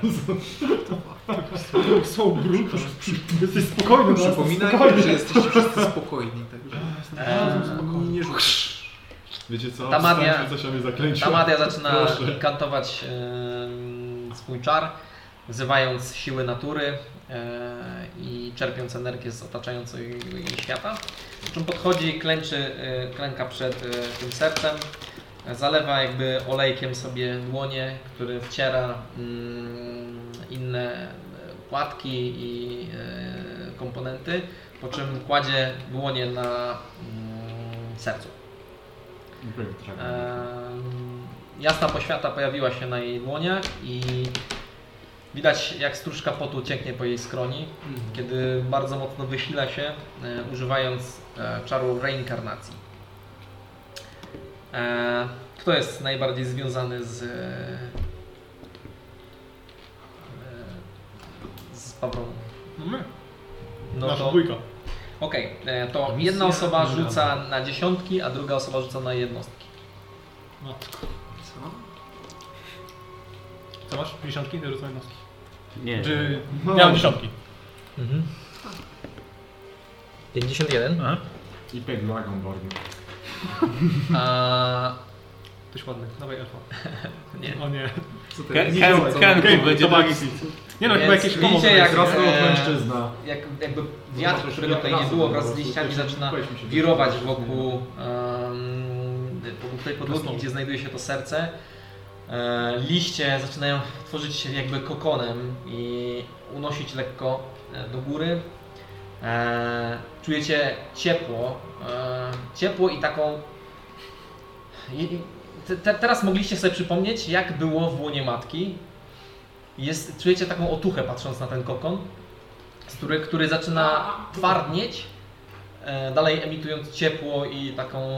Są brudne. Jesteś spokojny, Przypominajcie, że jesteście wszyscy spokojni, także nie rzucaj. Wiecie co? Tamadia- Wstańcie, coś o mnie zaklęciło. Tamadia zaczyna Proszę. inkantować swój czar, wzywając siły natury i czerpiąc energię z otaczającego jej świata. Po czym podchodzi, klęka przed tym sercem, zalewa jakby olejkiem sobie dłonie, który wciera inne płatki i komponenty, po czym kładzie dłonie na sercu. Jasna poświata pojawiła się na jej dłoniach i widać, jak stróżka potu cieknie po jej skroni, kiedy bardzo mocno wysila się, używając czaru reinkarnacji. Kto jest najbardziej związany z Pawroną? No my. No Nasza to dwójka. okej, to jedna osoba rzuca na dziesiątki, a druga osoba rzuca na jednostki. Matko. Co? Co masz? 50 i rzucaj jednostki. Nie. Czy... No. Ja mam dziesiątki. 51. Aha. I peg Dragonborn. Tyś ładny. Dawaj elfa. Nie. O nie. Co to Ken, jest? Ken, Co? Ken, Okej, będzie to drugi. Maxi. Nie no, Więc chyba jakieś widzicie, komo. jak Rosną mężczyzna. jakby wiatr, którego tutaj nie było, wraz z liściami zaczyna wirować wokół tej podłogi, gdzie znajduje się to serce. Liście zaczynają tworzyć się jakby kokonem i unosić lekko do góry. Czujecie ciepło i taką... Teraz mogliście sobie przypomnieć, jak było w łonie matki. Czujecie taką otuchę, patrząc na ten kokon, który zaczyna twardnieć, dalej emitując ciepło i taką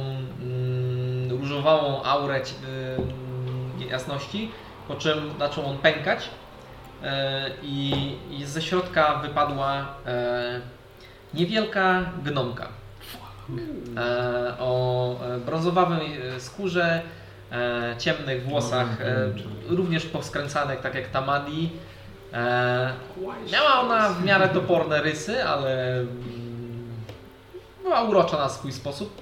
różowałą aurę jasności, po czym zaczął on pękać i ze środka wypadła niewielka gnomka o brązowawej skórze, ciemnych włosach, również poskręcanych, tak jak Tamadi. Miała ona w miarę toporne rysy, ale była urocza na swój sposób.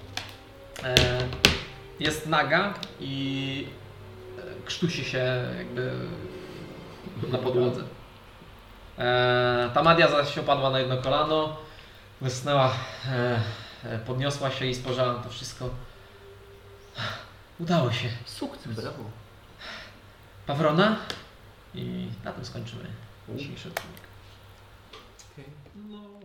Jest naga i krztusi się jakby na podłodze. Tamadia zaś opadła na jedno kolano, wysnęła, podniosła się i spojrzała na to wszystko. Udało się. Sukces. Brawo. Pawrona? I na tym skończymy dzisiejszy odcinek. Okay.